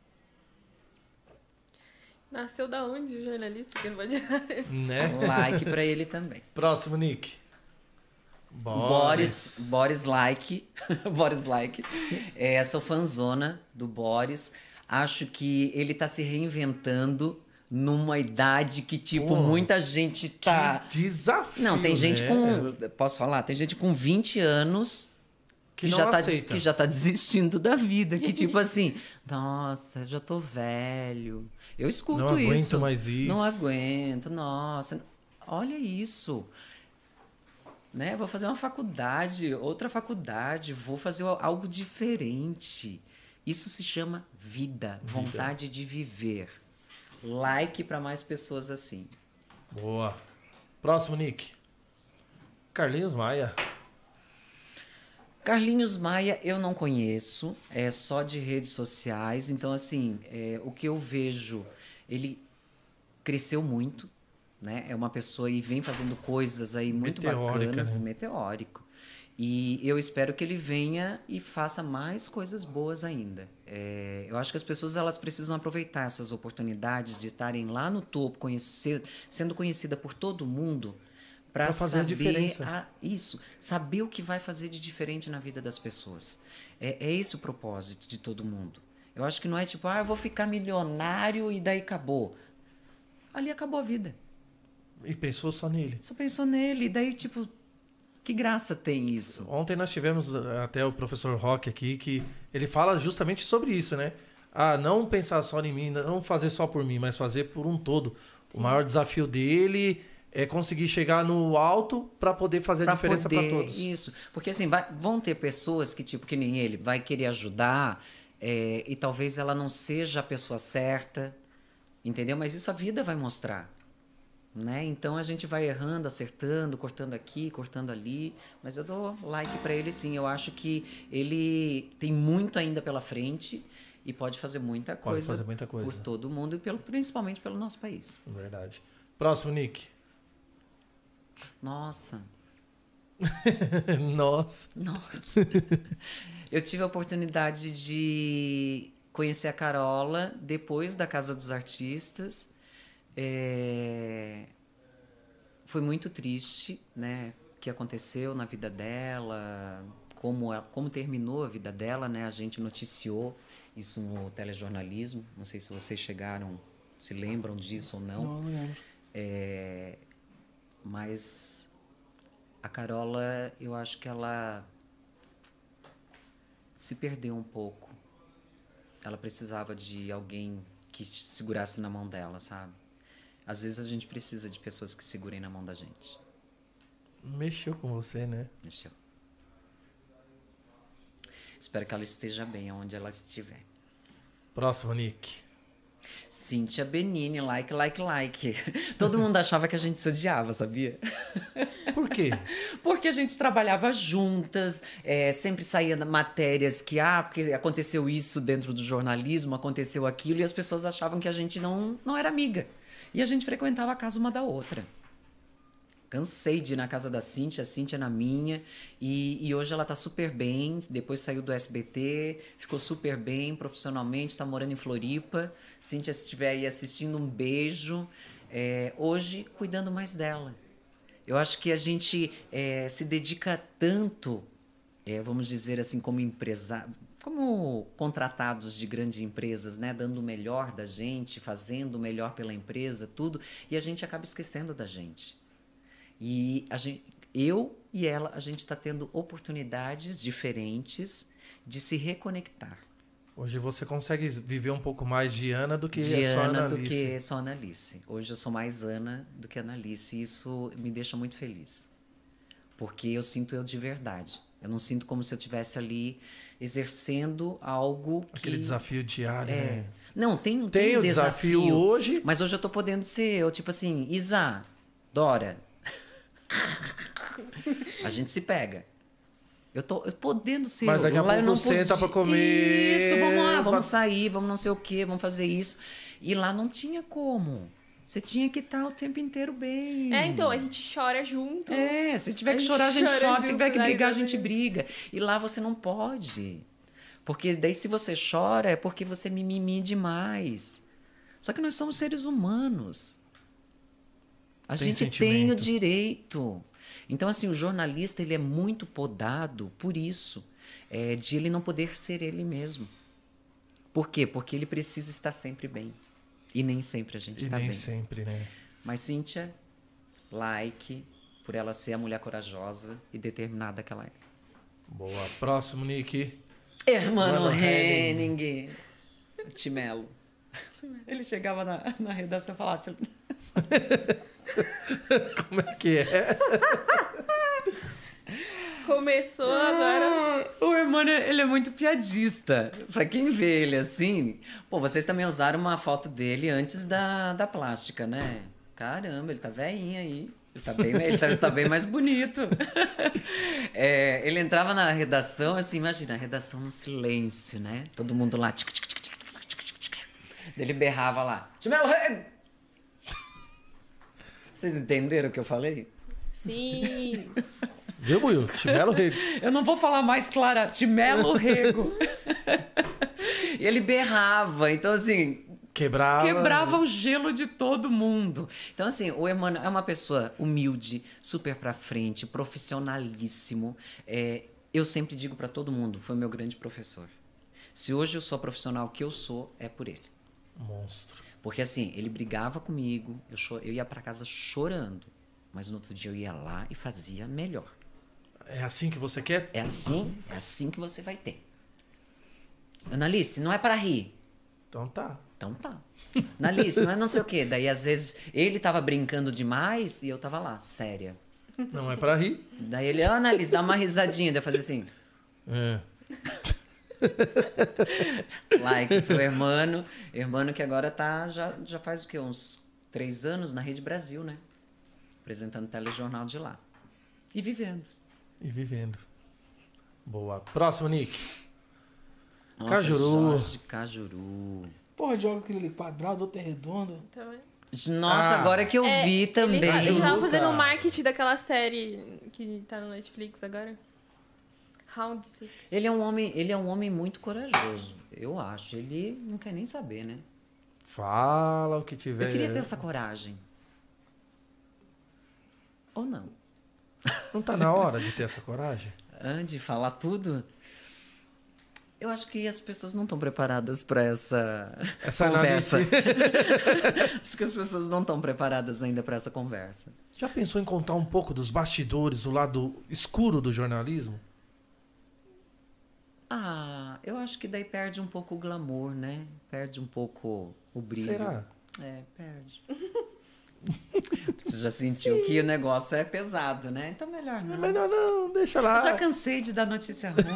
Nasceu da onde o jornalista que não pode... Né? Like pra ele também. Próximo, Nick. Boris Like. Boris Like. Sou fãzona do Boris. Acho que ele tá se reinventando numa idade que, tipo, muita gente tá... Que desafio, Não, tem gente né? com... Posso falar? Tem gente com 20 anos... Que não aceita. Que já tá desistindo da vida. Que tipo assim, nossa, já tô velho. Eu escuto Não aguento isso. mais isso. Não aguento, nossa. Olha isso. Né? Vou fazer uma faculdade, outra faculdade, vou fazer algo diferente. Isso se chama vida, vontade de viver. Like para mais pessoas assim. Boa. Próximo, Nick. Carlinhos Maia. Carlinhos Maia eu não conheço, é só de redes sociais. Então, assim, o que eu vejo, ele cresceu muito, né? É uma pessoa e vem fazendo coisas aí muito bacanas, né? meteórico. E eu espero que ele venha e faça mais coisas boas ainda. Eu acho que as pessoas elas precisam aproveitar essas oportunidades de estarem lá no topo, sendo conhecida por todo mundo, para fazer a diferença. Saber o que vai fazer de diferente na vida das pessoas. É esse o propósito de todo mundo. Eu acho que não é tipo, eu vou ficar milionário e daí acabou. Ali acabou a vida. E pensou só nele. Só pensou nele, e daí tipo, que graça tem isso? Ontem nós tivemos até o professor Roque aqui, que ele fala justamente sobre isso, né? Não pensar só em mim, não fazer só por mim, mas fazer por um todo. Sim. O maior desafio dele é conseguir chegar no alto para poder fazer a diferença para todos. Isso. Porque assim, vão ter pessoas que, tipo, que nem ele, vai querer ajudar e talvez ela não seja a pessoa certa, entendeu? Mas isso a vida vai mostrar. Né? Então a gente vai errando, acertando, cortando aqui, cortando ali. Mas eu dou like para ele sim. Eu acho que ele tem muito ainda pela frente e pode fazer muita coisa, por todo mundo e principalmente pelo nosso país. Verdade. Próximo, Nick. Nossa. Nossa. Eu tive a oportunidade de conhecer a Carola depois da Casa dos Artistas. Foi muito triste, né, o que aconteceu na vida dela, como terminou a vida dela, né? A gente noticiou isso no telejornalismo. Não sei se vocês se lembram disso ou não. Não lembro. Mas a Carola, eu acho que ela se perdeu um pouco. Ela precisava de alguém que segurasse na mão dela, sabe? Às vezes a gente precisa de pessoas que segurem na mão da gente. Mexeu com você, né? Mexeu. Espero que ela esteja bem onde ela estiver. Próximo, Nick. Cíntia Benini, like. Todo mundo achava que a gente se odiava, sabia? Por quê? Porque a gente trabalhava juntas, sempre saía matérias que, porque aconteceu isso dentro do jornalismo, aconteceu aquilo, e as pessoas achavam que a gente não era amiga. E a gente frequentava a casa uma da outra. Cansei de ir na casa da Cíntia, a Cíntia na minha, e hoje ela tá super bem, depois saiu do SBT, ficou super bem profissionalmente, tá morando em Floripa. Cíntia, se estiver aí assistindo, um beijo. Hoje, cuidando mais dela. Eu acho que a gente se dedica tanto, vamos dizer assim, como empresário, como contratados de grandes empresas, né? Dando o melhor da gente, fazendo o melhor pela empresa, tudo, e a gente acaba esquecendo da gente. E eu e ela, a gente está tendo oportunidades diferentes de se reconectar. Hoje você consegue viver um pouco mais de Ana do que só Analice. Hoje eu sou mais Ana do que Analice, e isso me deixa muito feliz. Porque eu sinto eu de verdade. Eu não sinto como se eu estivesse ali exercendo algo Aquele desafio diário, né? Não, tem um desafio hoje. Mas hoje eu tô podendo ser eu, tipo assim, Isa, Dora. A gente se pega. Eu podendo ser. Mas daqui a pouco não senta pra comer. Isso, vamos lá, vamos sair, vamos não sei o quê, vamos fazer isso. E lá não tinha como. Você tinha que estar o tempo inteiro bem. Então, a gente chora junto. Se tiver que chorar, a gente chora. Se tiver que brigar, a gente briga. E lá você não pode. Porque daí se você chora, é porque você mimimi demais. Só que nós somos seres humanos. A gente tem o direito. Então, assim, o jornalista ele é muito podado por isso, de ele não poder ser ele mesmo. Por quê? Porque ele precisa estar sempre bem. E nem sempre a gente está bem. Nem sempre, né? Mas, Cíntia, like por ela ser a mulher corajosa e determinada que ela é. Boa. Próximo, Nick. Hermano Mano Henning. Timelo. Ele chegava na redação e falava... Como é que é? Começou agora. O Hermano, ele é muito piadista. Pra quem vê ele assim... Pô, vocês também usaram uma foto dele antes da plástica, né? Caramba, ele tá velhinho aí. Ele tá bem mais bonito. Ele entrava na redação, assim, imagina, a redação no silêncio, né? Todo mundo lá. Tic, tic, tic, tic, tic, tic, tic. Ele berrava lá. Timelo Rego! Vocês entenderam o que eu falei? Sim. Viu, Buiu? Timelo Rego. Eu não vou falar mais clara. Timelo Rego. E ele berrava. Então, assim... Quebrava o gelo de todo mundo. Então, assim, o Hermano é uma pessoa humilde, super pra frente, profissionalíssimo. Eu sempre digo pra todo mundo, foi meu grande professor. Se hoje eu sou a profissional que eu sou, é por ele. Monstro. Porque, assim, ele brigava comigo, eu ia pra casa chorando. Mas no outro dia eu ia lá e fazia melhor. É assim que você quer? É assim que você vai ter. Analice, não é pra rir. Então tá. Então tá. Na lista, não é não sei o quê. Daí, às vezes, ele tava brincando demais e eu tava lá, séria. Não é pra rir. Daí ele, Annalise, dá uma risadinha. Daí eu fazia assim. Like pro Hermano. Hermano que agora tá, já faz o quê? Uns 3 anos na Rede Brasil, né? Apresentando o telejornal de lá. E vivendo. Boa. Próximo, Nick. Nossa, Cajuru. Jorge Cajuru. Porra, joga aquele ali quadrado, outro é redondo. Também. Nossa, agora que eu vi também. Ele tava fazendo Luta. o marketing daquela série que tá no Netflix agora. Round 6. Ele é um homem muito corajoso, eu acho. Ele não quer nem saber, né? Fala o que tiver. Eu queria ter essa coragem. Ou não? Não tá na hora de ter essa coragem? De falar tudo? Eu acho que as pessoas não estão preparadas para essa conversa. Acho que as pessoas não estão preparadas ainda para essa conversa. Já pensou em contar um pouco dos bastidores, o lado escuro do jornalismo? Eu acho que daí perde um pouco o glamour, né? Perde um pouco o brilho. Será? Perde. Você já sentiu que o negócio é pesado, né? Então melhor não. É melhor não, deixa lá. Eu já cansei de dar notícia ruim.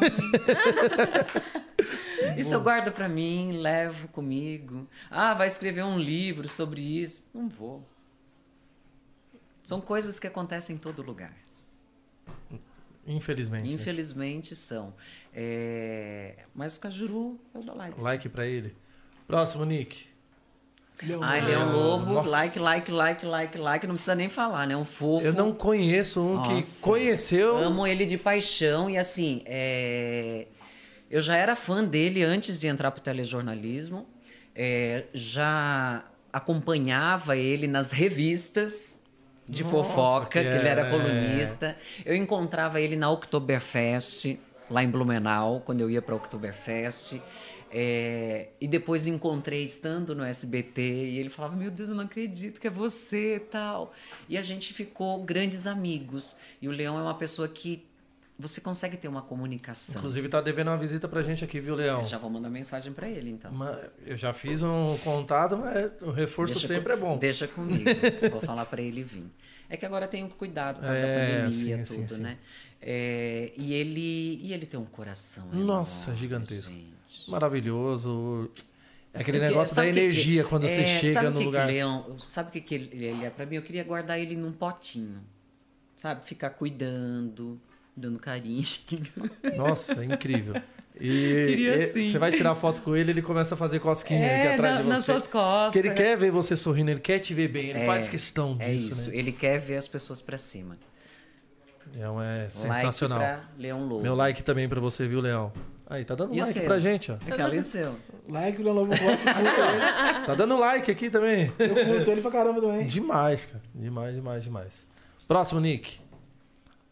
Isso eu guardo pra mim, levo comigo. Vai escrever um livro sobre isso. Não vou. São coisas que acontecem em todo lugar. Infelizmente. Infelizmente são. Mas o Cajuru, eu dou like. Like pra ele. Próximo, Nick. Leão Lobo, Nossa. like. Não precisa nem falar, né? Um fofo. Eu não conheço um Nossa, que conheceu. Amo ele de paixão. E assim, eu já era fã dele antes de entrar pro telejornalismo. Já acompanhava ele nas revistas de fofoca, que ele era colunista. Eu encontrava ele na Oktoberfest, lá em Blumenau, quando eu ia pra Oktoberfest. E depois encontrei estando no SBT e ele falava, meu Deus, eu não acredito que é você e tal. E a gente ficou grandes amigos. E o Leão é uma pessoa que você consegue ter uma comunicação. Inclusive tá devendo uma visita pra gente aqui, viu, Leão? Eu já vou mandar mensagem pra ele, então. Eu já fiz um contato, mas o reforço sempre é bom. Deixa comigo. Vou falar pra ele vir. É que agora tem um cuidado por causa da pandemia, tudo, sim. né? E ele tem um coração Nossa, enorme, gigantesco. gente. Maravilhoso. É aquele negócio da energia quando você chega no lugar. Sabe o que ele é pra mim? Eu queria guardar ele num potinho. Sabe? Ficar cuidando, dando carinho. Nossa, é incrível. E assim. você vai tirar foto com ele, ele começa a fazer cosquinha aqui atrás de você. Nas suas costas. Porque ele quer ver você sorrindo, ele quer te ver bem, ele faz questão disso. É isso, né? ele quer ver as pessoas pra cima. Leão é sensacional. Like pra Leão Lobo. Meu like também pra você, viu, Leão? Aí, tá dando E o like seu? pra gente, ó. Aquela e o seu. Like, o Leão Lobo gosta, curto ele. Tá dando like aqui também. Eu curto ele pra caramba também. Demais, cara. Demais. Próximo, Nick.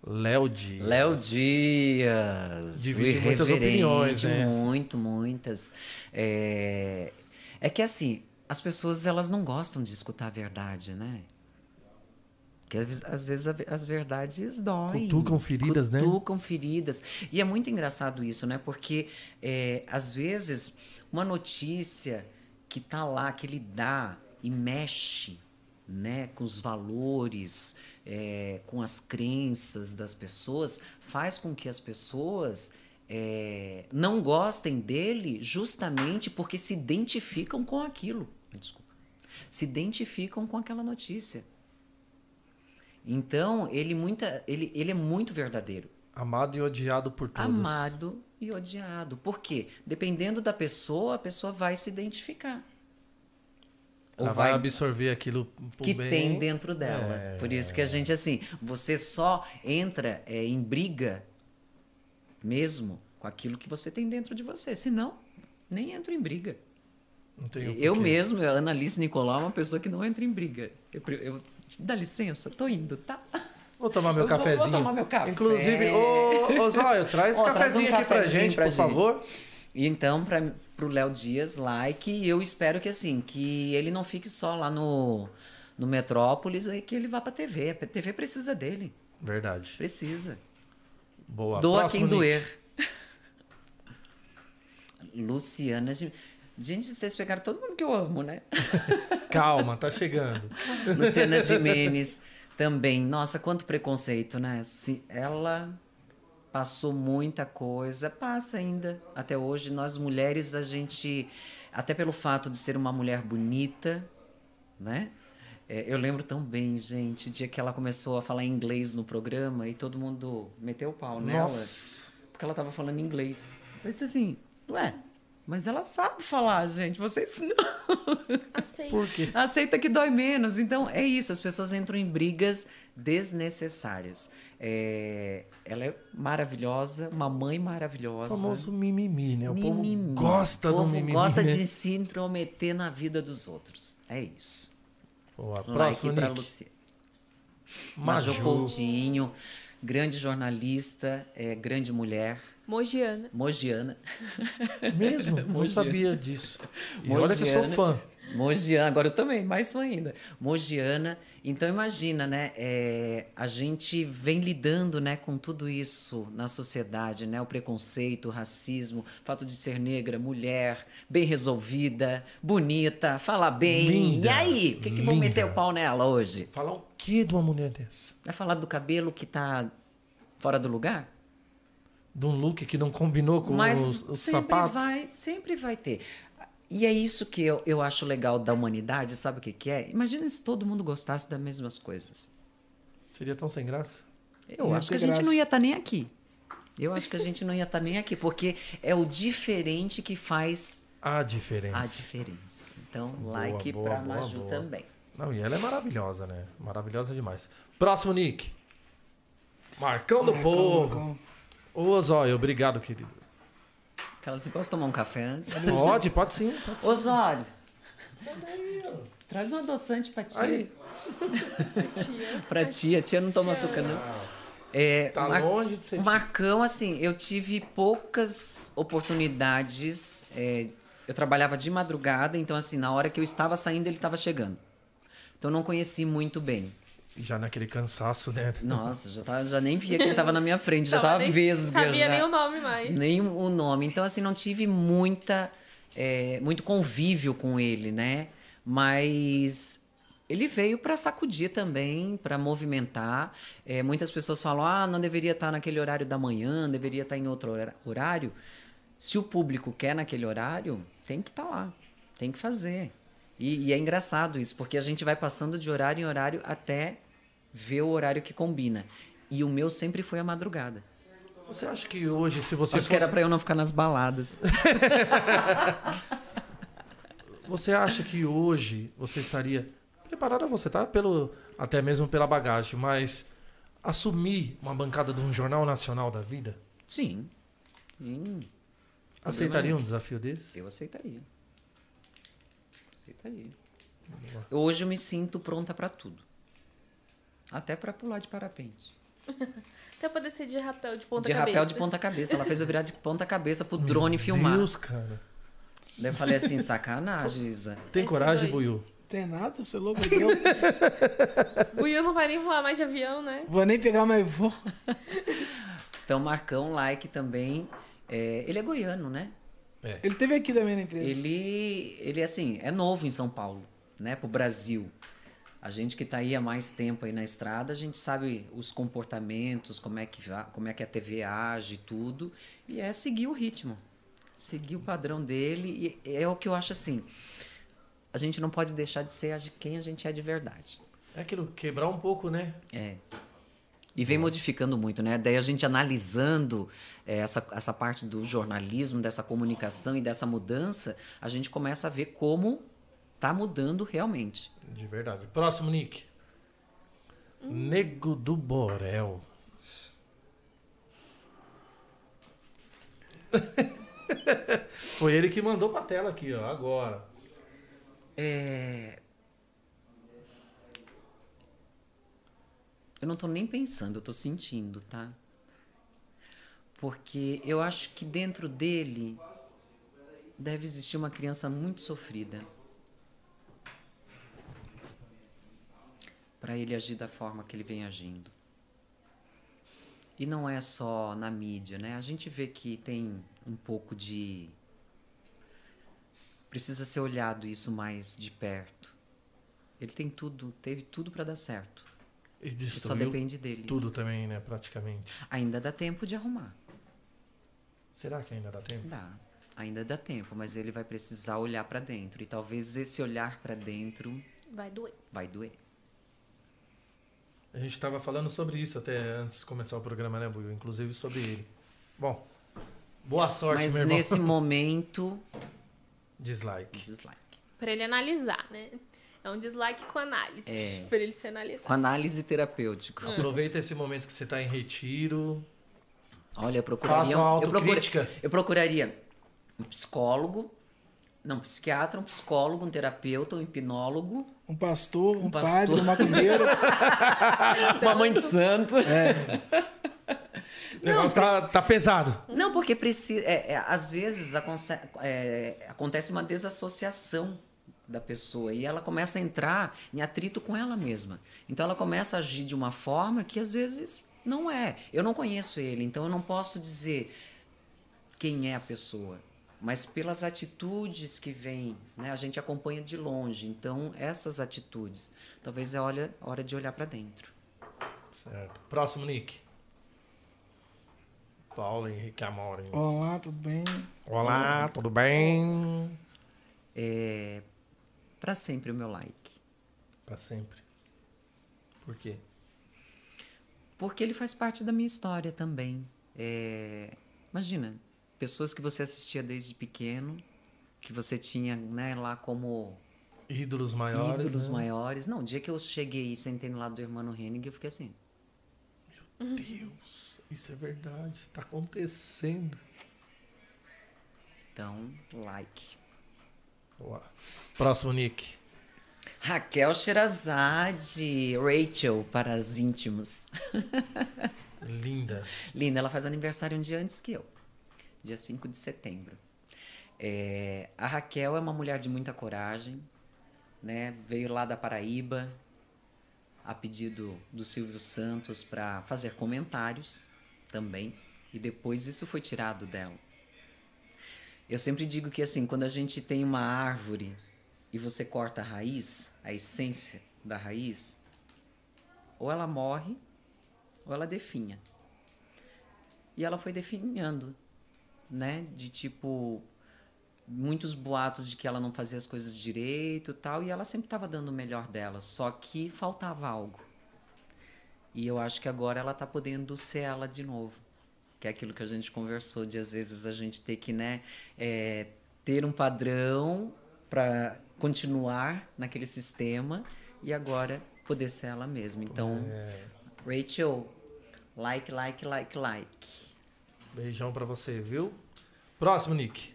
Léo Dias. Léo Dias. Divide o muitas opiniões, irreverente, né? Muitas. É que assim, as pessoas elas não gostam de escutar a verdade, né? Porque às vezes as verdades doem. Cutucam feridas, né? Cutucam feridas. E é muito engraçado isso, né? Porque às vezes uma notícia que tá lá, que ele dá e mexe, né, com os valores, com as crenças das pessoas, faz com que as pessoas não gostem dele justamente porque se identificam com aquilo. Desculpa. Se identificam com aquela notícia. Então, ele é muito verdadeiro. Amado e odiado por todos. Amado e odiado. Por quê? Dependendo da pessoa, a pessoa vai se identificar. Ela vai absorver aquilo que tem dentro dela. Por isso que a gente, assim, você só entra em briga mesmo com aquilo que você tem dentro de você. Senão, nem entra em briga. Não tem Eu mesmo, a Annalise Nicolau, é uma pessoa que não entra em briga. Dá licença, tô indo, tá? Vou tomar meu cafezinho. Vou tomar meu café. Inclusive, ô Zóio, traz cafezinho aqui pra gente, por favor. E então, pro Léo Dias, like, e eu espero que assim, que ele não fique só lá no Metrópolis, aí que ele vá pra TV. A TV precisa dele. Verdade. Precisa. Boa. Doa Próximo, quem Nick. doer. Luciana... Gente, vocês pegaram todo mundo que eu amo, né? Calma, tá chegando. Luciana Gimenez também. Nossa, quanto preconceito, né? Ela passou muita coisa, passa ainda até hoje. Nós mulheres, a gente, até pelo fato de ser uma mulher bonita, né? Eu lembro tão bem, gente, o dia que ela começou a falar inglês no programa e todo mundo meteu o pau nela. Nossa. Porque ela tava falando inglês. Eu disse assim, ué, mas ela sabe falar, gente. Vocês não. Aceita. Por quê? Aceita que dói menos. Então, é isso. As pessoas entram em brigas desnecessárias. Ela é maravilhosa, uma mãe maravilhosa. O famoso mimimi, né? O Mimimi. povo gosta do mimimi. Gosta né? de se intrometer na vida dos outros. É isso. Boa. Like Próximo, pra Nick. Lucia. Maju Coutinho, grande jornalista, grande mulher. Mogiana. Mesmo? Não sabia disso. E olha que eu sou fã. Mogiana, agora eu também, mais fã ainda. Mogiana. Então imagina, né? A gente vem lidando, né, com tudo isso na sociedade, né? O preconceito, o racismo, o fato de ser negra, mulher, bem resolvida, bonita, falar bem. Linda, e aí? O que vão linda. meter o pau nela hoje? Falar o que de uma mulher dessa? Vai falar do cabelo que tá fora do lugar? De um look que não combinou com Mas o sempre sapato? sempre vai ter. E é isso que eu acho legal da humanidade, sabe o que é? Imagina se todo mundo gostasse das mesmas coisas. Seria tão sem graça? Eu Não ia acho que a ter gente graça. não ia estar nem aqui. Eu acho que a gente não ia estar nem aqui, porque é o diferente que faz A diferença. a diferença. Então, Boa, like boa, pra boa, Maju boa. também. Não, e ela é maravilhosa, né? Maravilhosa demais. Próximo, Nick. Marcão do Povo. Ô, Zóio, obrigado, querido. Aquela, você pode tomar um café antes? Pode sim. Pode sim. Osório, traz um adoçante pra tia. Aí, Pra tia. Tia não toma açúcar, não. tá longe de ser O Marcão, assim, eu tive poucas oportunidades. Eu trabalhava de madrugada, então, assim, na hora que eu estava saindo, ele estava chegando. Então, eu não conheci muito bem. já naquele cansaço, né? Nossa, já nem via quem estava na minha frente, já estava nem vesga. sabia já. nem o nome mais. Nem o nome. Então, assim, não tive muito convívio com ele, né? Mas ele veio para sacudir também, para movimentar. Muitas pessoas falam, não deveria estar naquele horário da manhã, deveria estar em outro horário. Se o público quer naquele horário, tem que estar lá, tem que fazer. E é engraçado isso, porque a gente vai passando de horário em horário até ver o horário que combina. E o meu sempre foi a madrugada. Você acha que hoje, se você Acho que era para eu não ficar nas baladas. Você acha que hoje você estaria preparada? Você tá até mesmo pela bagagem, mas assumir uma bancada de um jornal nacional da vida? Sim. Sim. Aceitaria um desafio desse? Eu aceitaria. Hoje eu me sinto pronta para tudo. Até para pular de parapente. Até poder ser de rapel de ponta De cabeça. rapel de ponta cabeça. Ela fez eu virar de ponta cabeça pro drone filmar. Deus, cara. Daí eu falei assim, sacanagem, Isa. Tem Esses coragem, dois. Buiu? Tem nada, você é louco. Buiu não vai nem voar mais de avião, né? Vou nem pegar mais voo. Então, Marcão, like também. Ele é goiano, né? Ele teve aqui também na empresa. Ele assim, é novo em São Paulo, né? Pro Brasil. A gente que tá aí há mais tempo aí na estrada, a gente sabe os comportamentos, como é que a TV age e tudo. E é seguir o ritmo. Seguir o padrão dele. E é o que eu acho assim. A gente não pode deixar de ser quem a gente é de verdade. É aquilo, quebrar um pouco, né? E vem modificando muito, né? Daí a gente analisando essa parte do jornalismo, dessa comunicação e dessa mudança, a gente começa a ver como tá mudando realmente. De verdade. Próximo, Nick. Nego do Borel. Foi ele que mandou pra tela aqui, ó, agora. Eu não tô nem pensando, eu tô sentindo, tá? Porque eu acho que dentro dele deve existir uma criança muito sofrida. Para ele agir da forma que ele vem agindo. E não é só na mídia, né? A gente vê que tem um pouco de... Precisa ser olhado isso mais de perto. Ele teve tudo para dar certo. Ele E só destruiu depende dele. tudo também, né? Praticamente. Ainda dá tempo de arrumar. Será que ainda dá tempo? Dá. Ainda dá tempo, mas ele vai precisar olhar para dentro. E talvez esse olhar para dentro Vai doer. vai doer. A gente estava falando sobre isso até antes de começar o programa, né, Buiu? Inclusive sobre ele. Bom, boa sorte, Mas meu irmão. nesse momento, Dislike. dislike. Pra ele analisar, né? É um dislike com análise. Pra ele se analisar. Com análise terapêutica. Aproveita esse momento que você está em retiro. Olha, eu procuraria... Faça uma autocrítica. Eu procuraria um psicólogo, não, um psiquiatra, um psicólogo, um terapeuta, um hipnólogo, Um pastor, um pastor. padre, um macumbeiro. uma mãe de santo. O negócio tá pesado. Não, porque precisa, às vezes acontece uma desassociação da pessoa e ela começa a entrar em atrito com ela mesma. Então ela começa a agir de uma forma que às vezes não é. Eu não conheço ele, então eu não posso dizer quem é a pessoa. Mas pelas atitudes que vêm, né, a gente acompanha de longe. Então essas atitudes, talvez é hora de olhar para dentro. Certo. Próximo, Nick. Paulo Henrique Amorim. Olá, tudo bem? Olá, tudo bem? Para sempre o meu like. Pra sempre. Por quê? Porque ele faz parte da minha história também. Imagina, pessoas que você assistia desde pequeno, que você tinha, né, lá como Ídolos maiores. ídolos né? maiores. Não, o dia que eu cheguei e sentei no lado do Hermano Henning, eu fiquei assim. Deus, isso é verdade. Tá acontecendo. Então, like. Boa. Próximo, Nick. Raquel Sherazade, Rachel para as íntimos. Linda. Linda, ela faz aniversário um dia antes que eu. Dia 5 de setembro. A Raquel é uma mulher de muita coragem, né? Veio lá da Paraíba, a pedido do Silvio Santos para fazer comentários também. E depois isso foi tirado dela. Eu sempre digo que assim, quando a gente tem uma árvore e você corta a raiz, a essência da raiz, ou ela morre ou ela definha. E ela foi definhando, né? De tipo, muitos boatos de que ela não fazia as coisas direito e tal, e ela sempre estava dando o melhor dela, só que faltava algo. E eu acho que agora ela está podendo ser ela de novo. Que é aquilo que a gente conversou, de às vezes a gente ter que, né, ter um padrão para continuar naquele sistema e agora poder ser ela mesma. Então, Rachel, like. Beijão pra você, viu? Próximo, Nick.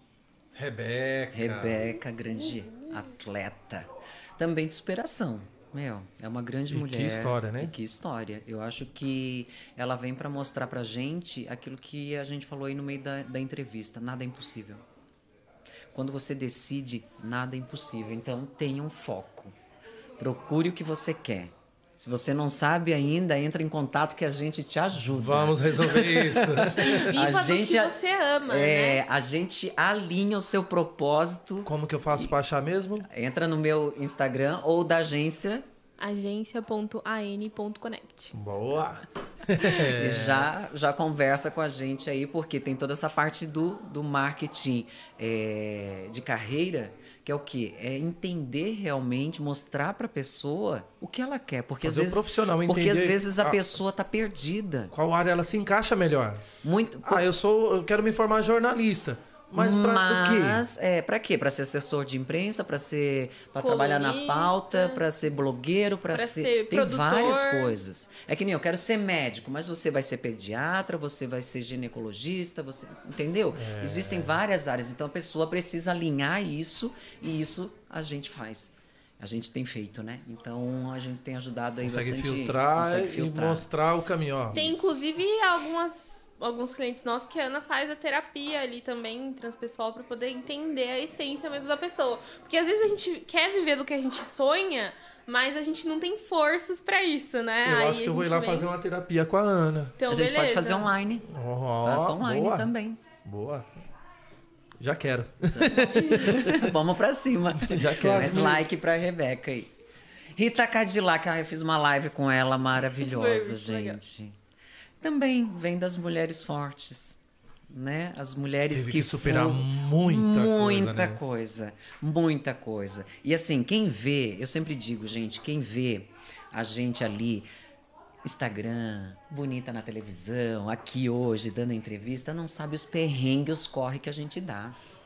Rebeca. Rebeca, grande atleta. Também de superação. Meu, é uma grande E mulher. que história, né? E que história. Eu acho que ela vem para mostrar pra gente aquilo que a gente falou aí no meio da entrevista. Nada é impossível. Quando você decide, nada é impossível. Então, tenha um foco. Procure o que você quer. Se você não sabe ainda, entra em contato que a gente te ajuda. Vamos resolver isso. E viva do que você ama, né? A gente alinha o seu propósito. Como que eu faço pra achar mesmo? Entra no meu Instagram ou da agência. agência.an.connect. Boa! E já conversa com a gente aí, porque tem toda essa parte do marketing de carreira, que é o quê? É entender realmente, mostrar para a pessoa o que ela quer. Porque Fazer às vezes, o profissional porque entender às vezes a a- pessoa tá perdida. Qual área ela se encaixa melhor? Muito. Eu quero me formar jornalista. Mas pra do quê? Para quê? Para ser assessor de imprensa, para trabalhar na Colunista. pauta, para ser blogueiro, para Pra ser ser tem produtor. várias coisas. É que nem eu quero ser médico, mas você vai ser pediatra, você vai ser ginecologista, você entendeu? Existem várias áreas, então a pessoa precisa alinhar isso e isso a gente faz. A gente tem feito, né? Então a gente tem ajudado aí Consegue bastante. filtrar consegue e filtrar. mostrar o caminho. Ó. Tem, inclusive, alguns clientes nossos que a Ana faz a terapia ali também, transpessoal, para poder entender a essência mesmo da pessoa. Porque às vezes a gente quer viver do que a gente sonha, mas a gente não tem forças para isso, né? Eu Aí acho que eu a vou ir gente lá vem- fazer uma terapia com a Ana. Então, A gente pode beleza. fazer online. Ó, Faça online boa. também. Boa. Já quero. Vamos pra cima. Já quero. Mais like pra Rebeca aí. Rita Cadillac, eu fiz uma live com ela maravilhosa, Foi muito legal. gente. Também vem das mulheres fortes, né? As mulheres Teve que que superar foram- muita coisa, né? coisa, muita coisa. E assim, quem vê, eu sempre digo, gente, quem vê a gente ali, Instagram, bonita na televisão, aqui hoje, dando entrevista, não sabe os perrengues, os corre que a gente dá.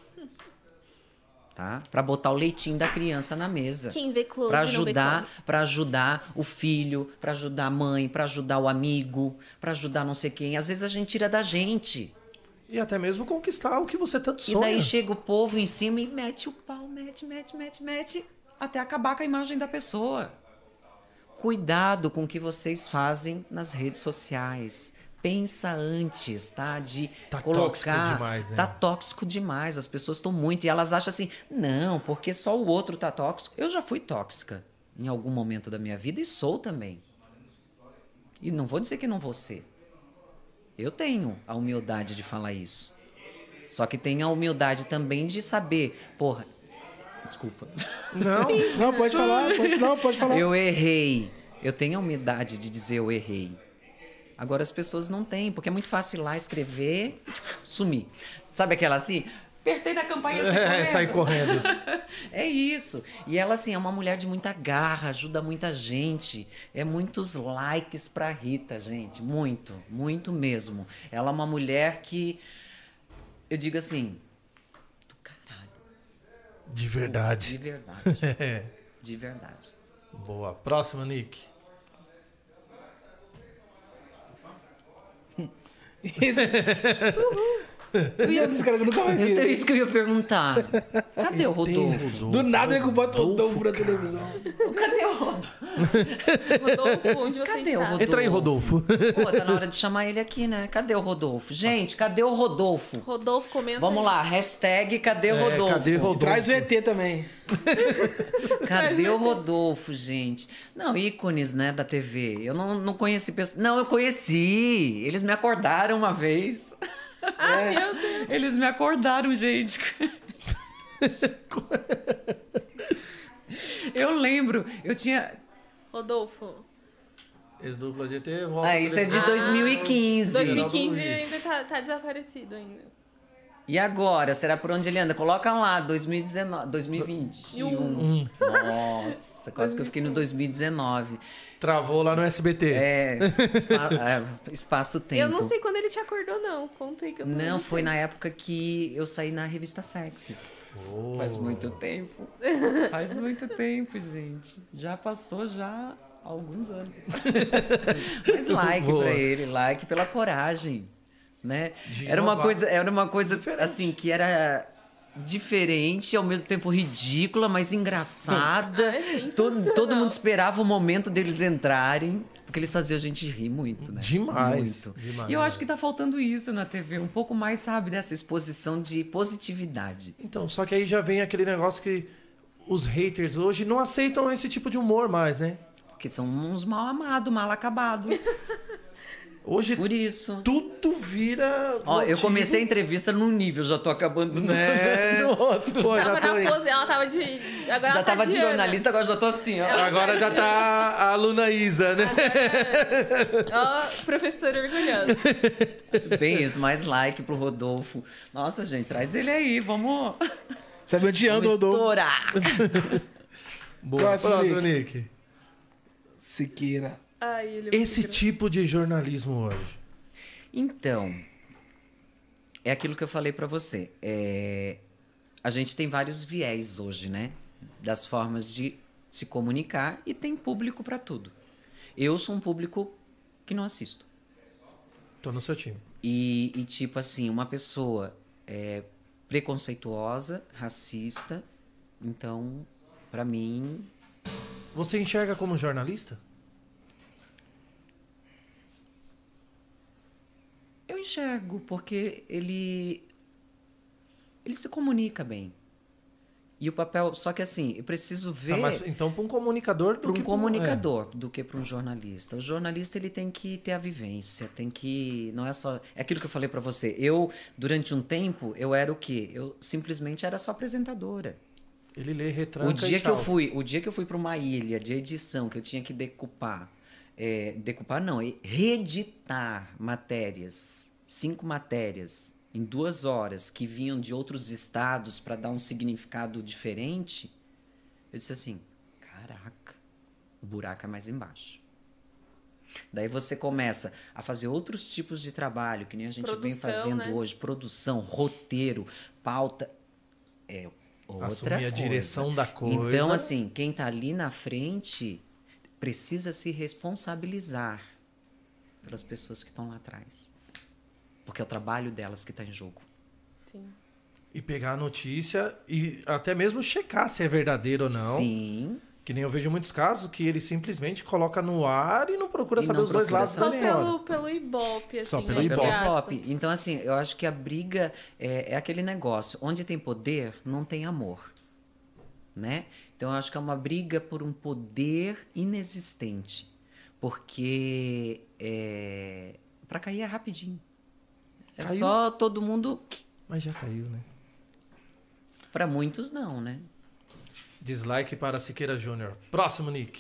Tá? Para botar o leitinho da criança na mesa. Quem vê close Para não vê ajudar, corre. para ajudar o filho, para ajudar a mãe, para ajudar o amigo, para ajudar não sei quem. Às vezes a gente tira da gente. E até mesmo conquistar o que você tanto E sonha. daí chega o povo em cima e mete o pau, mete, até acabar com a imagem da pessoa. Cuidado com o que vocês fazem nas redes sociais. Pensa antes, tá? De Tá colocar... tóxico demais, né? Tá tóxico demais. As pessoas estão muito... E elas acham assim, não, porque só o outro tá tóxico. Eu já fui tóxica em algum momento da minha vida e sou também. E não vou dizer que não vou ser. Eu tenho a humildade de falar isso. Só que tenho a humildade também de saber, porra, desculpa. Não, Não, pode falar, pode falar. Eu errei. Eu tenho a humildade de dizer eu errei. Agora as pessoas não têm, porque é muito fácil ir lá escrever e sumir. Sabe aquela assim? Apertei na campainha e sai correndo. É isso. E ela, assim, é uma mulher de muita garra, ajuda muita gente. É muitos likes pra Rita, gente. Muito, muito mesmo. Ela é uma mulher que, eu digo assim, do caralho. De De verdade. verdade. De verdade. Boa. Próxima, Nick. Esse cara que nunca vai Então é ver. isso que eu ia perguntar. Cadê o Rodolfo? Do nada eu boto o Rodolfo pra cara. televisão. Cadê o Rodolfo? Rodolfo, onde você Cadê o está? Rodolfo? Entra aí, Rodolfo. Pô, tá na hora de chamar ele aqui, né? Cadê o Rodolfo? Gente, cadê o Rodolfo? Rodolfo, comenta Vamos aí. lá, hashtag cadê o Rodolfo? cadê Rodolfo? Traz o ET também. Cadê o Rodolfo, gente? Não, ícones, né, da TV. Eu não conheci pessoas. Não, eu conheci. Eles me acordaram uma vez. Ai, meu Deus. Eles me acordaram, gente. Eu lembro, eu tinha. Rodolfo. Ex-dupla GT, volta. Ah, isso é de 2015. 2015 Luiz. ainda tá desaparecido ainda. E agora? Será por onde ele anda? Coloca lá, 2019, 2021. Nossa, quase que eu fiquei no 2019. Travou lá no SBT. Espaço-tempo. Eu não sei quando ele te acordou, não. Conta aí que eu Não, foi sei. na época que eu saí na revista Sexy. Faz muito tempo. Faz muito tempo, gente. Já passou já alguns anos. Mas like Boa. pra ele, like pela coragem, né? De Era uma inovar. coisa assim que era diferente, ao mesmo tempo ridícula, mas engraçada. Ah, é sensacional. Todo mundo esperava o momento deles entrarem, porque eles faziam a gente rir muito, né? Demais, Muito. demais. E eu acho que tá faltando isso na TV, um pouco mais, sabe, dessa exposição de positividade. Então, só que aí já vem aquele negócio que os haters hoje não aceitam esse tipo de humor mais, né? Porque são uns mal amados, mal acabados. Hoje Por isso. tudo vira. Ó, eu motivo. comecei a entrevista num nível, já tô acabando É. no outro. Pô, já Tava tô na aí. pose, ela tava de. Agora Já ela tá tava de Ana. jornalista, agora já tô assim, ó. Agora já tá a aluna Isa, né? Ó, professora orgulhosa. Bem isso, mais like pro Rodolfo. Nossa, gente, traz ele aí, vamos, Sabe onde anda, vamos Rodolfo? estourar. Boa. Próximo, Próximo, Nick. Nick. Siqueira. Ai, ele é muito Esse engraçado. tipo de jornalismo hoje. Então, é aquilo que eu falei pra você. A gente tem vários viés hoje, né? Das formas de se comunicar e tem público pra tudo. Eu sou um público que não assisto. Tô no seu time. E tipo assim, uma pessoa preconceituosa, racista. Então, pra mim, Você enxerga como jornalista? eu enxergo, porque ele se comunica bem. E o papel, só que assim, eu preciso ver Tá, mas, então, para um comunicador. para um comunicador do que para um jornalista. O jornalista ele tem que ter a vivência, tem que, não é só, é aquilo que eu falei para você. Eu durante um tempo eu era o quê? Eu simplesmente era só apresentadora. Ele lê, retranca O dia e que eu tchau. fui para uma ilha de edição que eu tinha que decupar não, reeditar matérias, 5 matérias em 2 horas que vinham de outros estados para dar um significado diferente, eu disse assim, caraca, o buraco é mais embaixo. Daí você começa a fazer outros tipos de trabalho, que nem a gente vem Produção, fazendo né? hoje, produção, roteiro, pauta, outra Assumir a coisa. direção da coisa. Então, assim, quem tá ali na frente precisa se responsabilizar pelas pessoas que estão lá atrás. Porque é o trabalho delas que está em jogo. Sim. E pegar a notícia e até mesmo checar se é verdadeiro ou não. Sim. Que nem eu vejo muitos casos que ele simplesmente coloca no ar e não procura E saber não os dois procura lados da Só história. pelo Ibope, assim. Só pelo entre Ibope. aspas. Então, assim, eu acho que a briga é aquele negócio. Onde tem poder, não tem amor. Né? Então, eu acho que é uma briga por um poder inexistente. Porque para cair é rapidinho. É Caiu. só todo mundo... Mas já caiu, né? Para muitos, não, né? Dislike para Siqueira Júnior. Próximo, Nick.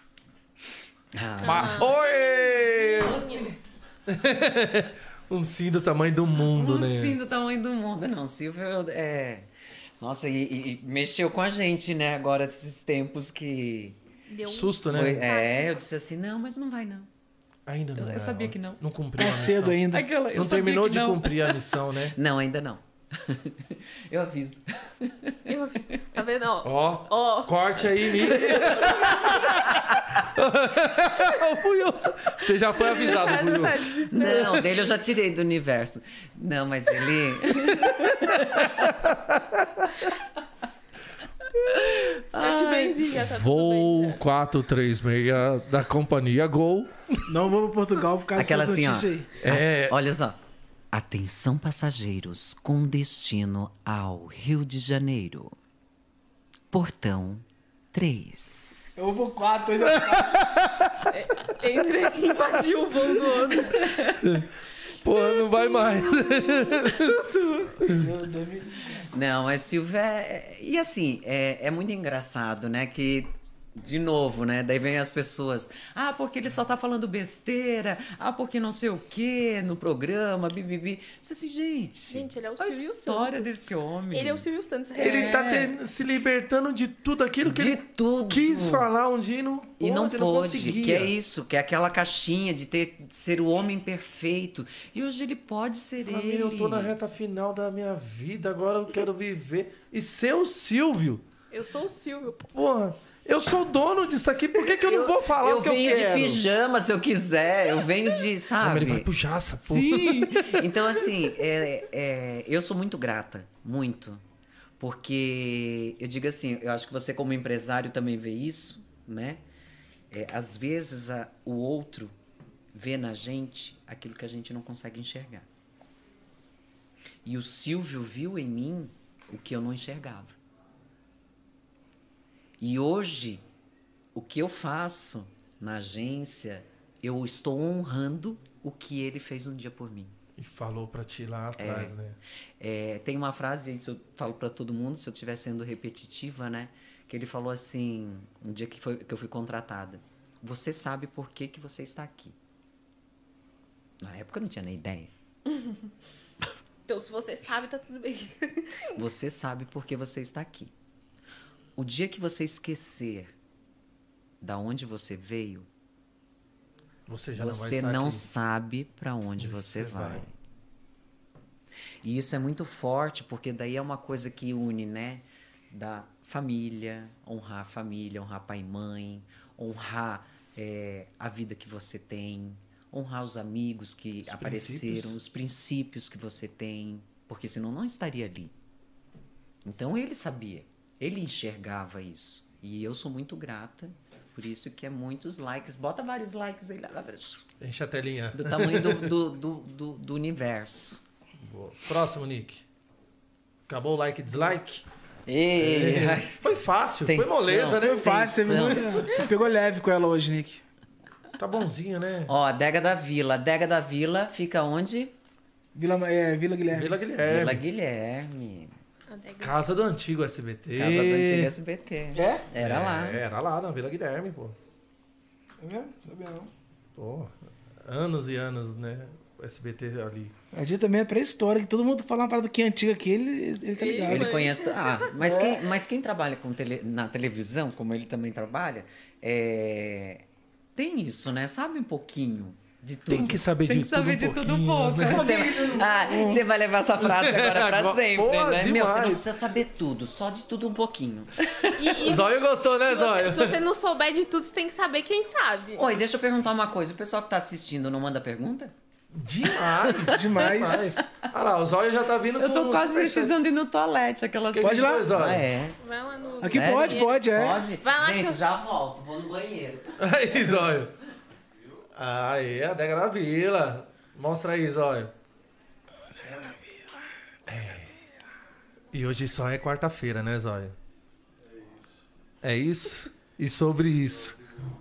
Ah, Oi! Um sim do tamanho do mundo, né? sim do tamanho do mundo. Não, Silvio Nossa, e mexeu com a gente, né? Agora, esses tempos que... Deu um Susto, né? eu disse assim, não, mas não vai, não. Ainda não. Eu sabia que não. Não cumpriu a É missão. cedo ainda. Eu Não sabia terminou que de não. cumprir a missão, né? Não, ainda não. Eu aviso. Eu fiz. Tá vendo? Ó. Ó, Ó. corte aí, Nick. Fui eu. Você já foi avisado, Tá, fui eu. tá desesperado. Não, dele eu já tirei do universo. Não, mas ele... Eu te benzi, já tá tudo Voo bem. já. 436 da companhia Gol. Não vamos para Portugal por causa Aquela dessas assim, ó. notícias aí. É. Olha só. Atenção passageiros com destino ao Rio de Janeiro. Portão 3. Eu vou 4, eu já... Entra e invadiu o voo do outro. Pô, não vai mais. Não, mas Silvio E assim, é muito engraçado, né? Que, de novo, né? Daí vem as pessoas. Ah, porque ele só tá falando besteira. Ah, porque não sei o quê no programa, bibibi. Você assim, Gente, ele é o a Silvio história Santos. desse homem. Ele é o Silvio Santos. Ele tá se libertando de tudo aquilo que De ele tudo. quis falar um dia E não pôde, pôde, conseguia. que é isso, que é aquela caixinha de ser o homem perfeito. E hoje ele pode ser Fala, ele. meu, eu tô na reta final da minha vida, agora eu quero viver. E ser o Silvio. Eu sou o Silvio, pô. Porra, eu sou dono disso aqui, por que eu não vou falar o que eu venho quero? de pijama se eu quiser, eu venho de, Não, sabe? mas ele vai pro Jaça, pô. Sim. Então, assim, eu sou muito grata, muito. Porque eu digo assim, eu acho que você como empresário também vê isso, né? Às vezes o outro vê na gente aquilo que a gente não consegue enxergar. E o Silvio viu em mim o que eu não enxergava. E hoje, o que eu faço na agência, eu estou honrando o que ele fez um dia por mim. E falou pra ti lá atrás, né? Tem uma frase, isso eu falo para todo mundo, se eu estiver sendo repetitiva, né? Que ele falou assim, um dia que eu fui contratada. Você sabe por que você está aqui. Na época eu não tinha nem ideia. Então, se você sabe, tá tudo bem. Você sabe por que você está aqui. O dia que você esquecer da onde você veio, Você já você não vai estar não aqui. sabe para onde você vai. E isso é muito forte, porque daí é uma coisa que une, né? Da família, honrar pai e mãe, honrar a vida que você tem, honrar os amigos que apareceram, os princípios que você tem, porque senão não estaria ali. Então ele sabia, ele enxergava isso. E eu sou muito grata, por isso que é muitos likes. Bota vários likes aí, Enche a telinha. do tamanho do universo. Boa. Próximo, Nick. Acabou o like e dislike? Ei, Foi fácil, Tensão. foi moleza, né? Foi fácil, você pegou leve com ela hoje, Nick. Tá bonzinho, né? Ó, Adega da Vila. Adega da Vila fica onde? Vila Guilherme. Vila Guilherme. Vila Guilherme. Casa do antigo SBT. Casa do antigo SBT. É? Era lá. Era lá, na Vila Guilherme, pô. É mesmo? Sabia não. Pô, anos e anos, né? O SBT ali. A gente também é pré-história, que todo mundo fala uma parada que é antiga aqui, ele tá ligado. Ele conhece... mas quem trabalha na televisão, como ele também trabalha, tem isso, né? Sabe um pouquinho de tudo. Tem que saber Tem de que saber de tudo tudo um um pouco. pouquinho, Você vai levar essa frase agora pra sempre, Pô, né? Meu, você não demais. precisa saber tudo, só de tudo um pouquinho. Zóio gostou, né, Zóio? Se você não souber de tudo, você tem que saber quem sabe. Oi, deixa eu perguntar uma coisa. O pessoal que tá assistindo não manda pergunta? Demais. Demais. Olha lá, o Zóio já tá vindo Eu tô com quase superchat. precisando ir no toalete, aquelas... Pode ir lá. Zóio. Vai lá no... Aqui Sério? pode, Pode? Vai lá Gente, que eu- já volto. Vou no banheiro. Aí, Zóio. Aí, a Adega da Vila. Mostra aí, Zóio. E hoje só é quarta-feira, né, Zóio? É isso? E sobre isso.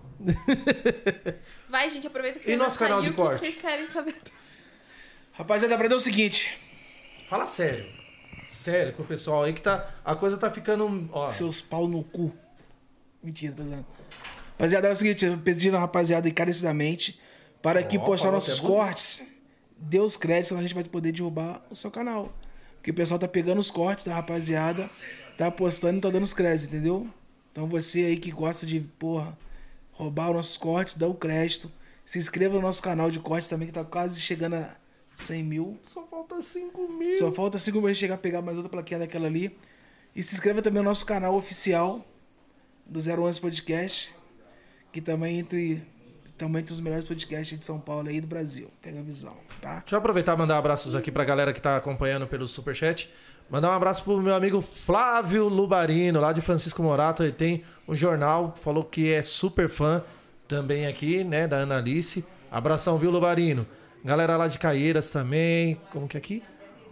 Vai, gente, aproveita que E ainda nosso canal de saiu, o que corte? vocês querem saber. Rapaziada, pra dar o seguinte. Fala sério. Sério, com o pessoal aí que tá. A coisa tá ficando. Ó, Seus pau no cu. Mentira, tá usando. Rapaziada, é o seguinte, eu pedi a rapaziada encarecidamente para que postar falou nossos que é bonito. cortes. Dê os créditos, senão a gente vai poder derrubar o seu canal. Porque o pessoal tá pegando os cortes da rapaziada, tá postando e não tá dando os créditos, entendeu? Então você aí que gosta de, porra, roubar os nossos cortes, dá o crédito. Se inscreva no nosso canal de cortes também, que tá quase chegando a 100 mil. só falta 5 mil. Só falta 5 meses chegar a pegar mais outra plaquinha daquela ali. E se inscreva também no nosso canal oficial do 011 Podcast, que também entre os melhores podcasts de São Paulo aí do Brasil. Pega a visão, tá? Deixa eu aproveitar e mandar abraços aqui pra galera que tá acompanhando pelo Superchat. Mandar um abraço pro meu amigo Flávio Lubarino, lá de Francisco Morato. Ele tem um jornal, falou que é super fã também aqui, né, da Ana Alice. Abração, viu, Lubarino? Galera lá de Caieiras também. Como que é aqui?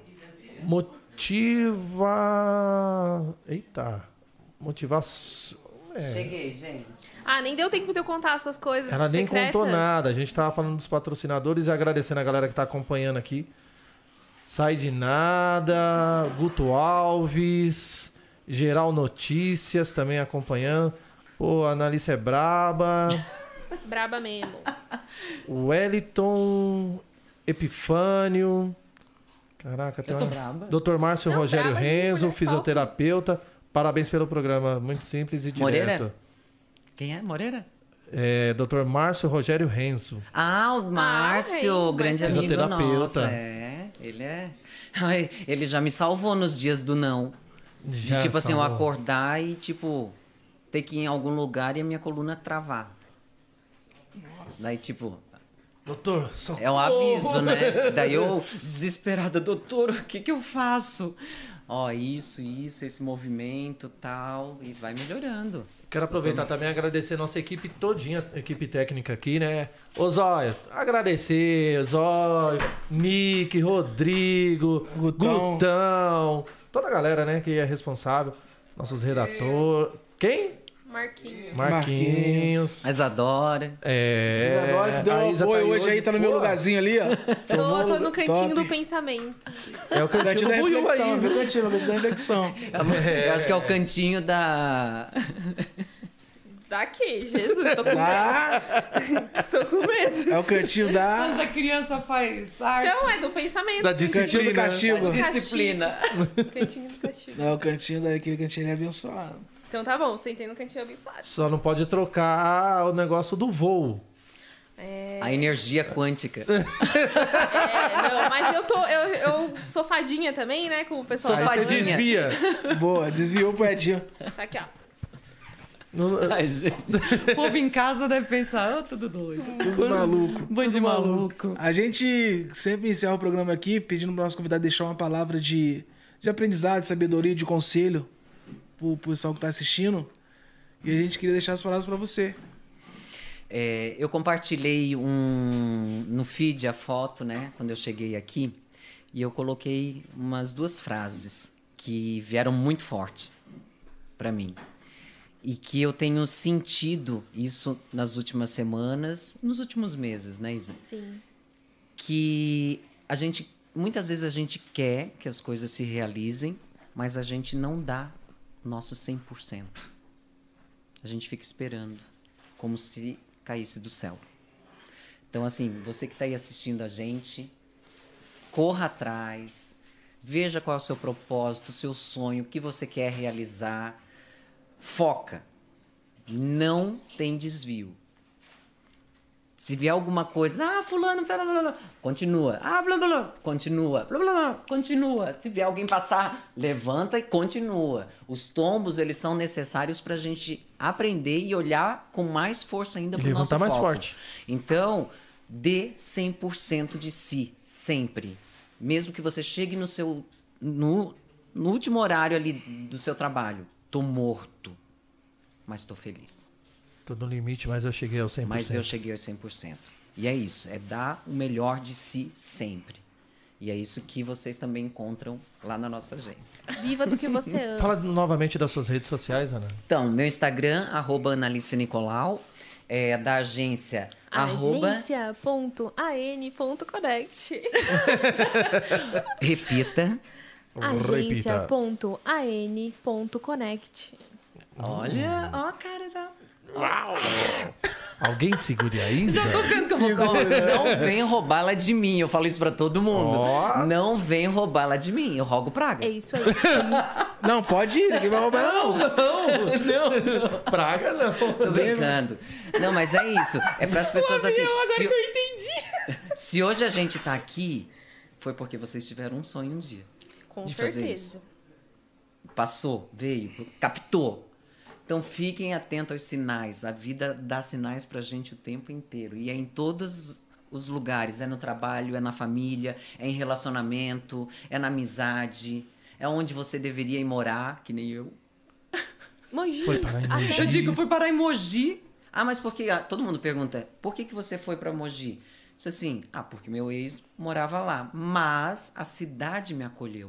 Motivação. Cheguei, gente. Ah, nem deu tempo de eu contar essas coisas Ela nem secretas. contou nada. A gente tava falando dos patrocinadores e agradecendo a galera que tá acompanhando aqui. Sai de Nada, Guto Alves, Geral Notícias também acompanhando. Pô, a Analice é braba. Braba mesmo. O Wellington, Epifânio. Caraca, tem Eu sou uma... braba. Dr. Márcio Não, Rogério braba de Renzo, mulher fisioterapeuta. Parabéns pelo programa, muito simples e direto. Moreira? Quem é? Moreira? É, Dr. Márcio Rogério Renzo. Ah, o Márcio, Renzo, grande Márcio. amigo Fisioterapeuta. nosso. Ele é... Ai, ele já me salvou nos dias do não. Já De tipo assim, eu salvou. acordar e tipo, ter que ir em algum lugar e a minha coluna travar. Daí tipo, Doutor, socorro. é um aviso, né? Daí eu, desesperada, doutor, o que eu faço? ó, isso, esse movimento, tal, e vai melhorando. Quero aproveitar também e agradecer nossa equipe todinha, equipe técnica aqui, né? Ô Zóio, agradecer, Zóio, Nick, Rodrigo, Gutão, toda a galera, né, que é responsável, nossos redatores. Quem? Marquinhos. Mas adora. Agora que deu um apoio hoje aí, tá no meu lugarzinho ali, ó. Tô no cantinho do pensamento. É o cantinho da do Buiu aí. reflexão, viu? Cantinho da reflexão. Eu acho que é o cantinho da... Daqui, Jesus, tô com medo. Tô com medo. É o cantinho da... Quando a criança faz arte. Então, é do pensamento. Da Cantinho do disciplina. castigo. Disciplina. Cantinho do castigo. Não, o cantinho daquele cantinho é abençoado. Então tá bom, sentei no cantinho abençoado. Só não pode trocar o negócio do voo. A energia quântica. Não, mas eu sou fadinha também, né? Como o pessoal Aí faz. você desvia. Boa, desviou pro Edinho. Tá aqui, ó. Ai, gente. O povo em casa deve pensar, tudo doido. Tudo maluco. Bando de maluco. A gente sempre encerra o programa aqui pedindo pro nosso convidado deixar uma palavra de aprendizado, de sabedoria, de conselho pro pessoal que tá assistindo. E a gente queria deixar as palavras pra você. Eu compartilhei no feed a foto, né? Quando eu cheguei aqui. E eu coloquei umas 2 frases que vieram muito forte para mim. E que eu tenho sentido isso nas últimas semanas, nos últimos meses, né, Isa? Sim. Que muitas vezes a gente quer que as coisas se realizem, mas a gente não dá nosso 100%. A gente fica esperando, como se caísse do céu. Então, assim, você que está aí assistindo a gente, corra atrás, veja qual é o seu propósito, o seu sonho, o que você quer realizar. Foca. Não tem desvio. Se vier alguma coisa, fulano, blá, blá, blá, continua. Blá, blá, blá, continua. Blá, blá, blá, continua. Se vier alguém passar, levanta e continua. Os tombos, eles são necessários para a gente aprender e olhar com mais força ainda para o nosso foco. Mais forte. Então, dê 100% de si, sempre. Mesmo que você chegue no último horário ali do seu trabalho. Tô morto, mas tô feliz. Tô no limite, mas eu cheguei ao 100%. Mas eu cheguei aos 100%. E é isso, é dar o melhor de si sempre. E é isso que vocês também encontram lá na nossa agência. Viva do que você ama. Fala novamente das suas redes sociais, Ana. Então, meu Instagram, @AnaliceNicolau, da agência, agência.an.connect. Repita. Agência.an.connect. Olha, ó a cara da... Uau! Alguém segure a Isa? Já tô vendo que eu vou... Não vem roubá-la de mim. Eu falo isso pra todo mundo. Oh. Não vem roubá-la de mim. Eu rogo praga. É isso aí. Não, pode ir. Ninguém vai roubar, não. Não. Praga não. Tô brincando. Não, mas é isso. É pras pessoas assim... Agora que eu entendi. Se hoje a gente tá aqui, foi porque vocês tiveram um sonho um dia. Com de certeza. fazer isso. Passou, veio, captou. Então fiquem atentos aos sinais. A vida dá sinais pra gente o tempo inteiro. E é em todos os lugares. É no trabalho, é na família, é em relacionamento, é na amizade. É onde você deveria ir morar, que nem eu. Mogi. Foi parar em Mogi. Eu digo, eu fui parar em Mogi. Mas por que... todo mundo pergunta, por que você foi pra Mogi? Disse assim, porque meu ex morava lá. Mas a cidade me acolheu.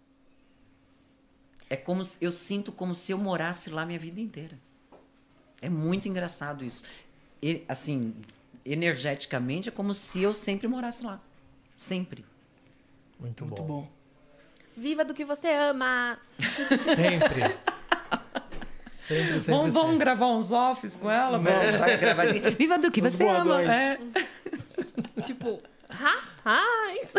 É como eu sinto como se eu morasse lá minha vida inteira. É muito engraçado isso. E, assim, energeticamente é como se eu sempre morasse lá. Sempre. Muito Muito bom. bom. Viva do que você ama. Sempre. Sempre. Vamos gravar uns offs com ela? Vamos já gravar assim. Viva do que você ama. Tipo, rapaz.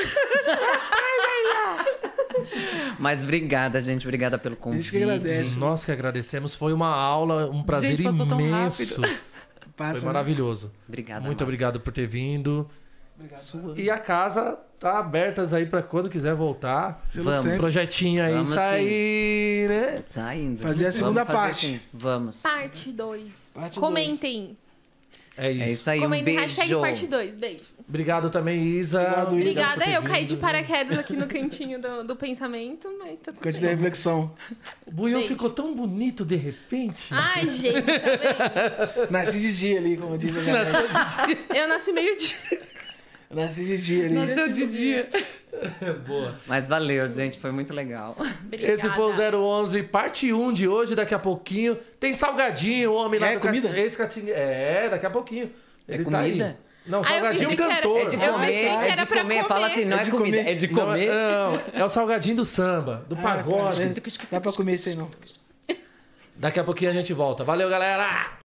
Mas obrigada, gente. Obrigada pelo convite. A gente que agradece. Nós que agradecemos. Foi uma aula, um prazer Gente, passou tão imenso. Passa, Foi maravilhoso. Obrigada. Muito obrigado por ter vindo. Sua. E a casa tá aberta aí pra quando quiser voltar. Vamos. Projetinho aí Vamos sair, né? Saindo. Fazer a segunda Vamos fazer parte. assim. Vamos. Parte 2. Parte Comentem. É isso. É isso aí, um Comentem beijo. hashtag parte 2. Beijo. Obrigado também, Isa. Obrigado, Isa. Obrigada, por ter eu caí vindo. de paraquedas aqui no cantinho do pensamento, mas tá tudo Canto da bem. reflexão. O Buiu Beijo. ficou tão bonito de repente. Ai, gente, tá vendo? Nasci de dia ali, como diz a galera. Eu nasci meio-dia. Nasci de dia ali. Nasceu de dia. Boa. Mas valeu, gente. Foi muito legal. Obrigada. Esse foi o 011, parte 1 de hoje. Daqui a pouquinho tem salgadinho, o homem lá É do comida? daqui a pouquinho. Ele tá comida? aí. Não, Ah, eu salgadinho pensei que era- cantor. É de Eu comer, pensei que é era de pra comer. comer. Fala assim, não É é de comida, comer. é de comer. Não, é o salgadinho do samba, do pagode. Dá pra comer isso aí, não. Daqui a pouquinho a gente volta. Valeu, galera!